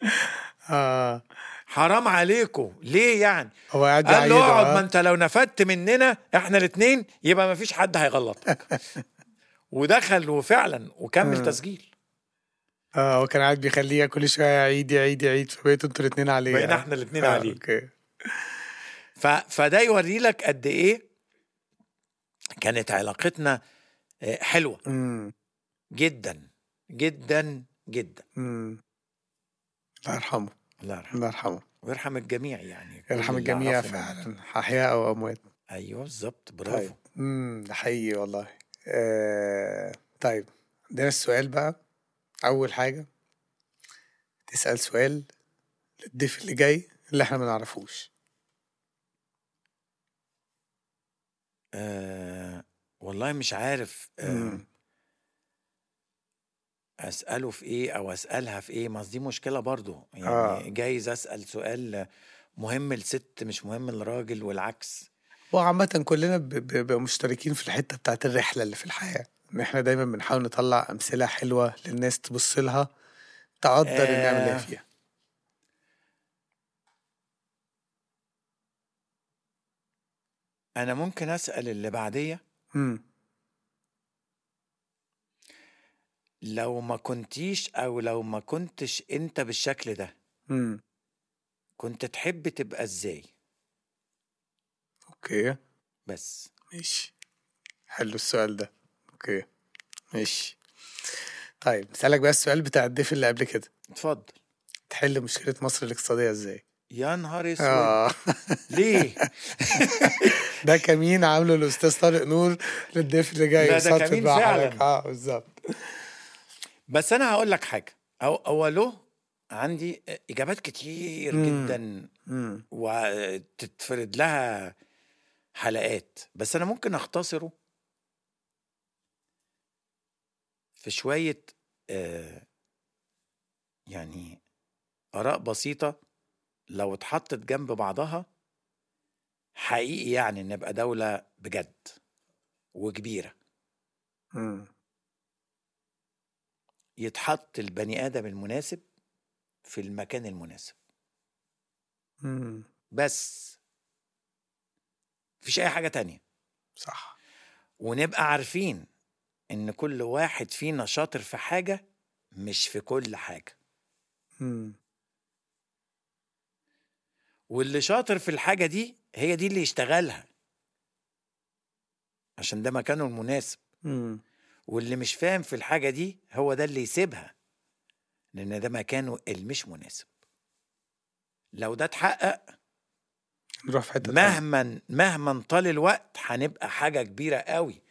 حرام عليكم ليه يعني؟
هو قاعد
قال له اقعد، ما انت لو نفدت مننا احنا الاثنين يبقى ما فيش حد هيغلطك. ودخل وفعلا وكمل تسجيل.
هو كان قاعد بيخليه كل شويه يعيد فبقيتوا انتوا الاثنين عليه.
بقينا احنا الاثنين عليه. اوكي. فده يوري لك قد ايه كانت علاقتنا حلوه. جدا جدا جدا.
الله يرحمه.
الله
يرحمه
ويرحم الجميع يعني.
يرحم الجميع فعلا، احياء او اموات.
ايوه بالظبط، برافو.
طيب. ده حقيقي والله. طيب عندنا السؤال بقى. اول حاجه تسال سؤال للضيف اللي جاي اللي احنا ما نعرفوش.
والله مش عارف أسأله في إيه أو أسألها في إيه. ما دي مشكلة برضو يعني. جايز أسأل سؤال مهم لست مش مهم للراجل والعكس.
وعامة كلنا مشتركين في الحتة بتاعت الرحلة اللي في الحياة، إن إحنا دايما بنحاول نطلع أمثلة حلوة للناس تبص لها تقدر النعمة اللي فيها.
أنا ممكن أسأل اللي بعدية. لو ما كنتيش أو لو ما كنتش أنت بالشكل ده كنت تحب تبقى إزاي؟
أوكي
بس
ماشي، حلو السؤال ده. أوكي ماشي. طيب نسألك بقى السؤال بتاع الضيف اللي قبل كده.
اتفضل.
تحل مشكلة مصر الاقتصادية إزاي؟
يا نهار اسود. ليه؟
ده كمين عامله الأستاذ طارق نور للضيف اللي جاي.
لا ده كمين فعلا.
بالظبط.
بس أنا هقول لك حاجة. أوله عندي إجابات كتير جدا وتتفرد لها حلقات، بس أنا ممكن أختصره في شوية يعني آراء بسيطة لو اتحطت جنب بعضها حقيقي يعني نبقى دولة بجد وكبيرة. يتحط البني آدم المناسب في المكان المناسب. بس مفيش أي حاجة تانية.
صح.
ونبقى عارفين إن كل واحد فينا شاطر في حاجة مش في كل حاجة. واللي شاطر في الحاجة دي هي دي اللي يشتغلها، عشان ده مكانه المناسب. واللي مش فاهم في الحاجة دي هو ده اللي يسيبها، لأن ده مكانه المش مناسب. لو ده اتحقق
نروح في حتة
مهما طال الوقت هنبقى حاجة كبيرة قوي.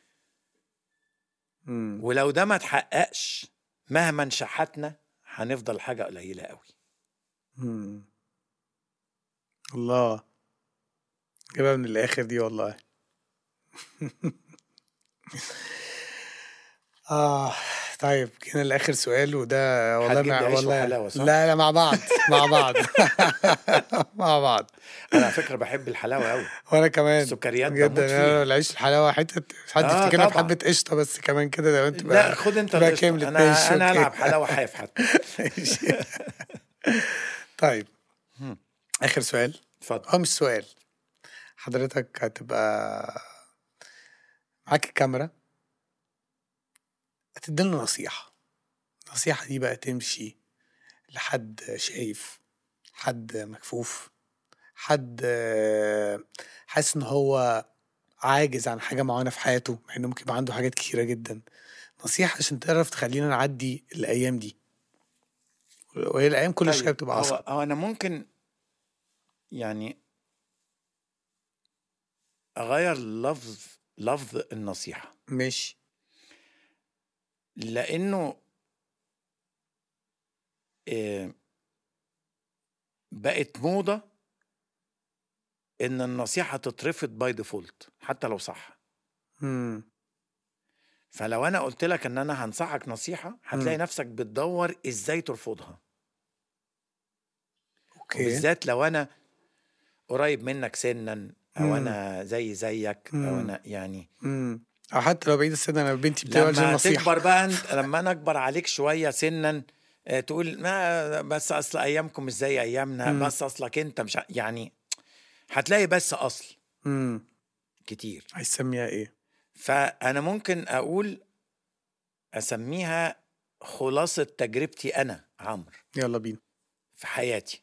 ولو ده ما اتحققش مهما شحتنا هنفضل حاجة قليلة قوي.
الله، جابها من الآخر دي والله. طيب جينا لآخر سؤال، وده والله
والله حلاوة صح؟
لا مع بعض مع بعض.
أنا على فكرة بحب الحلاوة قوي،
وأنا كمان
السكريات
جدا. العيش الحلاوة حتة حد يفتكرها بحبة قشطة بس كمان كده ده انت
لا خد انت القشطة، أنا ألعب حلاوة حاف حتى.
طيب آخر سؤال.
اتفضل.
مش سؤال، حضرتك هتبقى معاك الكاميرا، هتديلنا نصيحة. النصيحة دي بقى تمشي لحد شايف، حد مكفوف، حد حاسس ان هو عاجز عن حاجة معينة في حياته مع انه ممكن يبقى عنده حاجات كتيرة جدا. نصيحة عشان تعرف تخلينا نعدي الأيام دي، وهي الأيام كل شوية بتبقى أصعب.
هو أنا ممكن يعني أغير لفظ النصيحة.
ماشي.
لأنه بقت موضة إن النصيحة تترفض باي ديفولت حتى لو صح. فلو أنا قلت لك إن أنا هنصحك نصيحة هتلاقي نفسك بتدور إزاي ترفضها.
أوكي.
وبالذات لو أنا قريب منك سنا أو أنا زيك أو أنا يعني
أو حتى لو بعيد السن. أنا بنتي بتقول
لما تكبر بقى أنت، لما أنا أكبر عليك شوية سنا تقول ما بس أصل أيامكم مش زي أيامنا، بس أصلك أنت مش يعني هتلاقي بس أصل كتير.
هيسميها إيه؟
فأنا ممكن أقول أسميها خلاصة تجربتي أنا عمرو.
يلا بينا.
في حياتي.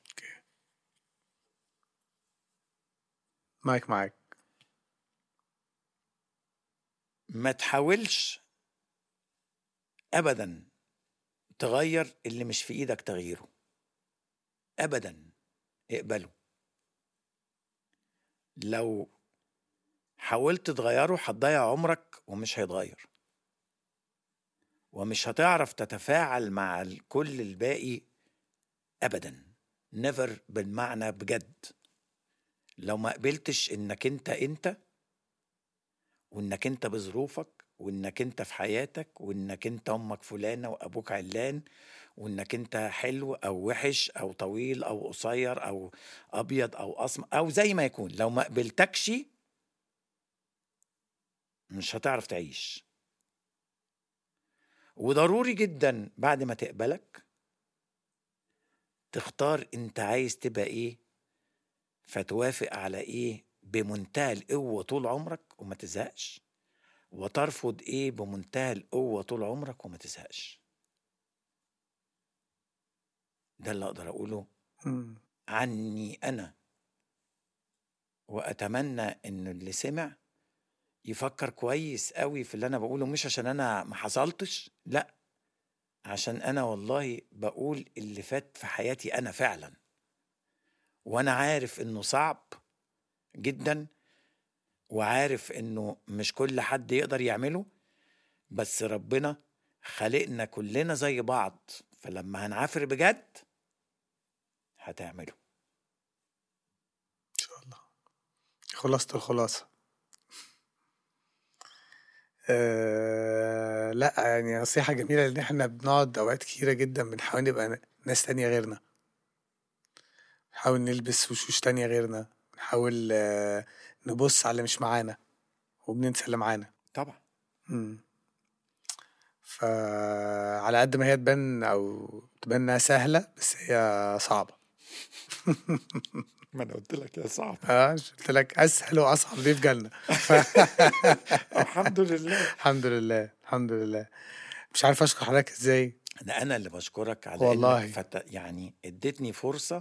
معاك.
ما تحاولش أبدا تغير اللي مش في إيدك تغييره أبدا. اقبله. لو حاولت تغيره هتضيع عمرك ومش هيتغير، ومش هتعرف تتفاعل مع كل الباقي أبدا. never بالمعنى بجد. لو ما قبلتش إنك أنت وإنك أنت بظروفك وإنك أنت في حياتك وإنك أنت أمك فلانة وأبوك علان وإنك أنت حلو أو وحش أو طويل أو قصير أو أبيض أو أسمر أو زي ما يكون، لو ما قبلتكش مش هتعرف تعيش. وضروري جدا بعد ما تقبلك تختار انت عايز تبقى ايه، فتوافق على ايه بمنتهى القوة طول عمرك وما تزهقش، وترفض ايه بمنتهى القوة طول عمرك وما تزهقش. ده اللي اقدر اقوله عني انا. واتمنى ان اللي سمع يفكر كويس قوي في اللي انا بقوله، مش عشان انا ما حصلتش، لا، عشان انا والله بقول اللي فات في حياتي انا فعلا، وانا عارف انه صعب جدا وعارف انه مش كل حد يقدر يعمله، بس ربنا خلقنا كلنا زي بعض، فلما هنعافر بجد هتعمله
ان شاء الله. خلاصة الخلاصة. لا يعني نصيحة جميلة، لان احنا بنقعد اوقات كتيرة جدا بنحاول نبقى ناس تانية غيرنا، نحاول نلبس وشوش تانية غيرنا، نحاول نبص على اللي مش معانا وبننسى اللي معانا
طبعا.
فعلى قد ما هي تبان او تبان انها سهلة بس هي صعبة.
ما انا قلت لك يا صعب.
قلت لك اسهل واصعب دي في جالنا.
الحمد لله.
الحمد لله. مش عارف اشكر حضرتك ازاي.
انا اللي بشكرك على
والله.
انك يعني اديتني فرصة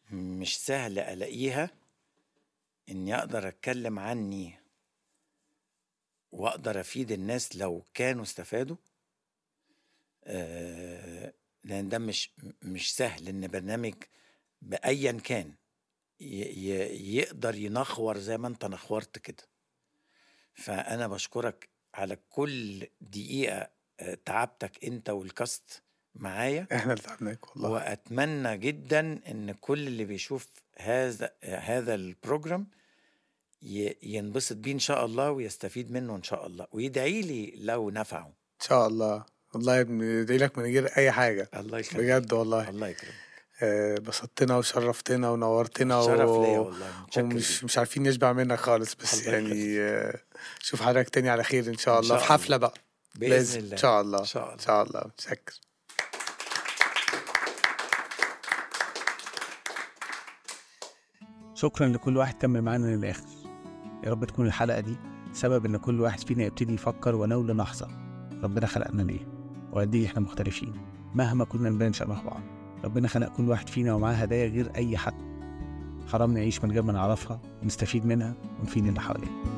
مش سهل الاقيها اني اقدر اتكلم عني واقدر افيد الناس لو كانوا استفادوا. لان ده مش سهل ان برنامج بايا كان يقدر ينخور زي ما انت نخورت كده. فانا بشكرك على كل دقيقة تعبتك انت والكاست معايا.
احنا اللي تعبناك والله.
واتمنى جدا ان كل اللي بيشوف هذا البروجرام ينبسط بيه ان شاء الله ويستفيد منه ان شاء الله، ويدعي لي لو نفعه
ان شاء الله. والله يا ابني ادعي لك من غير اي حاجه.
الله يخليك
بجد والله.
الله يكرمك.
بسطتنا وشرفتنا ونورتنا
شرف ليا والله.
مش عارفين نشبع منك خالص، بس يعني شوف حضرتك تاني على خير ان شاء الله في حفله بقى
باذن الله.
ان شاء الله
ان شاء الله.
ان شاء الله. متشكر.
شكرا لكل واحد كمل معانا للاخر. يا رب تكون الحلقه دي سبب ان كل واحد فينا يبتدي يفكر ولو للحظه ربنا خلقنا ليه وقد ايه احنا مختلفين مهما كنا نبان شبه بعض. ربنا خلق كل واحد فينا ومعاه هدايا غير اي حد. حرام نعيش من غير ما نعرفها ونستفيد منها ونفيد اللي حوالينا.